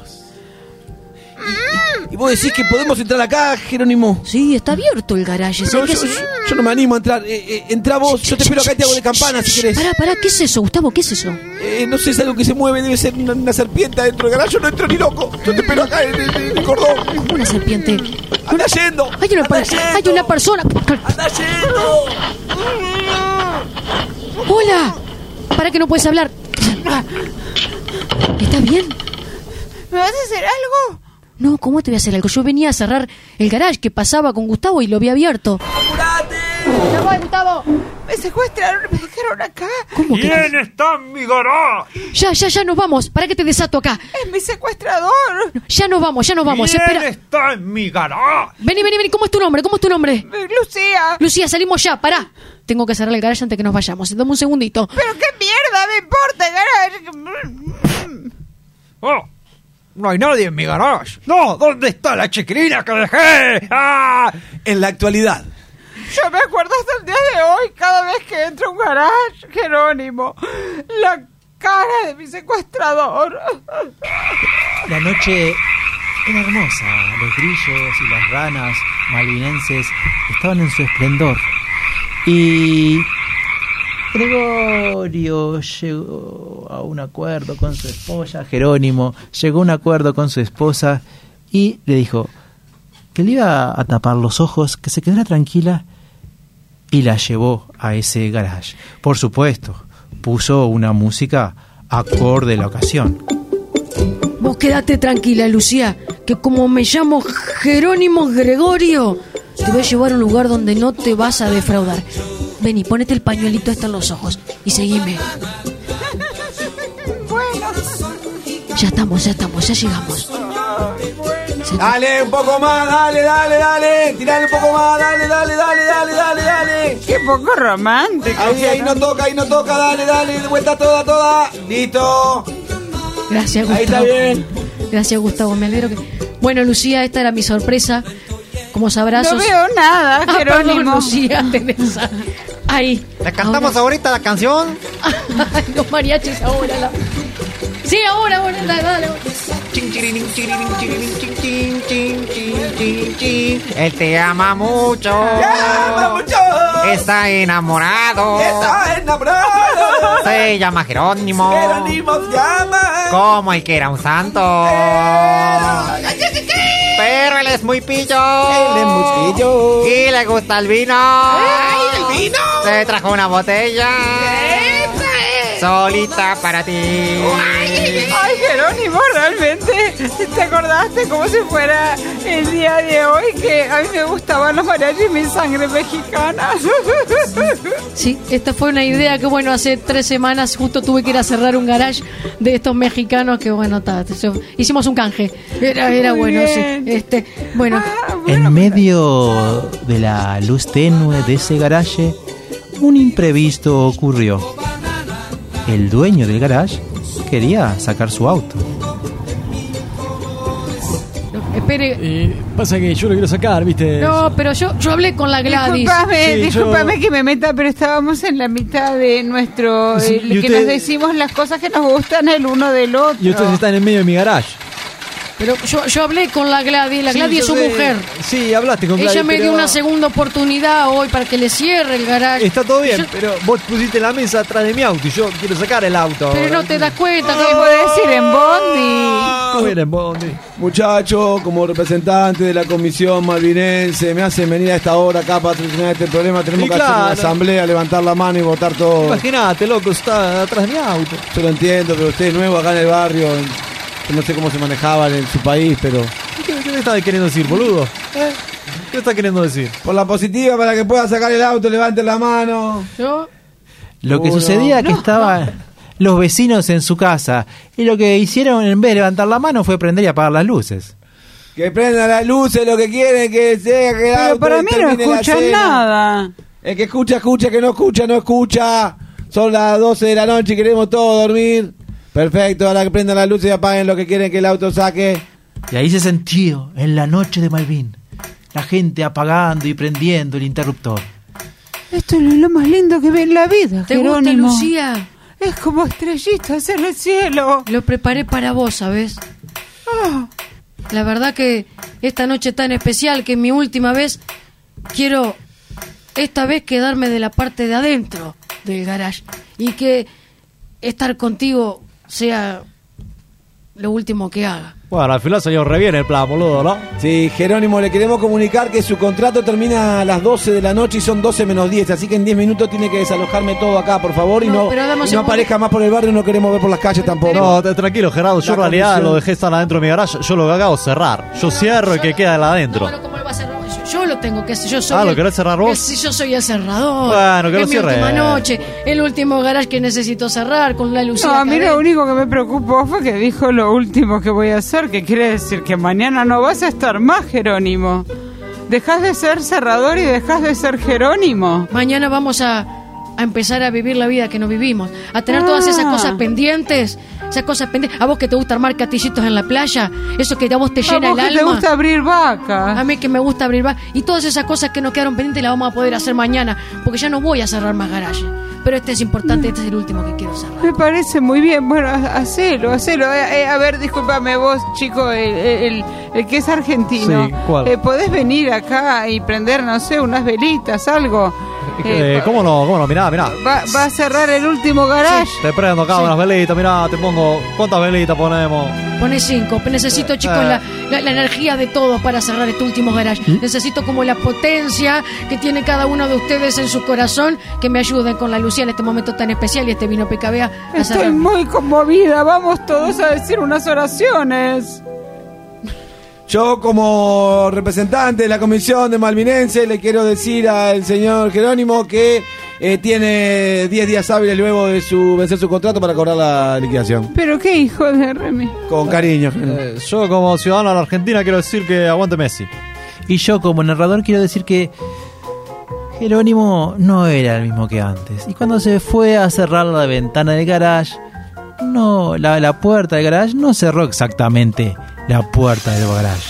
¿Y vos decís que podemos entrar acá, Jerónimo? Sí, está abierto el garage. Pero yo no me animo a entrar. Entrá vos, yo te espero acá y te hago de campana si querés. Pará, ¿qué es eso, Gustavo? ¿Qué es eso? No sé, es algo que se mueve, debe ser una serpiente dentro del garage. Yo no entro ni loco. Yo te espero acá en el cordón. ¿Cómo una serpiente? ¡Anda yendo! Hay una persona. ¡Anda yendo! ¡Hola! ¿Para que no puedes hablar? ¿Estás bien? ¿Me vas a hacer algo? No, ¿cómo te voy a hacer algo? Yo venía a cerrar el garage que pasaba con Gustavo y lo había abierto. ¡Apurate! ¡Ya voy, Gustavo! Me secuestraron, me dejaron acá. ¿Cómo que? ¿Quién está en mi garage? Ya nos vamos. ¿Para que te desato acá? Es mi secuestrador. Ya nos vamos. ¿Quién Espera. está en mi garage? Vení. ¿Cómo es tu nombre? Lucía. Lucía, salimos ya. Pará. Tengo que cerrar el garage antes que nos vayamos. Dame un segundito. Pero qué mierda me importa, garage. Oh, no hay nadie en mi garage. No, ¿dónde está la chiquilina que dejé? ¡Ah! En la actualidad. Yo me acuerdo hasta el día de hoy, cada vez que entro a un garage, Jerónimo, la cara de mi secuestrador. La noche era hermosa. Los grillos y las ranas malvinenses estaban en su esplendor. Y Gregorio llegó a un acuerdo con su esposa. Jerónimo llegó a un acuerdo con su esposa y le dijo que le iba a tapar los ojos, que se quedara tranquila, y la llevó a ese garage. Por supuesto, puso una música acorde a la ocasión. Vos quédate tranquila, Lucía, que como me llamo Jerónimo Gregorio, te voy a llevar a un lugar donde no te vas a defraudar. Vení, ponete el pañuelito en los ojos y seguime. Bueno. Ya estamos, ya llegamos. Dale, un poco más, dale. Tirale un poco más, dale. Qué poco romántico. Ahí no toca, dale, de vuelta toda. Listo. Gracias, Gustavo. Ahí está bien. Gracias, Gustavo, me alegro que... Bueno, Lucía, esta era mi sorpresa. Como sabrás... No veo nada, Jerónimo. Perdón, Lucía, tenés... Ahí. ¿Le cantamos ahorita la canción? Los mariachis ahora. Sí, ahora, dale. Él te ama mucho. Está enamorado. Se llama Jerónimo. Se llama. Como el que era un santo. Pero él es muy pillo. Y le gusta el vino. ¿El vino? Se trajo una botella. Solita para ti. Ay, Jerónimo, realmente te acordaste como si fuera el día de hoy, que a mí me gustaban los mariachis, mi sangre mexicana. Sí, esta fue una idea que, bueno, hace 3 semanas justo tuve que ir a cerrar un garage de estos mexicanos que, bueno, hicimos un canje. Era bueno, sí. Bueno. En medio de la luz tenue de ese garaje, un imprevisto ocurrió. El dueño del garage quería sacar su auto. espere. Pasa que yo lo quiero sacar, ¿viste? No, pero yo hablé con la Gladys. Discúlpame que me meta, pero estábamos en la mitad de nuestro... Sí, y que usted- nos decimos las cosas que nos gustan el uno del otro. Y ustedes están en medio de mi garage. Pero yo hablé con la Gladys. La Sí, Gladys es yo su sé. mujer. Sí, hablaste con Gladys, Ella me dio pero- una segunda oportunidad hoy para que le cierre el garaje. Está todo bien, Yo- pero vos pusiste la mesa atrás de mi auto y yo quiero sacar el auto. Pero ahora. no te das cuenta que podés ir en bondi. ¿Cómo ir en bondi? Muchachos, como representante de la comisión malvinense, me hacen venir a esta hora acá para solucionar este problema. Tenemos Y que hacer una claro. asamblea, levantar la mano y votar todo. Imagínate, loco, está atrás de mi auto. Yo lo entiendo, pero usted es nuevo acá en el barrio. No sé cómo se manejaban en su país, pero... ¿Qué le está queriendo decir, boludo? ¿Qué está queriendo decir? Por la positiva, para que pueda sacar el auto, levanten la mano. Yo... Lo que Uno. sucedía es que estaban los vecinos en su casa y lo que hicieron en vez de levantar la mano fue prender y apagar las luces. Que prendan las luces, lo que quieren que sea que el Pero auto para mí no termine la escuchan cena. nada. El que escucha, escucha, que no escucha, no escucha. Son las 12 de la noche y queremos todos dormir. Perfecto, ahora que prendan las luces y apaguen lo que quieren que el auto saque. Y ahí se sintió, en la noche de Malvin, la gente apagando y prendiendo el interruptor. Esto es lo más lindo que ve en la vida, ¿Te gusta, Jerónimo. Lucía? Es como estrellitas en el cielo. Lo preparé para vos, ¿sabes? Ah, La verdad que esta noche tan especial, que es mi última vez, quiero esta vez quedarme de la parte de adentro del garage y que estar contigo sea lo último que haga. Bueno, al final salió re bien el plan, boludo, ¿no? Sí, Jerónimo, le queremos comunicar que su contrato termina a las 12 de la noche y son 12 menos 10, así que en 10 minutos tiene que desalojarme todo acá, por favor, y no pero dame un no segundo. aparezca más por el barrio, no queremos ver por las calles tampoco. No, tranquilo, Gerardo. Yo en La realidad comisión. lo dejé estar adentro de mi garage. Yo lo que hago es cerrar. Yo cierro y que queda adentro. ¿Cómo lo va a cerrar? Yo lo tengo que hacer. Yo soy Ah, ¿lo el- querés cerrar vos? Sí, yo soy el cerrador. Bueno, que es lo mi cierre. última noche, el último garage que necesito cerrar con la luz. no, a mí lo único que me preocupó fue que dijo lo último que voy a hacer, que quiere decir que mañana no vas a estar más, Jerónimo. Dejás de ser cerrador y dejás de ser Jerónimo. Mañana vamos a empezar a vivir la vida que no vivimos, a tener todas esas cosas pendientes, a vos que te gusta armar castillitos en la playa, eso que a vos te llena A vos el que te alma. gusta abrir vacas. A mí que me gusta abrir y todas esas cosas que nos quedaron pendientes las vamos a poder hacer mañana, porque ya no voy a cerrar más garaje. Pero este es importante, este es el último que quiero cerrar. Me parece muy bien. Bueno, hacelo. A ver, discúlpame vos, chico, el que es argentino. Sí, ¿cuál? ¿Podés venir acá y prender, no sé, unas velitas, algo? ¿Cómo no? Mirá. Va a cerrar el último garage. Te prendo acá unas velitas, mirá, te pongo. ¿Cuántas velitas ponemos? Pone 5. Necesito, chicos, la energía de todos para cerrar este último garage. Necesito como la potencia que tiene cada uno de ustedes en su corazón, que me ayuden con la Lucía en este momento tan especial y este vino PKBA a Estoy cerrar. muy conmovida. Vamos todos a decir unas oraciones. Yo, como representante de la comisión de Malvinense, le quiero decir al señor Jerónimo que tiene 10 días hábiles luego de vencer su contrato para cobrar la liquidación. Pero qué hijo de Remy. Con cariño. Yo, como ciudadano de la Argentina, quiero decir que aguante Messi. Y yo como narrador quiero decir que Jerónimo no era el mismo que antes. Y cuando se fue a cerrar la ventana del garage, no, la puerta del garage no cerró exactamente la puerta del garage.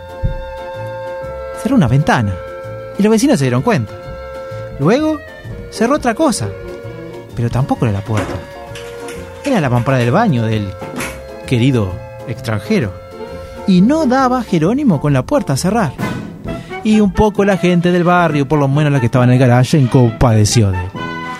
Cerró una ventana. Y los vecinos se dieron cuenta. Luego cerró otra cosa. Pero tampoco era la puerta. Era la mampara del baño del querido extranjero. Y no daba Jerónimo con la puerta a cerrar. Y un poco la gente del barrio, por lo menos la que estaba en el garaje, compadeció de él.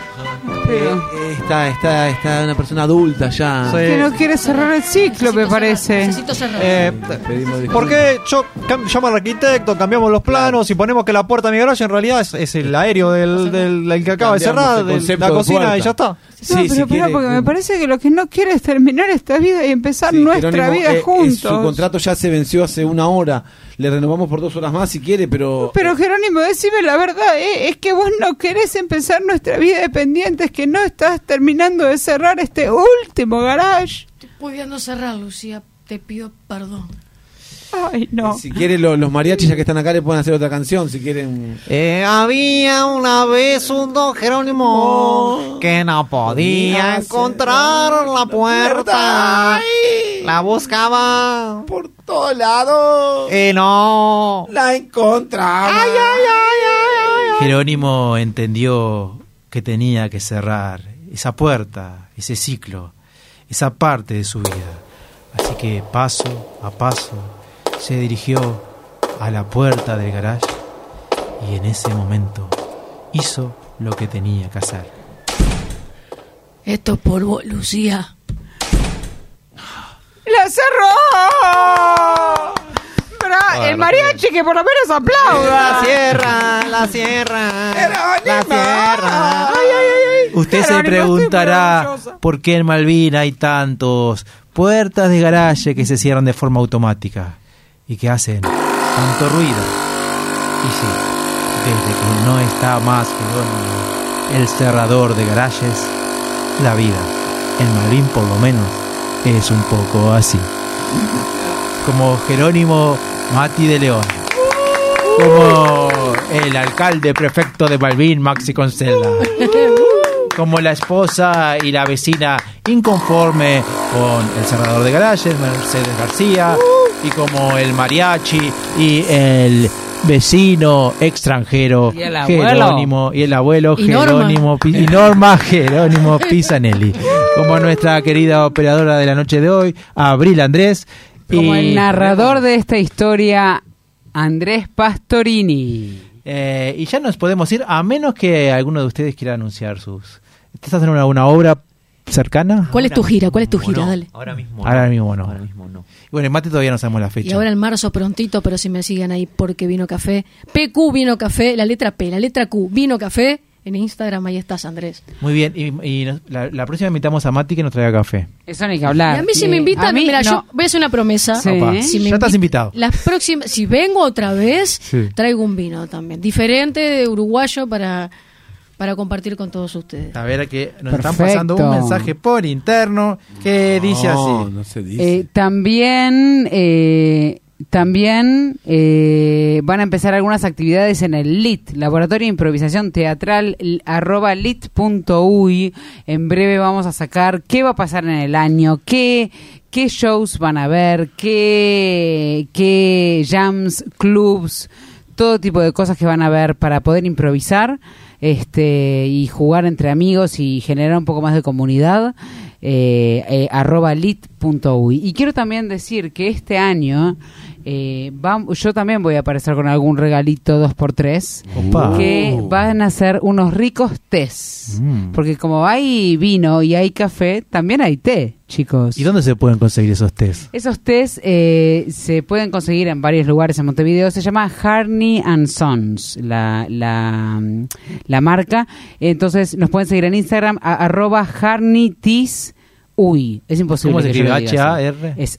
Está una persona adulta ya. Que no quiere cerrar el ciclo, me parece. Necesito cerrar. ¿Por qué yo llamo al arquitecto, cambiamos los planos y ponemos que la puerta de mi garaje en realidad es el aéreo del que acaba de cerrar, el de concepto la de cocina puerta. y ya está? No, pero espera, porque me parece que lo que no quiere es terminar esta vida y empezar nuestra Jerónimo, vida juntos. su contrato ya se venció hace una hora. Le renovamos por 2 horas más si quiere, pero... Pero Jerónimo, decime la verdad, es que vos no querés empezar nuestra vida dependiente, es que no estás terminando de cerrar este último garage. Estoy pudiendo cerrar, Lucía. Te pido perdón. Ay, no. Si quiere, los mariachis ya que están acá le pueden hacer otra canción, si quieren... Había una vez un don Jerónimo que no podía encontrar la puerta. La buscaba por todos lados. No. La encontramos. Jerónimo entendió que tenía que cerrar esa puerta, ese ciclo, esa parte de su vida. Así que paso a paso se dirigió a la puerta del garage y en ese momento hizo lo que tenía que hacer. Esto es por vos, Lucía. ¡La cerró! Pero el mariachi que por lo menos aplauda. La cierra. Usted se Jerónimo, preguntará estoy muy por qué en Malvin hay tantos puertas de garaje que se cierran de forma automática y que hacen tanto ruido. Y sí, desde que no está más Jerónimo, el cerrador de garajes, la vida en Malvin por lo menos es un poco así. Como Jerónimo Mati de León, como el alcalde prefecto de Malvin, Maxi Concella, como la esposa y la vecina inconforme con el cerrador de garajes, Mercedes García, y como el mariachi y el vecino extranjero Y el abuelo. Jerónimo y el abuelo Y Norma. Jerónimo y Norma Jerónimo Pisanelli, como nuestra querida operadora de la noche de hoy, Abril Andrés, Como y el narrador de esta historia, Andrés Pastorini. y ya nos podemos ir, a menos que alguno de ustedes quiera anunciar sus... ¿Estás en una obra cercana? ¿Cuál es tu gira? ¿Cuál es tu mismo gira? no. Dale. Ahora mismo Ahora mismo no. Ahora mismo no. Bueno, en Mate todavía no sabemos la fecha. Y ahora en marzo prontito, pero si me siguen ahí porque vino café. PQ vino café, la letra P, la letra Q, vino café. En Instagram ahí estás, Andrés. Muy bien, y la próxima invitamos a Mati que nos traiga café. Eso no hay que hablar. Y a mí si me invitan, A mí mira, no. yo voy a hacer una promesa. Sí. Opa, Si me ya estás invi- invitado. Las próximas, si vengo otra vez, Sí. traigo un vino también, diferente de uruguayo para compartir con todos ustedes. A ver, que nos están Perfecto. pasando un mensaje por interno que dice así. No se dice. También van a empezar algunas actividades en el LIT, Laboratorio de Improvisación Teatral @lit.uy. En breve vamos a sacar qué va a pasar en el año, qué shows van a ver, qué jams, clubs, todo tipo de cosas que van a ver para poder improvisar y jugar entre amigos y generar un poco más de comunidad. @lit.uy. Y quiero también decir que este año yo también voy a aparecer con algún regalito 2x3 Opa. que van a ser unos ricos tés, porque como hay vino y hay café, también hay té, chicos. ¿Y dónde se pueden conseguir esos tés? Esos tés se pueden conseguir en varios lugares en Montevideo. Se llama Harney & Sons, la marca. Entonces nos pueden seguir en Instagram @HarneyTeas. Uy, es imposible. ¿Cómo se que yo escribe? lo diga así. H-A-R? Es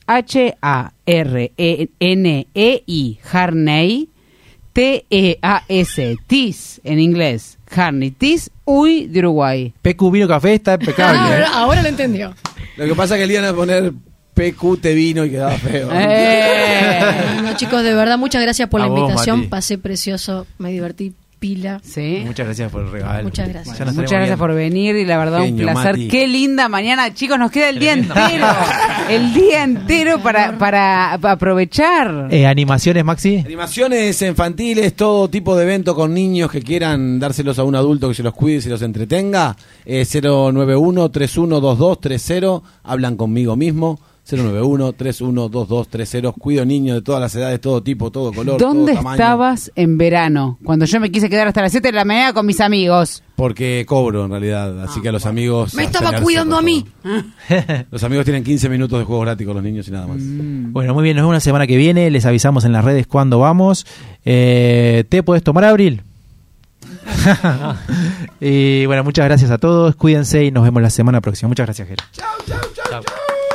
HARNEI, Harney, TEAS, Teas en inglés. Harney Teas, Uy, de Uruguay. PQ Vino Café está impecable. Ahora lo entendió. Lo que pasa es que le iban a poner PQ te vino y quedaba feo. Bueno, chicos, de verdad, muchas gracias por A la vos, invitación. Mati. Pasé precioso, me divertí pila. Sí. Muchas gracias por el regalo. Muchas gracias. Ya nos Muchas tenemos gracias bien. por venir y la verdad Genio, un placer. Mati. Qué linda mañana, chicos, nos queda el día entero. El día entero para aprovechar. ¿Animaciones, Maxi? Animaciones infantiles, todo tipo de evento con niños que quieran dárselos a un adulto que se los cuide y se los entretenga. 091-312230. Hablan conmigo mismo. 091-312230. Cuido niños de todas las edades, todo tipo, todo color. ¿Dónde todo tamaño. estabas en verano? Cuando yo me quise quedar hasta las 7 de la mañana con mis amigos. Porque cobro en realidad, así que a los amigos... Me estaba abstenerse, cuidando por a mí. favor. Los amigos tienen 15 minutos de juegos gratis con los niños y nada más. Bueno, muy bien, nos vemos la semana que viene. Les avisamos en las redes cuándo vamos. ¿Te puedes tomar, Abril? Y bueno, muchas gracias a todos. Cuídense y nos vemos la semana próxima. Muchas gracias, Jero. Chao, chao, chao, chao.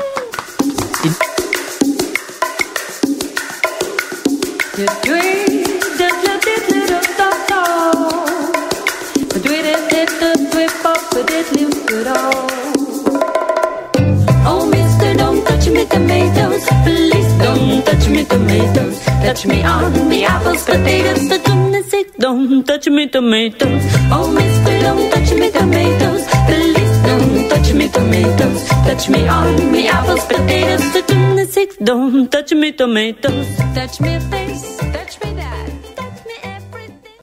Oh, mister, don't touch me tomatoes. Please don't touch me tomatoes. Touch me on the apples, potatoes. For goodness sake, don't touch me tomatoes. Oh, mister, don't touch me tomatoes. Please don't touch me tomatoes. Touch me on the apples, potatoes. For goodness sake, Don't touch me tomatoes. Touch me